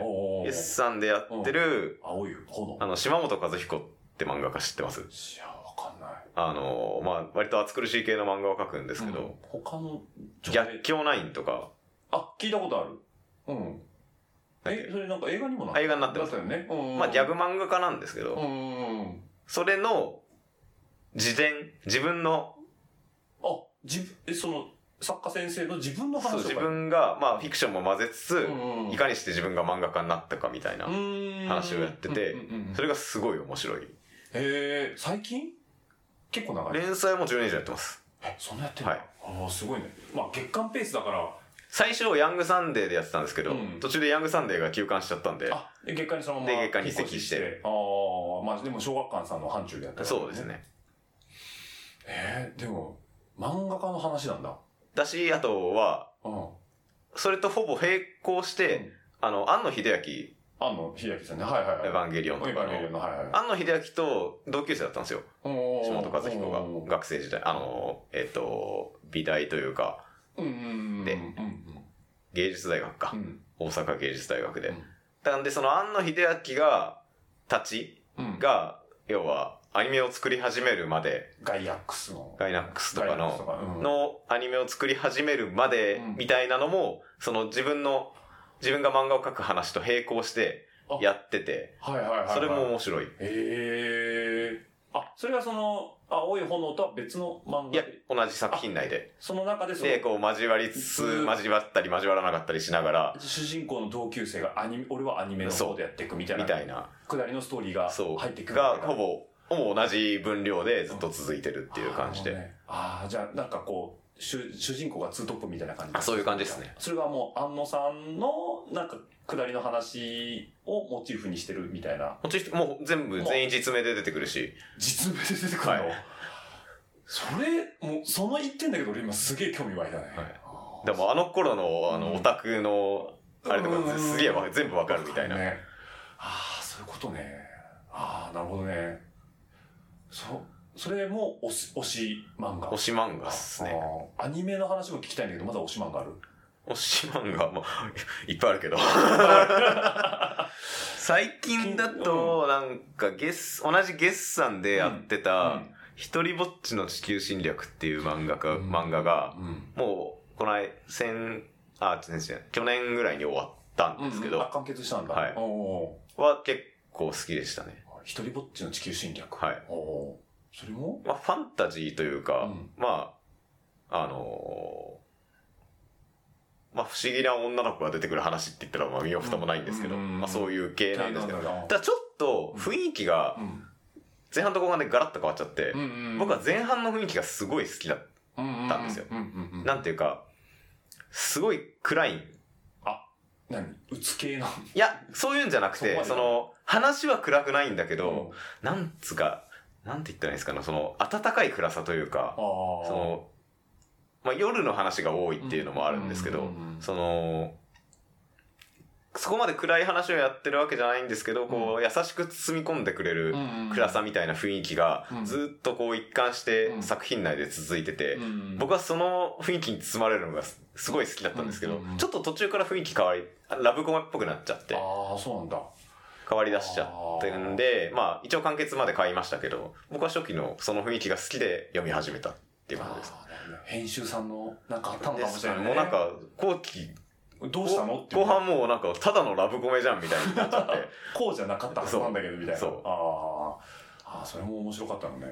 月さんでやってる、 青い炎。 あの、島本和彦って漫画家知ってます？ いや、わかんない。 あの、まあ、割と暑苦しい系の漫画を描くんですけど、うん、 他の、 逆境ナインとか。 あ、聞いたことある。うん。え、それなんか映画にもなって映画になってますよね。 まあ、ギャグ漫画家なんですけど、それの、自伝、自分の、 あ、自分、え、その、作家先生の自分の話をそう、自分が、まあ、フィクションも混ぜつつ、いかにして自分が漫画家になったかみたいな話をやってて、それがすごい面白い。 へー、最近結構長い。 連載もじゅうねん以上やってます。 え、そんなやってんの？はい。ああ、すごいね。まあ、月刊ペースだから。 最初、ヤングサンデーでやってたんですけど、うん、途中でヤングサンデーが休刊しちゃったんで。 あ、で、月刊にそのまま。 で、月刊に移籍して。 ああ、まあ、でも小学館さんの範疇でやった、ね、 そうですね。 えー、でも、漫画家の話なんだ。 だし、あとは、うん、それとほぼ並行して、うん、あの、庵野秀明。 庵野秀明さんね。はいはいはい。 エヴァンゲリオンとかの。エヴァンゲリオンの、はいはい。庵野秀明と同級生だったんですよ。下本和彦が。学生時代。あの、えっと、美大というか、で、芸術大学か。うん、大阪芸術大学で。うん、なんで、その庵野秀明が、たちが、うん、要は、アニメを作り始めるまで、 ガイアックスの。 ガイナックスとかの、うん、のアニメを作り始めるまで、みたいなのも、その自分の、自分が漫画を描く話と並行してやってて、 はいはいはい、はい。 それも面白い。 へえ。あ、それはその、青い炎とは別の漫画で？ いや、同じ作品内で。 その中でそので、こう交わりつつ、交わったり交わらなかったりしながら。 主人公の同級生がアニメ、俺はアニメの方でやっていくみたいな。 みたいな。 くだりのストーリーが入っていく。 が、ほぼ、ほぼ同じ分量でずっと続いてるっていう感じで。うん、あ、 ね、あ、じゃあなんかこう、主, 主人公がツートップみたいな感じで。 あ、そういう感じですね。 それがもう、安野さんの、なんか、下りの話をモチーフにしてるみたいな。 モチーフ、もう全部、全員実名で出てくるし。 実名で出てくるの、はい、それ、もう、その一点だけど俺今すげえ興味湧いたね。 はい。でもあの頃の、あの、オタクの、あれとかすげえ全部わかるみたいな。 ね、ああ、そういうことね。ああ、なるほどね。そう。それも推し、推し漫画。 推し漫画っすね。 アニメの話も聞きたいんだけど、まだ推し漫画ある？ 推し漫画もいっぱいあるけど。最近だと、なんかゲス、同じゲッサンでやってた、一人ぼっちの地球侵略っていう漫画が、漫画が、もう、この間、先、あ、先生、去年ぐらいに終わったんですけど。 あ、完結したんだ。 はい。は結構好きでしたね。 一人ぼっちの地球侵略。 はい。 それもまあ、ファンタジーというか、うん、まあ、あのー、まあ、不思議な女の子が出てくる話って言ったら、まあ、身も蓋もないんですけど、うん、まあ、そういう系なんですけど、ただちょっと雰囲気が、前半と後半でガラッと変わっちゃって、僕は前半の雰囲気がすごい好きだったんですよ。なんていうか、すごい暗い。 あ、何？うつ系なの？ いや、そういうんじゃなくて、その、話は暗くないんだけど、うん、なんつうか、なんて言ったらいいんですかね、その、暖かい暗さというか、その、まあ、夜の話が多いっていうのもあるんですけど、その、そこまで暗い話をやってるわけじゃないんですけど、こう、優しく包み込んでくれる暗さみたいな雰囲気が、ずっとこう一貫して作品内で続いてて、僕はその雰囲気に包まれるのがすごい好きだったんですけど、ちょっと途中から雰囲気変わり、ラブコメっぽくなっちゃって。 ああ、そうなんだ。 変わり出しちゃってるんで、まあ一応完結まで買いましたけど、僕は初期のその雰囲気が好きで読み始めたっていう感じです。 編集さんのなんかあったのかもしれないね。 もうなんか後期、 どうしたのって後半もうなんかただのラブコメじゃんみたいになっちゃって。 こうじゃなかったはずなんだけどみたいな。そう。ああ、ああ、それも面白かったのね。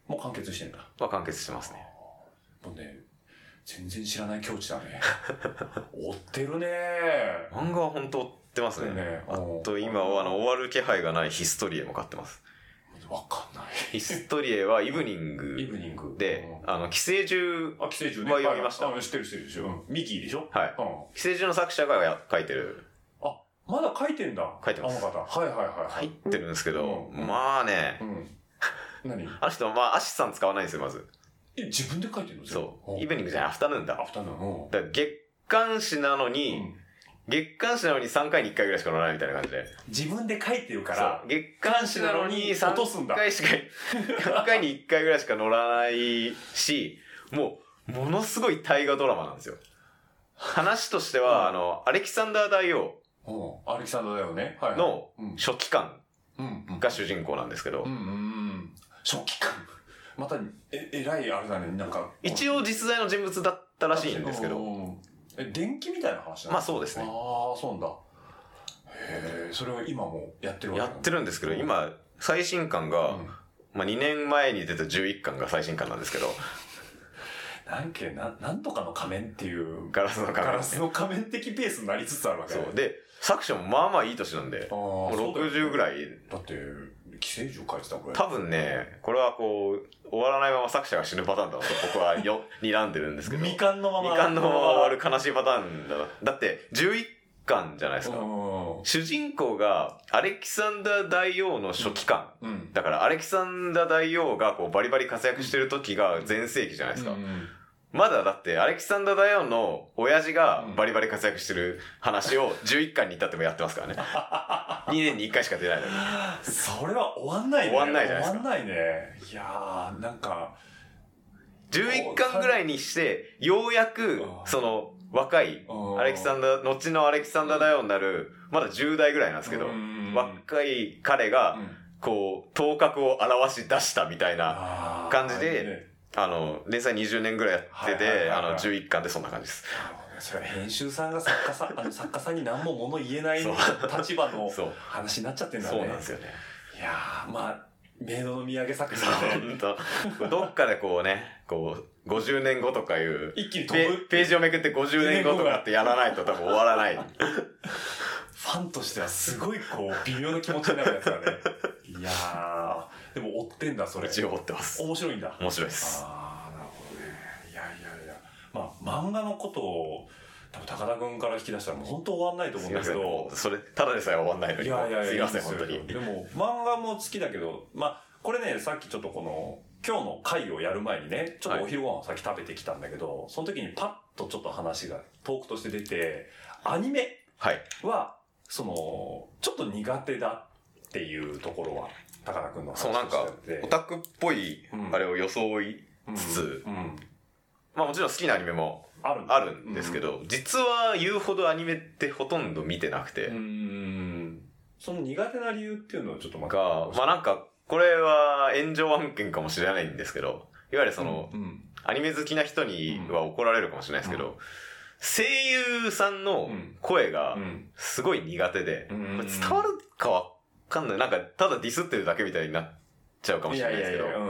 もう完結してんだ。 まあ完結してますね。 もうね、全然知らない境地だね。追ってるね。 漫画は本当追ってますね。ねあと今はあの終わる気配がないヒストリエも買ってます。 わかんない。 ヒストリエはイブニングで、 イブニングあの寄生獣は読みました。 あ、知ってる知ってるでしょ。ミキーでしょ。 はい。寄生獣の作者が書いてる。 あ、まだ書いてんだ。 書いてます。 あの方。はいはいはい。 入ってるんですけど、まあね。 何？ あの人まあアシスさん使わないんですよまず。 え、自分で書いてるの？ そう。イブニングじゃない、アフタヌーンだ。 アフタヌーン。 だから月刊誌なのに、月刊誌なのにさんかいにいっかいぐらいしか載らないみたいな感じで。 自分で書いてるから、 月刊誌なのにさんかいしか、さんかいにいっかいぐらいしか載らないし、もう、ものすごい大河ドラマなんですよ。話としては、あの、アレキサンダー大王。 アレキサンダー大王ね。 の初期巻が主人公なんですけど。 初期巻また、え、えらいあれだね、なんか。 一応実在の人物だったらしいんですけど。 え、電気みたいな話なの？ まあそうですね。 ああ、そうなんだ。へえ、それを今もやってるわけやってるんですけど、今、最新巻が、うん、まあにねんまえに出たじゅういっかんが最新巻なんですけど。 なんけ、な、なんとかの仮面っていう。 ガラスの仮面。 ガラスの仮面的ペースになりつつあるわけ。 そう。で、作者もまあまあいい年なんで、もうろくじゅうぐらい。 だって、寄生獣書いてたこれ。 多分ね、これはこう、終わらないまま作者が死ぬパターンだなと僕はよ、睨んでるんですけど。 未完のまま。 未完のまま終わる悲しいパターンだな。だって、じゅういっかんじゃないですか。主人公がアレキサンダー大王の初期巻。うんうん、だからアレキサンダー大王がこうバリバリ活躍してる時が全盛期じゃないですか。うんうん、まだだってアレキサンダー大王の親父がバリバリ活躍してる話をじゅういっかんに至ってもやってますからね。にねんにいっかいしか出ないのに。 それは終わんないね。 終わんないじゃないですか。 終わんないね。いやー、なんか。 じゅういっかんぐらいにして、ようやく、その、若い、アレキサンダー、後のアレキサンダー大王になる、まだじゅう代ぐらいなんですけど、若い彼が、こう、頭角を現し出したみたいな感じで、あの、連載にじゅうねんぐらいやってて、あの、じゅういっかんでそんな感じです。 それは編集さんが作家さん、あの作家さんに何も物言えない立場の話になっちゃってんだね。 そうなんですよね。 いやー、まあ、メイドの土産作品ね。本当。どっかでこうね、こう、ごじゅうねんごとかいう、 一気に飛ぶページをめくってごじゅうねんごとかってやらないと多分終わらない。 ファンとしてはすごいこう、微妙な気持ちになるやつだね。いやー、でも追ってんだ、それ。 一応追ってます。 面白いんだ。 面白いです。 あー、なるほどね。いやいやいや。まあ、漫画のことを、多分高田君から引き出したらもう本当終わんないと思うんだけど。 それ、ただでさえ終わんないのに。 いやいやいや。 すいません、本当に。 でも、漫画も好きだけど、まあ、これね、さっきちょっとこの、今日の回をやる前にね、ちょっとお昼ご飯をさっき食べてきたんだけど、はい、その時にパッとちょっと話が、トークとして出て、アニメは、はい、その、ちょっと苦手だっていうところは、高田君の話そう、なんか、オタクっぽい、あれを装いつつ、うんうんうん、まあもちろん好きなアニメもあるんですけど、うん、実は言うほどアニメってほとんど見てなくて。うーんその苦手な理由っていうのはちょっと待って。 が、まあなんか、これは炎上案件かもしれないんですけど、いわゆるその、うんうん、アニメ好きな人には怒られるかもしれないですけど、うん、声優さんの声がすごい苦手で、うんうん、伝わるかわかんない。なんか、ただディスってるだけみたいになっちゃうかもしれないですけど、いやいやいや、うん、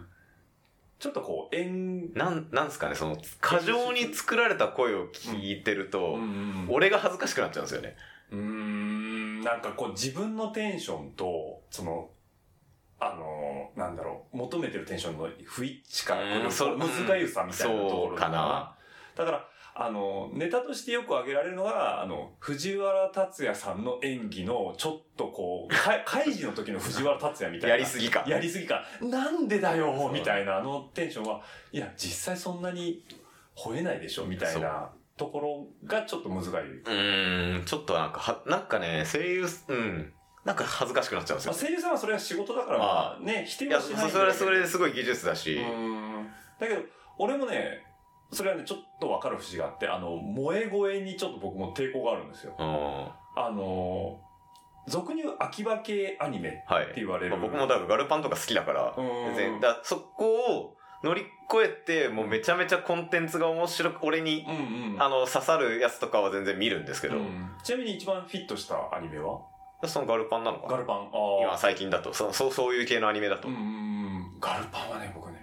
ちょっとこう、演、 なん、なんすかね、その、過剰に作られた声を聞いてると、うんうんうん、俺が恥ずかしくなっちゃうんですよね。 うーん、なんかこう、自分のテンションと、その、あの、なんだろう、求めてるテンションの不一致から来る、むずがゆさみたいなところかな。 だから、あの、ネタとしてよく挙げられるのが、あの、藤原竜也さんの演技の、ちょっとこう、かカイジの時の藤原竜也みたいな。 やりすぎか。 やりすぎか。なんでだよみたいな、あのテンションは、いや、実際そんなに吠えないでしょみたいなところがちょっとむずがゆい。 うーん、ちょっとなんか、は、なんかね、声優、うん。なんか恥ずかしくなっちゃうんですよ。 まあ、声優さんはそれは仕事だから、まあね、否定はしないんだけど。 いや、それはそれですごい技術だし。 うん。だけど、俺もね、それはね、ちょっとわかる節があって、あの、萌え声にちょっと僕も抵抗があるんですよ。あの、俗に言う秋葉系アニメって言われる。 はい、まあ、僕もだからガルパンとか好きだから、全然、だそこを乗り越えて、もうめちゃめちゃコンテンツが面白く、俺に、うんうん、あの、刺さるやつとかは全然見るんですけど。うん、 ちなみに一番フィットしたアニメはそのガルパンなのかな。 ガルパン。あ今最近だと、そそうそういう系のアニメだと。 うん。ガルパンはね、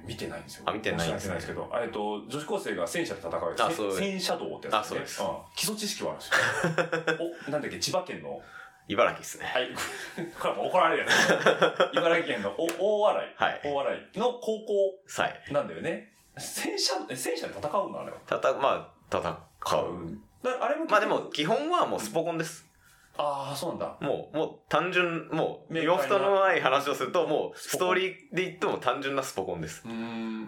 見てないんですよ。 あ、見てないんですね。 見てないですけど、えっと、女子高生が戦車で戦うやつ。戦車道ってやつですね。 あ、そうです。 うん。基礎知識はあるんですよ。お、なんだっけ、千葉県の。 茨城ですね。 はい。これも怒られるやつ。茨城県のお大洗。 はい。 大洗の高校。 はい。 なんだよね。戦車、戦車で戦うのあれは。 たた、まあ、戦う。 あれもまあでも、基本はもうスポコンです。 ああ、そうなんだ。 もう、もう単純、もう、洋服のない話をすると、もう、ストーリーで言っても単純なスポコンです。 うん。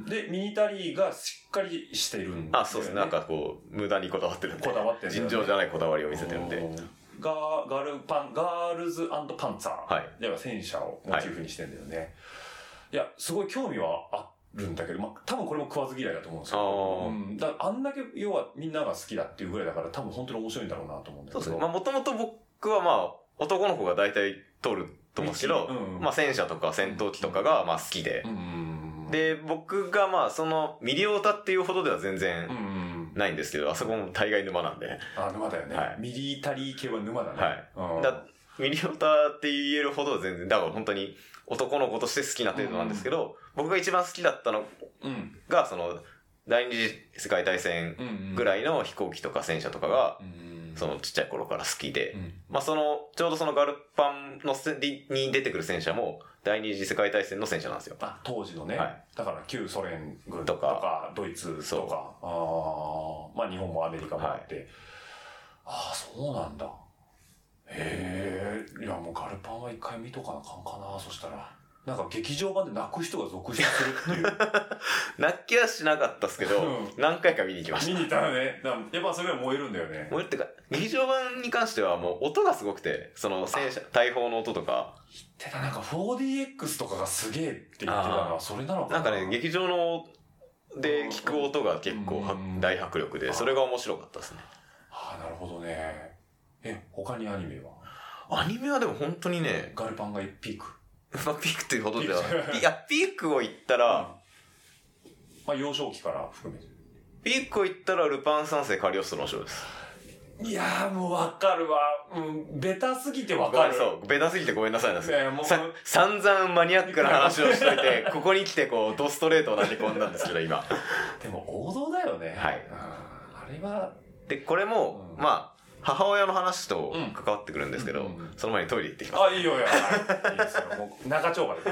で、ミニタリーがしっかりしてるんだよね。あ、そうですね。なんかこう、無駄にこだわってるんで。 こだわってるんで、ね。 尋常じゃないこだわりを見せてるんで。 ガー、ガールパン、ガールズ&パンツァー。 はい。 では戦車をモチーフにしてんだよね。はい、いや、すごい興味はあるんだけど、まあ、多分これも食わず嫌いだと思うんですけど。うん。だあんだけ、要はみんなが好きだっていうぐらいだから、多分本当に面白いんだろうなと思うんだけど。 そうですね。まあ、もともと僕はまあ、男の子が大体通ると思うんですけど、うんうん、まあ戦車とか戦闘機とかがまあ好きで、うんうん、で、僕がまあそのミリオタっていうほどでは全然ないんですけど、あそこも大概沼なんで。 あ、沼だよね。はい、ミリタリー系は沼だね。 はい。だミリオタって言えるほどは全然、だから本当に男の子として好きな程度なんですけど、うん、僕が一番好きだったのが、その、第二次世界大戦ぐらいの飛行機とか戦車とかが、うんうんそのちっちゃい頃から好きで、うん、まあその、ちょうどそのガルパンのに出てくる戦車も第二次世界大戦の戦車なんですよ。 あ、当時のね。はい、だから旧ソ連軍とか、とかドイツとか、あまあ日本もアメリカもあって、はい、ああ、そうなんだ。へえ、いやもうガルパンは一回見とかなあかんかな、そしたら。なんか劇場版で泣く人が続出するっていう。 泣きはしなかったっすけど、うん、何回か見に行きました。 見に行ったらね。やっぱそれは燃えるんだよね。 燃えるってか、劇場版に関してはもう音がすごくて、その戦車、大砲の音とか。 言ってた、なんか フォーディーエックス とかがすげえって言ってたのは、それなのかな。 なんかね、劇場ので聞く音が結構大迫力で、それが面白かったですね。 はあ、なるほどね。え、他にアニメはアニメはでも本当にね、 ガルパンがピーク。 まあ、ピークというほどでは。いや、ピークを言ったら、うん、 まあ、幼少期から含めて。 ピークを言ったら、ルパン三世カリオストロのショーです。 いやー、もうわかるわ。うん、ベタすぎてわかる。 そう、ベタすぎてごめんなさいなんですよ。さ、散々マニアックな話をしといて、ここに来てこう、ドストレートを投げ込んだんですけど、今。 でも王道だよね。 はい。 あれは。 で、これも、うん、まあ、母親の話と関わってくるんですけど、うんうんうん、その前にトイレ行ってきます。 あ、いいよ、いいよ。いいですよ。もう中丁場で。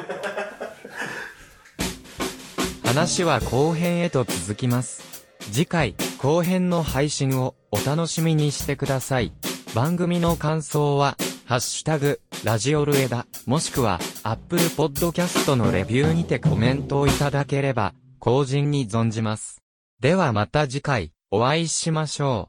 話は後編へと続きます。次回、後編の配信をお楽しみにしてください。番組の感想は、ハッシュタグ、ラジオルエダ、もしくは、Apple Podcast のレビューにてコメントをいただければ、後人に存じます。ではまた次回、お会いしましょう。